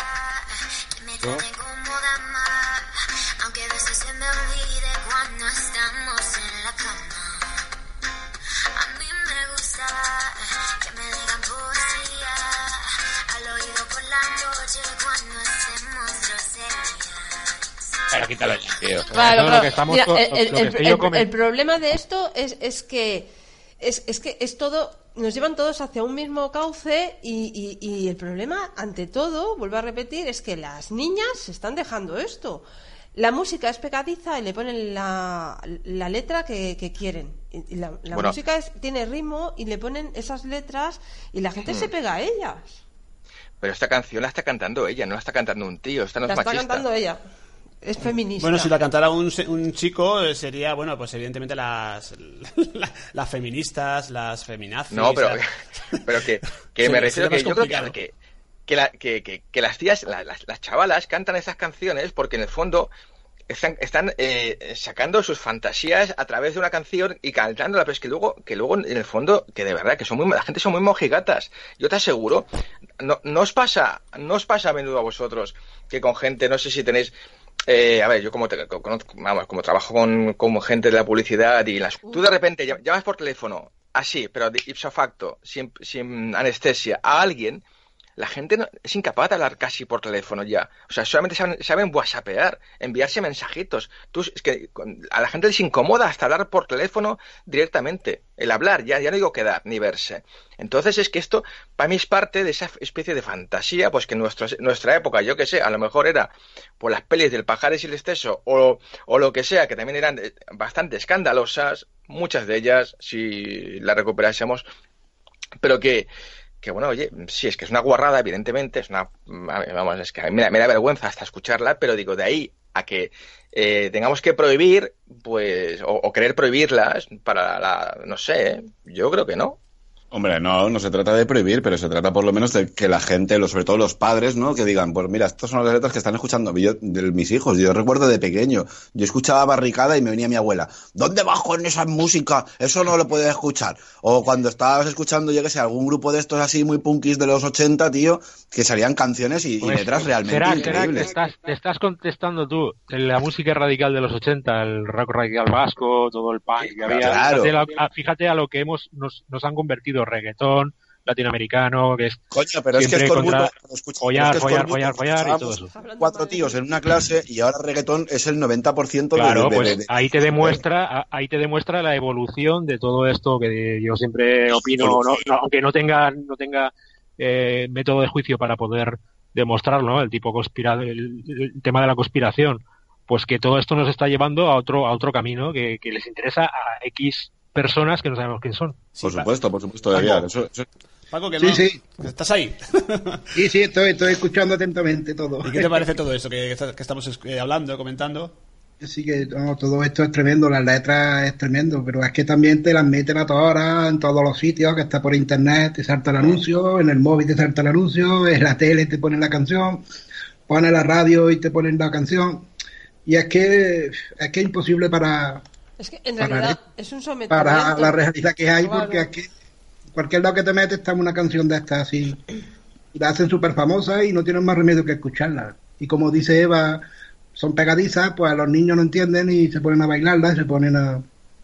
¿No? Pero quítalo ya, tío.
Claro, claro.
Lo que estamos
Mira,
co-
el, el,
lo que
el,
estoy yo
el,
comen-
el problema de esto es, es que es, es que es todo, nos llevan todos hacia un mismo cauce y, y, y el problema, ante todo, vuelvo a repetir, es que las niñas se están dejando esto. La música es pegadiza y le ponen la, la letra que, que quieren. Y la la
Bueno.
música es, tiene ritmo y le ponen esas letras y la gente
Hmm.
se pega a ellas.
Pero esta canción la está cantando ella, no la está cantando un tío, esta no
La
es
está
machista.
cantando ella. Es feminista.
Bueno, si la cantara un, se- un chico, eh, sería, bueno, pues evidentemente las, la- las feministas, las feminazis.
No, pero,
las-
pero que, que
Sería-
me refiero
sería
que
más
yo creo que,
complicado.
que, que, la- que, que, que las tías, la- las, las chavalas cantan esas canciones porque en el fondo están, están eh, sacando sus fantasías a través de una canción y cantándola, pero es que luego, que luego en el fondo, que de verdad, que son muy, la gente son muy mojigatas. Yo te aseguro, no, no os pasa, no os pasa a menudo a vosotros que con gente, no sé si tenéis, eh, a ver, yo como te, conozco, vamos, como trabajo con, con gente de la publicidad y las, tú de repente llam- llamas por teléfono, así, pero de ipso facto, sin, sin anestesia, a alguien, la gente no- es incapaz de hablar casi por teléfono ya. O sea, solamente saben, saben whatsappear, enviarse mensajitos. Tú, es que con- a la gente les incomoda hasta hablar por teléfono directamente. El hablar, ya, ya no digo quedar ni verse. Entonces es que esto, para mí, es parte de esa especie de fantasía, pues que en nuestra, nuestra época, yo que sé, a lo mejor era por las pelis del Pajares y el Exceso, o, o lo que sea, que también eran eh, bastante escandalosas, muchas de ellas, si las recuperásemos, pero que que bueno, oye, sí, es que es una guarrada, evidentemente, es una, vamos, es que a mí me da, me da vergüenza hasta escucharla, pero digo, de ahí a que eh, tengamos que prohibir, pues, o, o querer prohibirlas para la, no sé, yo creo que no.
Hombre, no, no se trata de prohibir, pero se trata por lo menos de que la gente, lo- sobre todo los padres, ¿no? Que digan, pues mira, estas son las letras que están escuchando yo, de mis hijos. Yo recuerdo de pequeño, yo escuchaba Barricada y me venía mi abuela, ¿dónde vas con esa música? Eso no lo puedes escuchar. O cuando estabas escuchando, yo que sé, algún grupo de estos así muy punkis de los ochenta, tío, que salían canciones y, y
Pues,
letras realmente
será, será que
increíbles.
estás, te estás contestando tú la música radical de los ochenta, el rock radical vasco, todo el punk que había.
Claro.
Fíjate, la- fíjate a lo que hemos nos, nos han convertido reggaetón, latinoamericano, que es
Coño, pero es que es
siempre
corbuto.
contra
pero escucha,
follar,
pero es que es
follar,
corbuto,
follar, follar y todo
escuchábamos
eso.
Cuatro tíos en una clase y ahora reggaetón es el noventa por ciento de,
Claro,
de- de-
pues
de-
ahí te demuestra, a- ahí te demuestra la evolución de todo esto que yo siempre opino, no, no, aunque no tenga, no tenga eh, método de juicio para poder demostrar, ¿no? El tipo conspira, el, el tema de la conspiración, pues que todo esto nos está llevando a otro, a otro camino que, que les interesa a X personas que no sabemos quién son.
Por supuesto, por supuesto, Javier. Eso, eso...
Paco, que
sí,
no.
Sí.
¿Estás ahí?
Sí, sí, estoy, estoy escuchando atentamente todo.
¿Y qué te parece todo esto que, que estamos hablando, comentando?
Sí, que no, todo esto es tremendo, las letras es tremendo, pero es que también te las meten a todas horas en todos los sitios, que está por internet, te salta el anuncio, en el móvil te salta el anuncio, en la tele te ponen la canción, pones la radio y te ponen la canción, y es que es que es imposible para...
Es que en realidad para, es un sometimiento.
Para la realidad que hay, porque es que cualquier lado que te metes está una canción de estas así, la hacen súper famosa y no tienen más remedio que escucharla. Y como dice Eva, son pegadizas, pues los niños no entienden y se ponen a bailarla, se ponen a,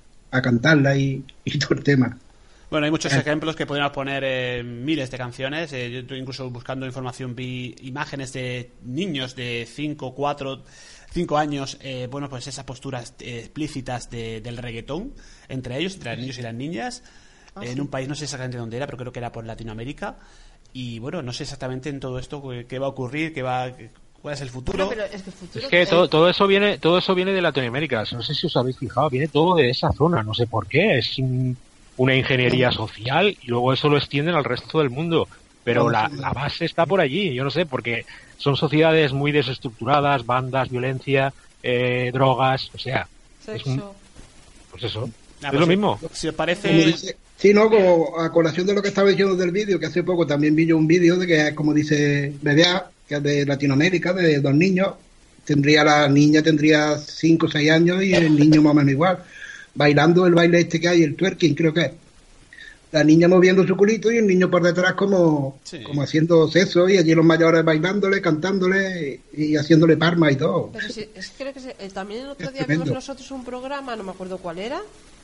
a cantarla y, y todo el tema.
Bueno, hay muchos eh. ejemplos que podríamos poner eh, miles de canciones. Eh, yo estoy incluso buscando información, vi imágenes de niños de cinco, cuatro, cinco años, eh, bueno, pues esas posturas eh, explícitas de, del reggaetón entre ellos, entre los niños y las niñas. Ah, en sí. un país, no sé exactamente dónde era, pero creo que era por Latinoamérica. Y bueno, no sé exactamente en todo esto qué va a ocurrir, qué va, cuál es el futuro.
Pero, pero es que, futuro
es que todo, todo eso viene, todo eso viene de Latinoamérica. No sé si os habéis fijado, viene todo de esa zona. No sé por qué. Es un, una ingeniería social y luego eso lo extienden al resto del mundo. Pero la, la base está por allí. Yo no sé, porque son sociedades muy desestructuradas, bandas, violencia, eh, drogas, o sea, es un, pues eso. Ah, es pues lo
si,
mismo.
Si os parece.
Sí, no, como a colación de lo que estaba diciendo del vídeo, que hace poco también vi yo un vídeo de que, como dice B B A, que es de Latinoamérica, de dos niños, tendría la niña tendría cinco o seis años y el niño más o menos igual, bailando el baile este que hay, el twerking, creo que es. La niña moviendo su culito y el niño por detrás como, sí. como haciendo sexo, y allí los mayores bailándole, cantándole y, y haciéndole palmas y todo.
Pero sí, es que creo que se, eh, también el otro día vimos nosotros un programa, no me acuerdo cuál era,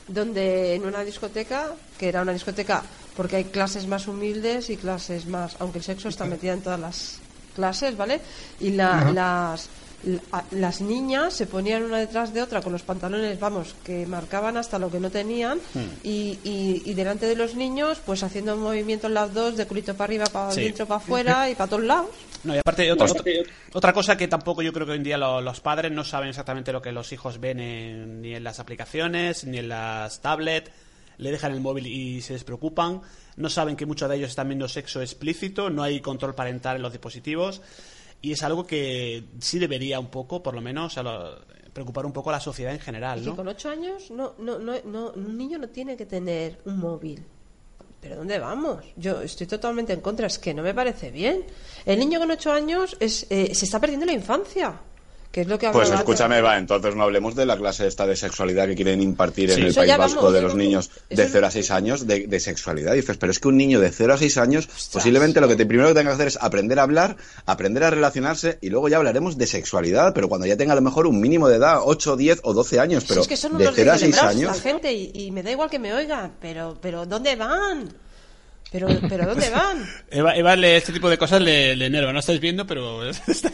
donde en una discoteca, que era una discoteca porque hay clases más humildes y clases más, aunque el sexo está metido en todas las clases, ¿vale? Y la, las la, las niñas se ponían una detrás de otra con los pantalones, vamos, que marcaban hasta lo que no tenían, hmm. y, y, y delante de los niños pues haciendo movimientos las dos de culito para arriba, para sí. dentro, para afuera y para todos lados.
No, y aparte otra, otra, otra cosa que tampoco yo creo que hoy en día lo, los padres no saben exactamente lo que los hijos ven en, ni en las aplicaciones ni en las tablets, le dejan el móvil y se despreocupan, no saben que muchos de ellos están viendo sexo explícito, no hay control parental en los dispositivos, y es algo que sí debería un poco, por lo menos, o sea, lo, preocupar un poco a la sociedad en general, ¿no?
Y con ocho años no, no, no, no, un niño no tiene que tener un móvil. ¿Pero dónde vamos? Yo estoy totalmente en contra, es que no me parece bien. El niño con ocho años es, eh, se está perdiendo la infancia, que es lo que
Pues escúchame, va, entonces no hablemos de la clase esta de sexualidad que quieren impartir sí, en el País Vasco vamos, de los niños de cero a seis años de, de sexualidad. Y dices, pero es que un niño de cero a seis años, Ostras, posiblemente lo que te, primero que tenga que hacer es aprender a hablar, aprender a relacionarse, y luego ya hablaremos de sexualidad, pero cuando ya tenga a lo mejor un mínimo de edad, ocho, diez o doce años, pero
es que son
de cero a seis años...
La gente, y, y me da igual que me oigan, pero, pero ¿dónde van? Pero, pero ¿dónde van?
Eva, Eva este tipo de cosas le, le enerva, no estáis viendo, pero...
estos,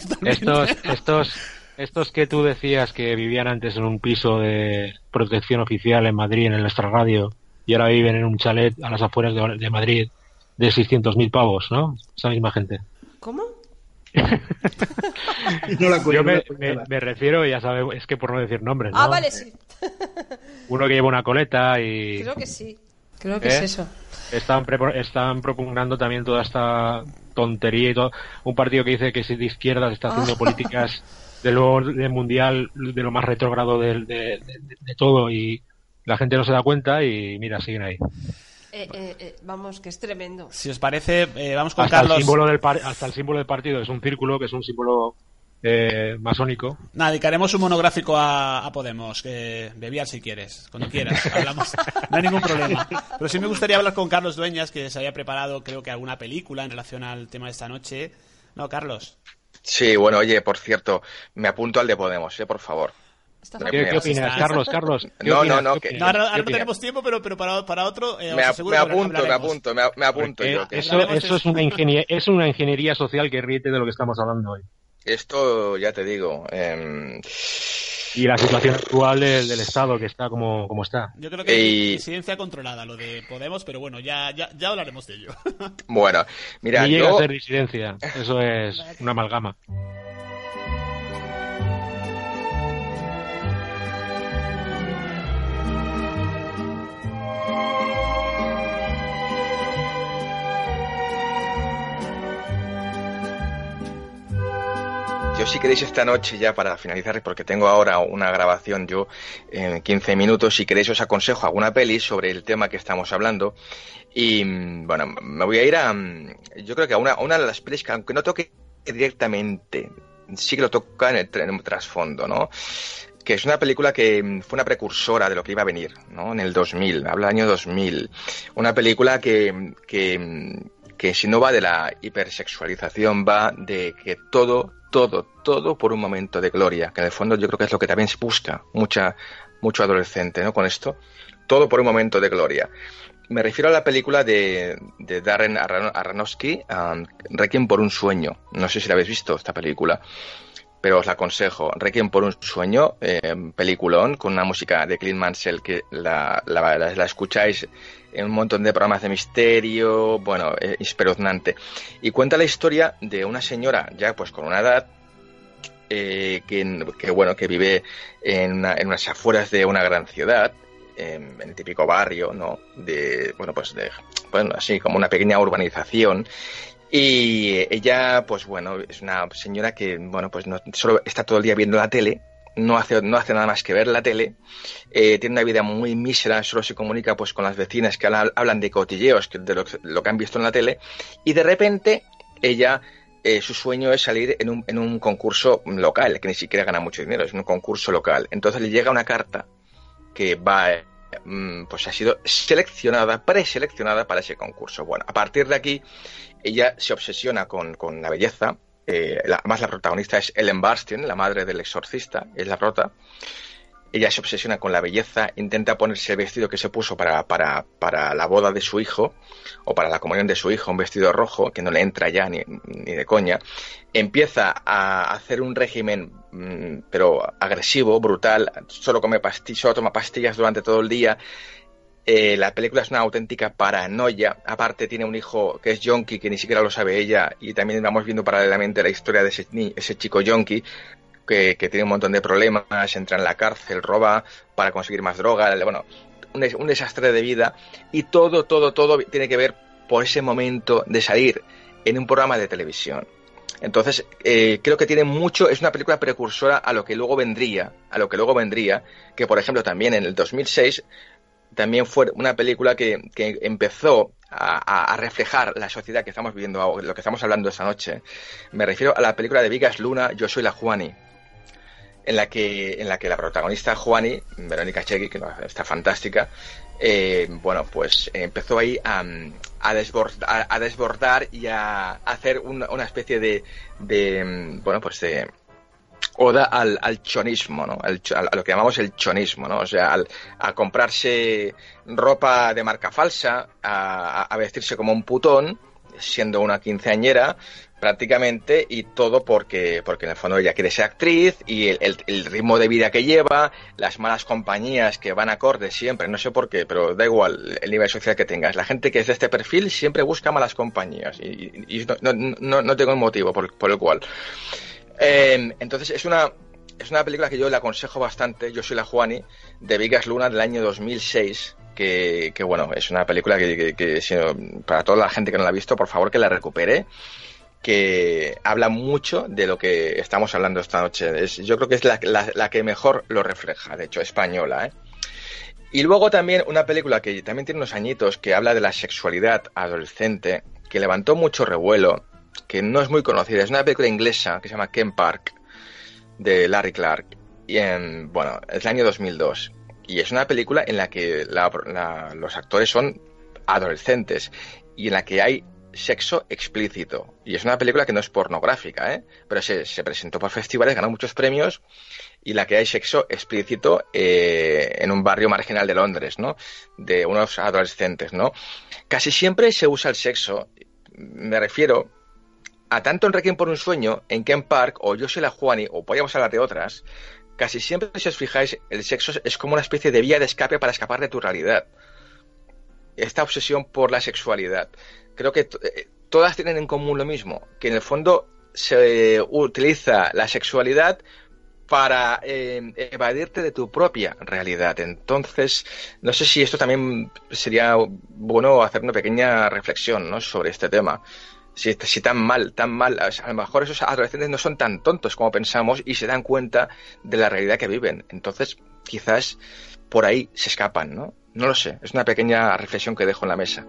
estos, estos que tú decías que vivían antes en un piso de protección oficial en Madrid, en nuestra radio, y ahora viven en un chalet a las afueras de, de Madrid de seiscientos mil pavos, ¿no? Esa misma gente.
¿Cómo?
no la cuento,
Yo me,
no
me, me refiero, ya sabes, es que por no decir nombres, ¿no?
Ah, vale, sí.
Uno que lleva una coleta y...
Creo que sí, creo que
¿Eh?
es eso.
Están, pre- están propugnando también toda esta tontería y todo. Un partido que dice que si de izquierdas está haciendo políticas de lo de mundial, de lo más retrógrado de, de, de, de todo, y la gente no se da cuenta y mira, siguen ahí.
Eh, eh, eh, vamos, que es tremendo.
Si os parece, eh, vamos con
hasta
Carlos.
El símbolo del par- hasta el símbolo del partido es un círculo, que es un símbolo eh, masónico.
Nada, dedicaremos un monográfico a, a Podemos, que Bebiar si quieres, cuando quieras, hablamos, no hay ningún problema. Pero sí me gustaría hablar con Carlos Dueñas, que se había preparado, creo que alguna película en relación al tema de esta noche. No, Carlos.
Sí, bueno, oye, por cierto, me apunto al de Podemos, eh, por favor.
¿Qué, ¿Qué opinas, Carlos? Carlos
no, no, no, que,
no, ahora, ahora no tenemos tiempo, pero, pero para, para otro. Eh,
me, me apunto, me apunto, me, me apunto. Yo,
que eso eso es, una ingenier- es una ingeniería social que ríete de lo que estamos hablando hoy.
Esto, ya te digo, eh,
y la situación actual del, del Estado, que está como, como está.
Yo creo que
y...
presidencia controlada lo de Podemos, pero bueno, ya, ya, ya hablaremos de ello.
Bueno, mira,
Ni llega
yo...
a ser disidencia, eso es una amalgama.
Yo si queréis esta noche ya para finalizar, porque tengo ahora una grabación yo en quince minutos, si queréis os aconsejo alguna peli sobre el tema que estamos hablando y bueno, me voy a ir a, yo creo que a una, a una de las pelis que aunque no toque directamente, sí que lo toca en el, en el trasfondo, ¿no? Que es una película que fue una precursora de lo que iba a venir, ¿no? En el dos mil, habla del año dos mil, una película que, que, que si no va de la hipersexualización, va de que todo todo, todo por un momento de gloria, que en el fondo yo creo que es lo que también se busca mucha, mucho adolescente, ¿no? Con esto, todo por un momento de gloria. Me refiero a la película de, de Darren Aronofsky, um, Requiem por un sueño. No sé si la habéis visto, esta película, pero os la aconsejo. Requiem por un sueño, eh, peliculón, con una música de Clint Mansell que la, la, la, la escucháis en un montón de programas de misterio, bueno, es espeluznante. Y cuenta la historia de una señora ya pues con una edad eh, que, que, bueno, que vive en, una, en unas afueras de una gran ciudad, en, en el típico barrio, ¿no? De, bueno, pues de, bueno, así como una pequeña urbanización. Y ella, pues bueno, es una señora que, bueno, pues no solo está todo el día viendo la tele, no hace, no hace nada más que ver la tele, eh, tiene una vida muy mísera, solo se comunica pues con las vecinas que hablan, hablan de cotilleos, de lo, lo que han visto en la tele, y de repente ella, eh, su sueño es salir en un, en un concurso local, que ni siquiera gana mucho dinero, es un concurso local. Entonces le llega una carta que va, eh, pues ha sido seleccionada, preseleccionada para ese concurso. Bueno, a partir de aquí, ella se obsesiona con, con la belleza. Eh, la, además la protagonista es Ellen Burstyn, la madre del exorcista, es la prota. Ella se obsesiona con la belleza, intenta ponerse el vestido que se puso para, para, para la boda de su hijo, o para la comunión de su hijo, un vestido rojo, que no le entra ya ni, ni de coña. Empieza a hacer un régimen, mmm, pero agresivo, brutal, solo come pastillas, solo toma pastillas durante todo el día. Eh, la película es una auténtica paranoia. Aparte tiene un hijo que es yonki, que ni siquiera lo sabe ella, y también vamos viendo paralelamente la historia de ese, ese chico yonki que, que tiene un montón de problemas, entra en la cárcel, roba para conseguir más droga, bueno, un, un desastre de vida, y todo, todo, todo tiene que ver por ese momento de salir en un programa de televisión. Entonces, eh, creo que tiene mucho, es una película precursora a lo que luego vendría, a lo que luego vendría, que por ejemplo también en el dos mil seis también fue una película que, que empezó a, a reflejar la sociedad que estamos viviendo, lo que estamos hablando esta noche. Me refiero a la película de Vigas Luna, Yo soy la Juani, en la que en la que la protagonista Juani, Verónica Chegui, que está fantástica, eh, bueno, pues empezó ahí a, a, desbordar, a, a desbordar y a hacer una, una especie de, de, bueno, pues de oda al, al chonismo, ¿no? Al, a lo que llamamos el chonismo, ¿no? O sea, al, a comprarse ropa de marca falsa, a, a vestirse como un putón, siendo una quinceañera prácticamente, y todo porque porque en el fondo ella quiere ser actriz, y el, el, el ritmo de vida que lleva, las malas compañías que van acorde siempre, no sé por qué, pero da igual el nivel social que tengas. La gente que es de este perfil siempre busca malas compañías, y, y no, no, no tengo un motivo por, por el cual. Eh, entonces es una es una película que yo le aconsejo bastante, Yo soy la Juani, de Vigas Luna, del año dos mil seis, que, que bueno, es una película que, que, que si no, para toda la gente que no la ha visto, por favor que la recupere, que habla mucho de lo que estamos hablando esta noche. Es, yo creo que es la, la, la que mejor lo refleja, de hecho, española, ¿eh? Y luego también una película que también tiene unos añitos, que habla de la sexualidad adolescente, que levantó mucho revuelo, que no es muy conocida. Es una película inglesa que se llama Ken Park, de Larry Clark, y en, bueno, es el año dos mil dos, y es una película en la que la, la, los actores son adolescentes y en la que hay sexo explícito, y es una película que no es pornográfica, ¿eh? Pero se, se presentó por festivales, ganó muchos premios, y la que hay sexo explícito eh, en un barrio marginal de Londres, ¿no? De unos adolescentes, ¿no? Casi siempre se usa el sexo, me refiero a tanto en Requiem por un sueño, en Ken Park, o Yo soy la Juani, o podríamos hablar de otras, casi siempre, si os fijáis, el sexo es como una especie de vía de escape para escapar de tu realidad. Esta obsesión por la sexualidad. Creo que t- todas tienen en común lo mismo, que en el fondo se utiliza la sexualidad para eh, evadirte de tu propia realidad. Entonces, no sé si esto también sería bueno hacer una pequeña reflexión, ¿no?, sobre este tema. Si, si tan mal, tan mal, a lo mejor esos adolescentes no son tan tontos como pensamos y se dan cuenta de la realidad que viven. Entonces, quizás por ahí se escapan, ¿no? No lo sé, es una pequeña reflexión que dejo en la mesa.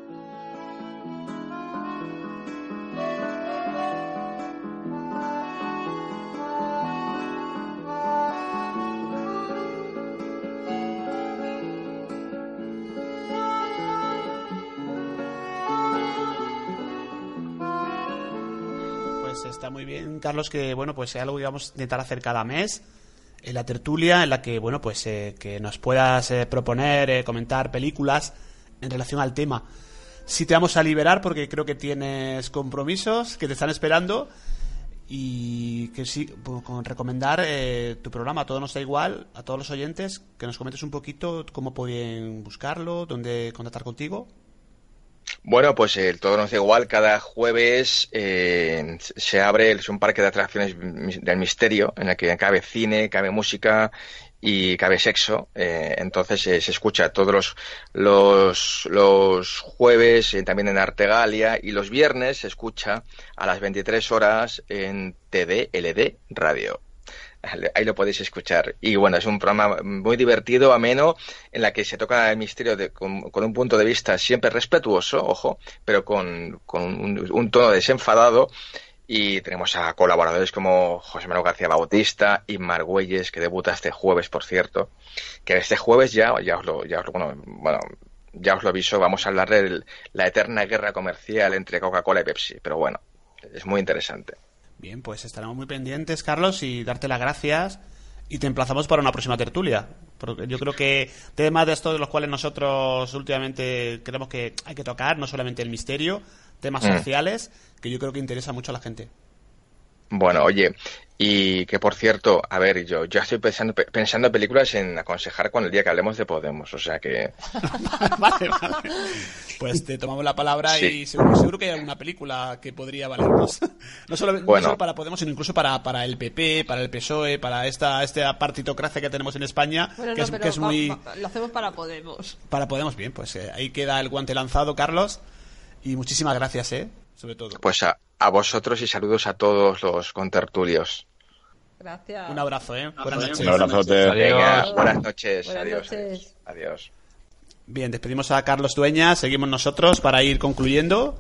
Está muy bien, Carlos, que bueno, pues es algo que vamos a intentar hacer cada mes en la tertulia, en la que bueno, pues eh, que nos puedas eh, proponer, eh, comentar películas en relación al tema. Sí te vamos a liberar porque creo que tienes compromisos que te están esperando y que sí, pues, con recomendar eh, tu programa, Todo nos da igual, a todos los oyentes, que nos comentes un poquito cómo pueden buscarlo, dónde contactar contigo.
Bueno, pues el Todo nos da igual, cada jueves eh, se abre, es un parque de atracciones del misterio en el que cabe cine, cabe música y cabe sexo. Eh, entonces eh, se escucha todos los los, los jueves eh, también en Artegalia, y los viernes se escucha a las veintitrés horas en T D L D Radio. Ahí lo podéis escuchar. Y bueno, es un programa muy divertido, ameno, en la que se toca el misterio de, con, con un punto de vista siempre respetuoso, ojo, pero con, con un, un tono desenfadado. Y tenemos a colaboradores como José Manuel García Bautista y Mar Güelles, que debuta este jueves, por cierto. Que este jueves ya, ya os lo, ya os lo, bueno, bueno, ya os lo aviso, vamos a hablar de la eterna guerra comercial entre Coca-Cola y Pepsi. Pero bueno, es muy interesante.
Bien, pues estaremos muy pendientes, Carlos, y darte las gracias, y te emplazamos para una próxima tertulia, porque yo creo que temas de estos de los cuales nosotros últimamente creemos que hay que tocar, no solamente el misterio, temas mm. sociales, que yo creo que interesa mucho a la gente.
Bueno, oye, y que por cierto, a ver, yo ya estoy pensando pensando en películas en aconsejar con el día que hablemos de Podemos, o sea que...
vale, vale. Pues te tomamos la palabra, sí. Y seguro, seguro que hay alguna película que podría valernos. No solo, bueno. no solo para Podemos, sino incluso para, para el P P, para el P S O E, para esta, esta partitocracia que tenemos en España,
bueno,
que,
no,
es,
pero
que es muy...
Va, va, lo hacemos para Podemos.
Para Podemos, bien, pues eh, ahí queda el guante lanzado, Carlos, y muchísimas gracias, ¿eh? Sobre todo.
Pues a, a vosotros y saludos a todos los contertulios.
Gracias.
Un abrazo, ¿eh? Buenas noches.
Un abrazote.
Venga, buenas noches.
Buenas
Adiós.
noches.
Adiós.
Bien, despedimos a Carlos Dueñas, seguimos nosotros para ir concluyendo.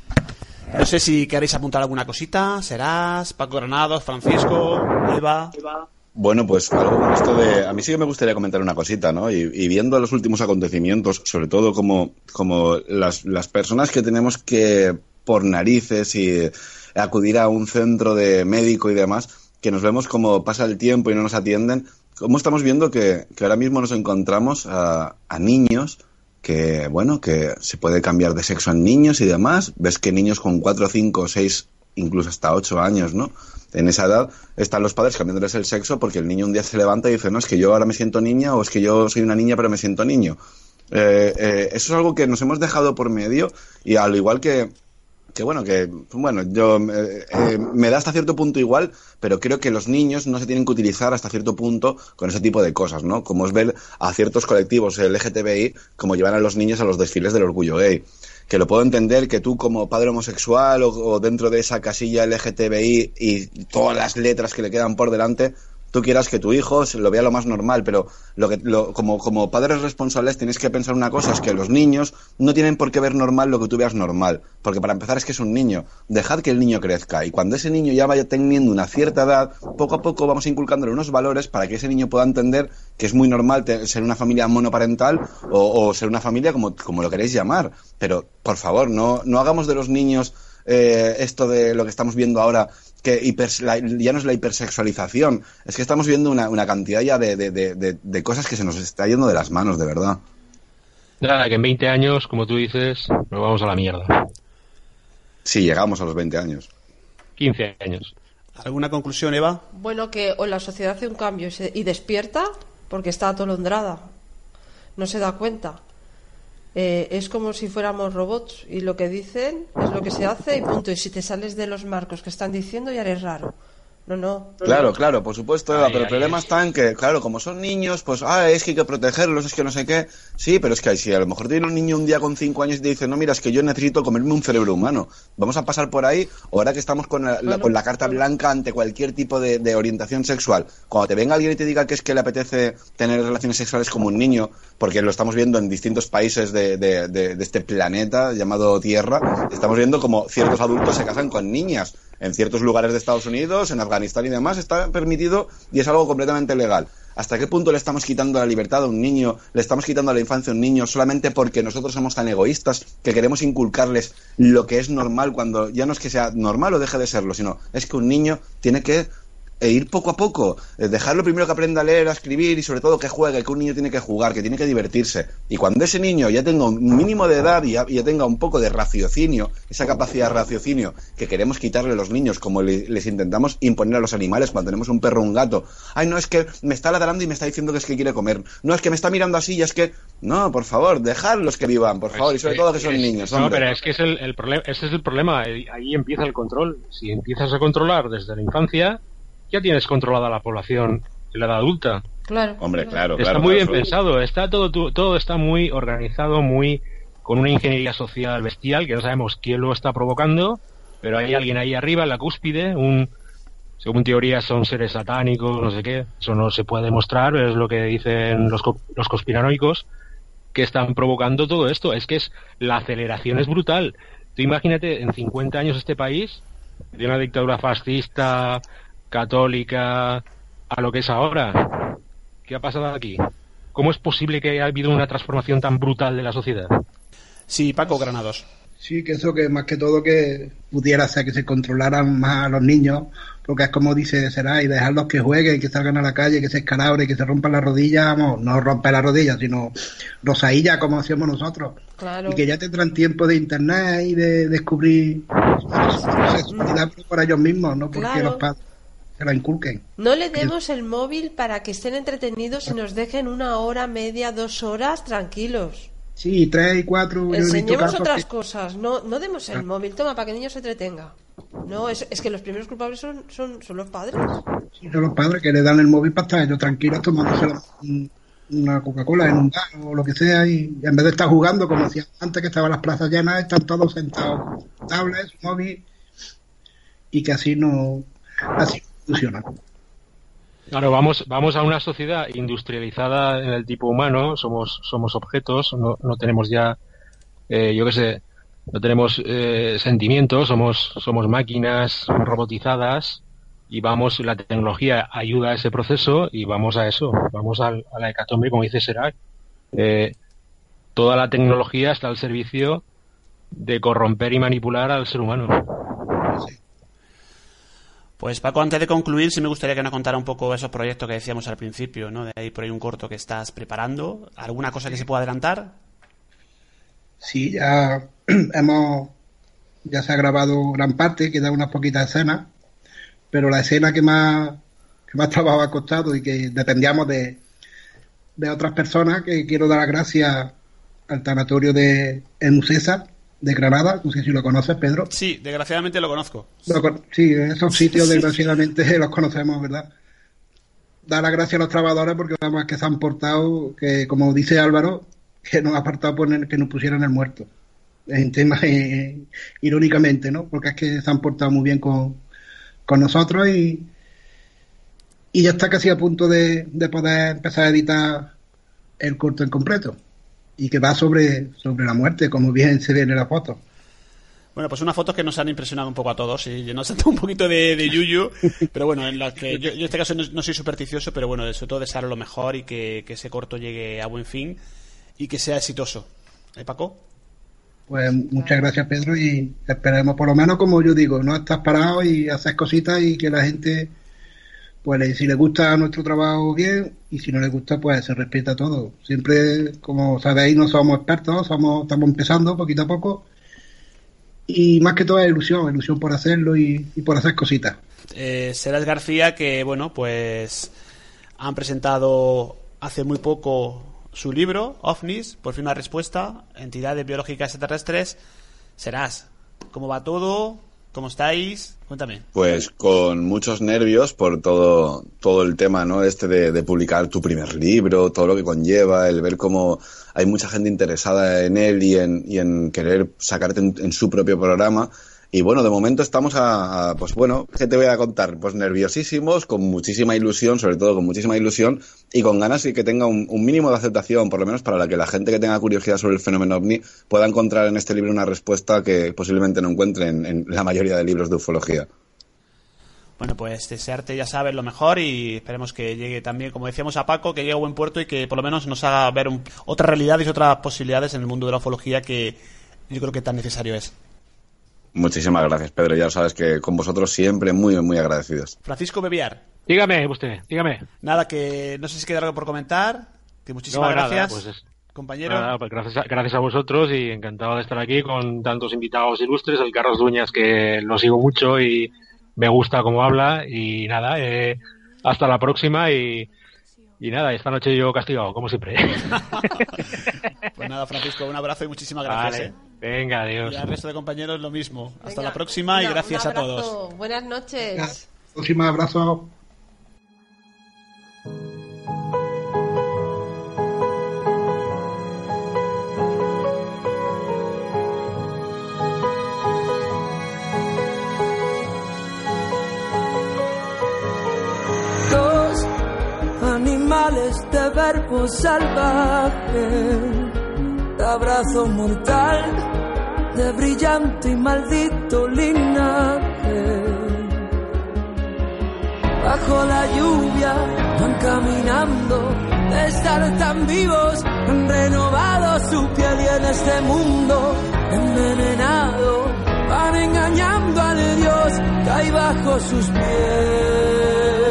No sé si queréis apuntar alguna cosita. Serás, Paco Granados, Francisco, Eva...
Bueno, pues algo con esto de... A mí sí que me gustaría comentar una cosita, ¿no? Y, y viendo los últimos acontecimientos, sobre todo como, como las, las personas que tenemos que, por narices, y acudir a un centro de médico y demás, que nos vemos como pasa el tiempo y no nos atienden, como estamos viendo que, que ahora mismo nos encontramos a, a niños que, bueno, que se puede cambiar de sexo en niños y demás. Ves que niños con cuatro, cinco, seis, incluso hasta ocho años, ¿no? En esa edad están los padres cambiándoles el sexo porque el niño un día se levanta y dice, no, es que yo ahora me siento niña, o es que yo soy una niña pero me siento niño. Eh, eh, eso es algo que nos hemos dejado por medio, y al igual que, que bueno, que bueno, yo eh, eh, me da hasta cierto punto igual, pero creo que los niños no se tienen que utilizar hasta cierto punto con ese tipo de cosas, ¿no? Como es ver a ciertos colectivos L G T B I como llevan a los niños a los desfiles del orgullo gay. Que lo puedo entender, que tú como padre homosexual o, o dentro de esa casilla L G T B I y todas las letras que le quedan por delante, tú quieras que tu hijo se lo vea lo más normal, pero lo que lo, como, como padres responsables tienes que pensar una cosa, es que los niños no tienen por qué ver normal lo que tú veas normal, porque para empezar es que es un niño. Dejad que el niño crezca, y cuando ese niño ya vaya teniendo una cierta edad, poco a poco vamos inculcándole unos valores para que ese niño pueda entender que es muy normal te, ser una familia monoparental o, o ser una familia como, como lo queréis llamar. Pero, por favor, no, no hagamos de los niños eh, esto de lo que estamos viendo ahora, que hiper, la, ya no es la hipersexualización, es que estamos viendo una, una cantidad ya de, de, de, de cosas que se nos está yendo de las manos, de verdad.
Nada, que en veinte años, como tú dices, nos vamos a la mierda.
Sí, llegamos a los veinte años.
quince años.
¿Alguna conclusión, Eva?
Bueno, que o la sociedad hace un cambio y, se, y despierta porque está atolondrada, no se da cuenta. Eh, es como si fuéramos robots y lo que dicen es lo que se hace y punto. Y si te sales de los marcos que están diciendo ya eres raro. No, no.
Claro, claro, por supuesto, Eva,
Ay,
pero
ay,
el problema
ay.
está en que, claro, como son niños, pues, ah, es que hay que protegerlos, es que no sé qué. Sí, pero es que si a lo mejor tiene un niño un día con cinco años y te dice, no, mira, es que yo necesito comerme un cerebro humano. Vamos a pasar por ahí, ahora que estamos con la, la- con la carta blanca ante cualquier tipo de, de orientación sexual. Cuando te venga alguien y te diga que es que le apetece tener relaciones sexuales como un niño, porque lo estamos viendo en distintos países de, de, de, de este planeta llamado Tierra, estamos viendo como ciertos adultos se casan con niñas. En ciertos lugares de Estados Unidos, en Afganistán y demás, está permitido y es algo completamente legal. ¿Hasta qué punto le estamos quitando la libertad a un niño, le estamos quitando la infancia a un niño solamente porque nosotros somos tan egoístas que queremos inculcarles lo que es normal cuando ya no es que sea normal o deje de serlo, sino es que un niño tiene que e ir poco a poco, eh, dejarlo primero que aprenda a leer, a escribir y sobre todo que juegue, que un niño tiene que jugar, que tiene que divertirse. Y cuando ese niño ya tenga un mínimo de edad y ya, y ya tenga un poco de raciocinio, esa capacidad de raciocinio que queremos quitarle a los niños, como le- les intentamos imponer a los animales cuando tenemos un perro o un gato. Ay, no, es que me está ladrando y me está diciendo que es que quiere comer. No, es que me está mirando así y es que... No, por favor, dejadlos que vivan, por favor, y sobre todo que son niños.
No,
hombre.
pero es que es el, el problema, ese es el problema. eh, Ahí empieza el control. Si empiezas a controlar desde la infancia, ya tienes controlada la población en la edad adulta.
Claro.
Hombre, claro,
Está
claro,
muy
claro,
bien
eso-
pensado. Está todo, todo, todo está muy organizado, muy con una ingeniería social bestial que no sabemos quién lo está provocando, pero hay alguien ahí arriba en la cúspide, un según teorías son seres satánicos, no sé qué. Eso no se puede demostrar, es lo que dicen los co- los conspiranoicos, que están provocando todo esto. Es que es la aceleración es brutal. Tú imagínate en cincuenta años este país de una dictadura fascista, católica, a lo que es ahora. ¿Qué ha pasado aquí? ¿Cómo es posible que haya habido una transformación tan brutal de la sociedad?
Sí, Paco Granados.
Sí, que eso que más que todo que pudiera ser que se controlaran más a los niños, porque es como dice Seray, dejarlos que jueguen, que salgan a la calle, que se escalabren, que se rompan las rodillas, vamos, no romper las rodillas, sino rosadillas como hacíamos nosotros.
Claro.
Y que ya tendrán tiempo de internet y de descubrir su sexualidad por ellos mismos, no porque
Claro.
los padres se la inculquen.
No le demos el móvil para que estén entretenidos y nos dejen una hora, media, dos horas tranquilos.
Sí, tres y cuatro. yo he visto
Enseñemos
casos
otras
que-
cosas, no, no demos el móvil, toma, para que el niño se entretenga. No, es, es que los primeros culpables son, son, son los padres.
Sí, son los padres que le dan el móvil para estar ellos tranquilos tomándose la- un- una Coca-Cola en un bar o lo que sea, y en vez de estar jugando como hacían antes, que estaban las plazas llenas, están todos sentados con su tablet, su móvil, y que así no, así no funciona.
Claro, vamos, vamos a una sociedad industrializada en el tipo humano, somos, somos objetos, no, no tenemos ya, eh, yo qué sé, no tenemos eh, sentimientos, somos, somos máquinas robotizadas y vamos, la tecnología ayuda a ese proceso y vamos a eso, vamos al- a la hecatombe, como dice Serac. Eh, toda la tecnología está al servicio de corromper y manipular al ser humano.
Pues Paco, antes de concluir, sí me gustaría que nos contara un poco esos proyectos que decíamos al principio, ¿no? De ahí por ahí un corto que estás preparando. ¿Alguna cosa que se pueda adelantar?
Sí, ya hemos, ya se ha grabado gran parte, quedan unas poquitas escenas, pero la escena que más, que más trabajo ha costado y que dependíamos de, de otras personas, que quiero dar las gracias al tanatorio de Enucesa, de Granada, no sé si lo conoces, Pedro.
Sí, desgraciadamente lo conozco.
Lo con- sí, esos sitios desgraciadamente los conocemos, ¿verdad? Dar las gracias a los trabajadores porque vamos, que se han portado, que como dice Álvaro, que nos ha apartado poner, que nos pusieran el muerto. En tema, eh, irónicamente, ¿no? Porque es que se han portado muy bien con, con nosotros y, y ya está casi a punto de, de poder empezar a editar el corto en completo. Y que va sobre, sobre la muerte, como bien se ve en la foto.
Bueno, pues unas fotos que nos han impresionado un poco a todos y nos han dado un poquito de, de yuyu, pero bueno, en las que yo, yo en este caso no, no soy supersticioso, pero bueno, sobre todo desear lo mejor y que, que ese corto llegue a buen fin y que sea exitoso. ¿Eh, Paco?
Pues muchas gracias, Pedro, y esperemos, por lo menos, como yo digo, no estás parado y haces cositas y que la gente, pues le- si le gusta nuestro trabajo, bien, y si no le gusta, pues se respeta todo. Siempre, como sabéis, no somos expertos, somos, estamos empezando poquito a poco, y más que todo es ilusión, ilusión por hacerlo y, y por hacer cositas.
Eh, Serás García, que bueno, pues han presentado hace muy poco su libro, OVNIs, por fin una respuesta, entidades biológicas extraterrestres. Serás, ¿cómo va todo? ¿Cómo estáis? Cuéntame.
Pues con muchos nervios por todo todo el tema, ¿no? Este de, de publicar tu primer libro, todo lo que conlleva, el ver cómo hay mucha gente interesada en él y en, y en querer sacarte en, en su propio programa. Y bueno, de momento estamos a, a, pues bueno, ¿qué te voy a contar? Pues nerviosísimos, con muchísima ilusión, sobre todo con muchísima ilusión, y con ganas de que tenga un, un mínimo de aceptación, por lo menos para la que la gente que tenga curiosidad sobre el fenómeno ovni pueda encontrar en este libro una respuesta que posiblemente no encuentre en, en la mayoría de libros de ufología.
Bueno, pues desearte, ya sabes, lo mejor, y esperemos que llegue también, como decíamos a Paco, que llegue a buen puerto y que por lo menos nos haga ver un, otras realidades y otras posibilidades en el mundo de la ufología que yo creo que tan necesario es.
Muchísimas gracias, Pedro. Ya sabes que con vosotros siempre muy, muy agradecidos.
Francisco Bebiar.
Dígame usted, dígame.
Nada, que no sé si queda algo por comentar. Que muchísimas
no,
gracias,
nada, pues es,
compañero.
Nada, pues gracias, a, gracias a vosotros y encantado de estar aquí con tantos invitados ilustres. El Carlos Dueñas, que lo sigo mucho y me gusta cómo habla. Y nada, eh, hasta la próxima y... Y nada, esta noche yo castigado, como siempre.
Pues nada, Francisco, un abrazo y muchísimas gracias.
Vale,
¿eh?
Venga, adiós.
Y al resto de compañeros lo mismo. Hasta
Venga,
la próxima y
una,
gracias
un
a todos.
Buenas noches.
Venga, próximo abrazo.
Animales de verbo salvaje, de abrazo mortal, de brillante y maldito linaje. Bajo la lluvia van caminando, de estar tan vivos, han renovado su piel y en este mundo envenenado van engañando al Dios que hay bajo sus pies.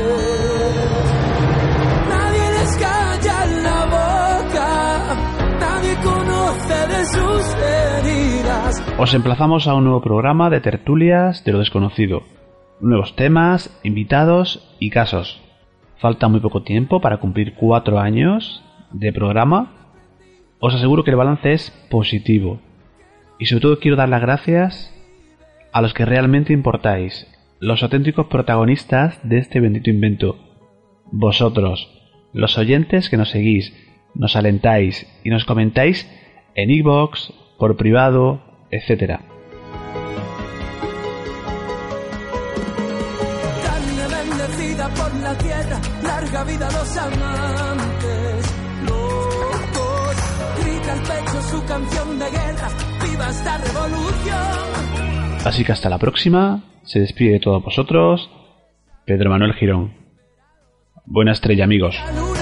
La boca, nadie conoce de sus heridas.
Os emplazamos a un nuevo programa de tertulias de lo desconocido. Nuevos temas, invitados y casos. Falta muy poco tiempo para cumplir cuatro años de programa. Os aseguro que el balance es positivo. Y sobre todo quiero dar las gracias a los que realmente importáis, los auténticos protagonistas de este bendito invento. Vosotros, los oyentes que nos seguís, nos alentáis y nos comentáis en iVoox, por privado, etcétera.
Carne bendecida por la tierra, larga vida a los amantes, locos, grita al pecho su canción de guerra, viva esta revolución.
Así que hasta la próxima, se despide de todos vosotros, Pedro Manuel Girón. Buena estrella, amigos.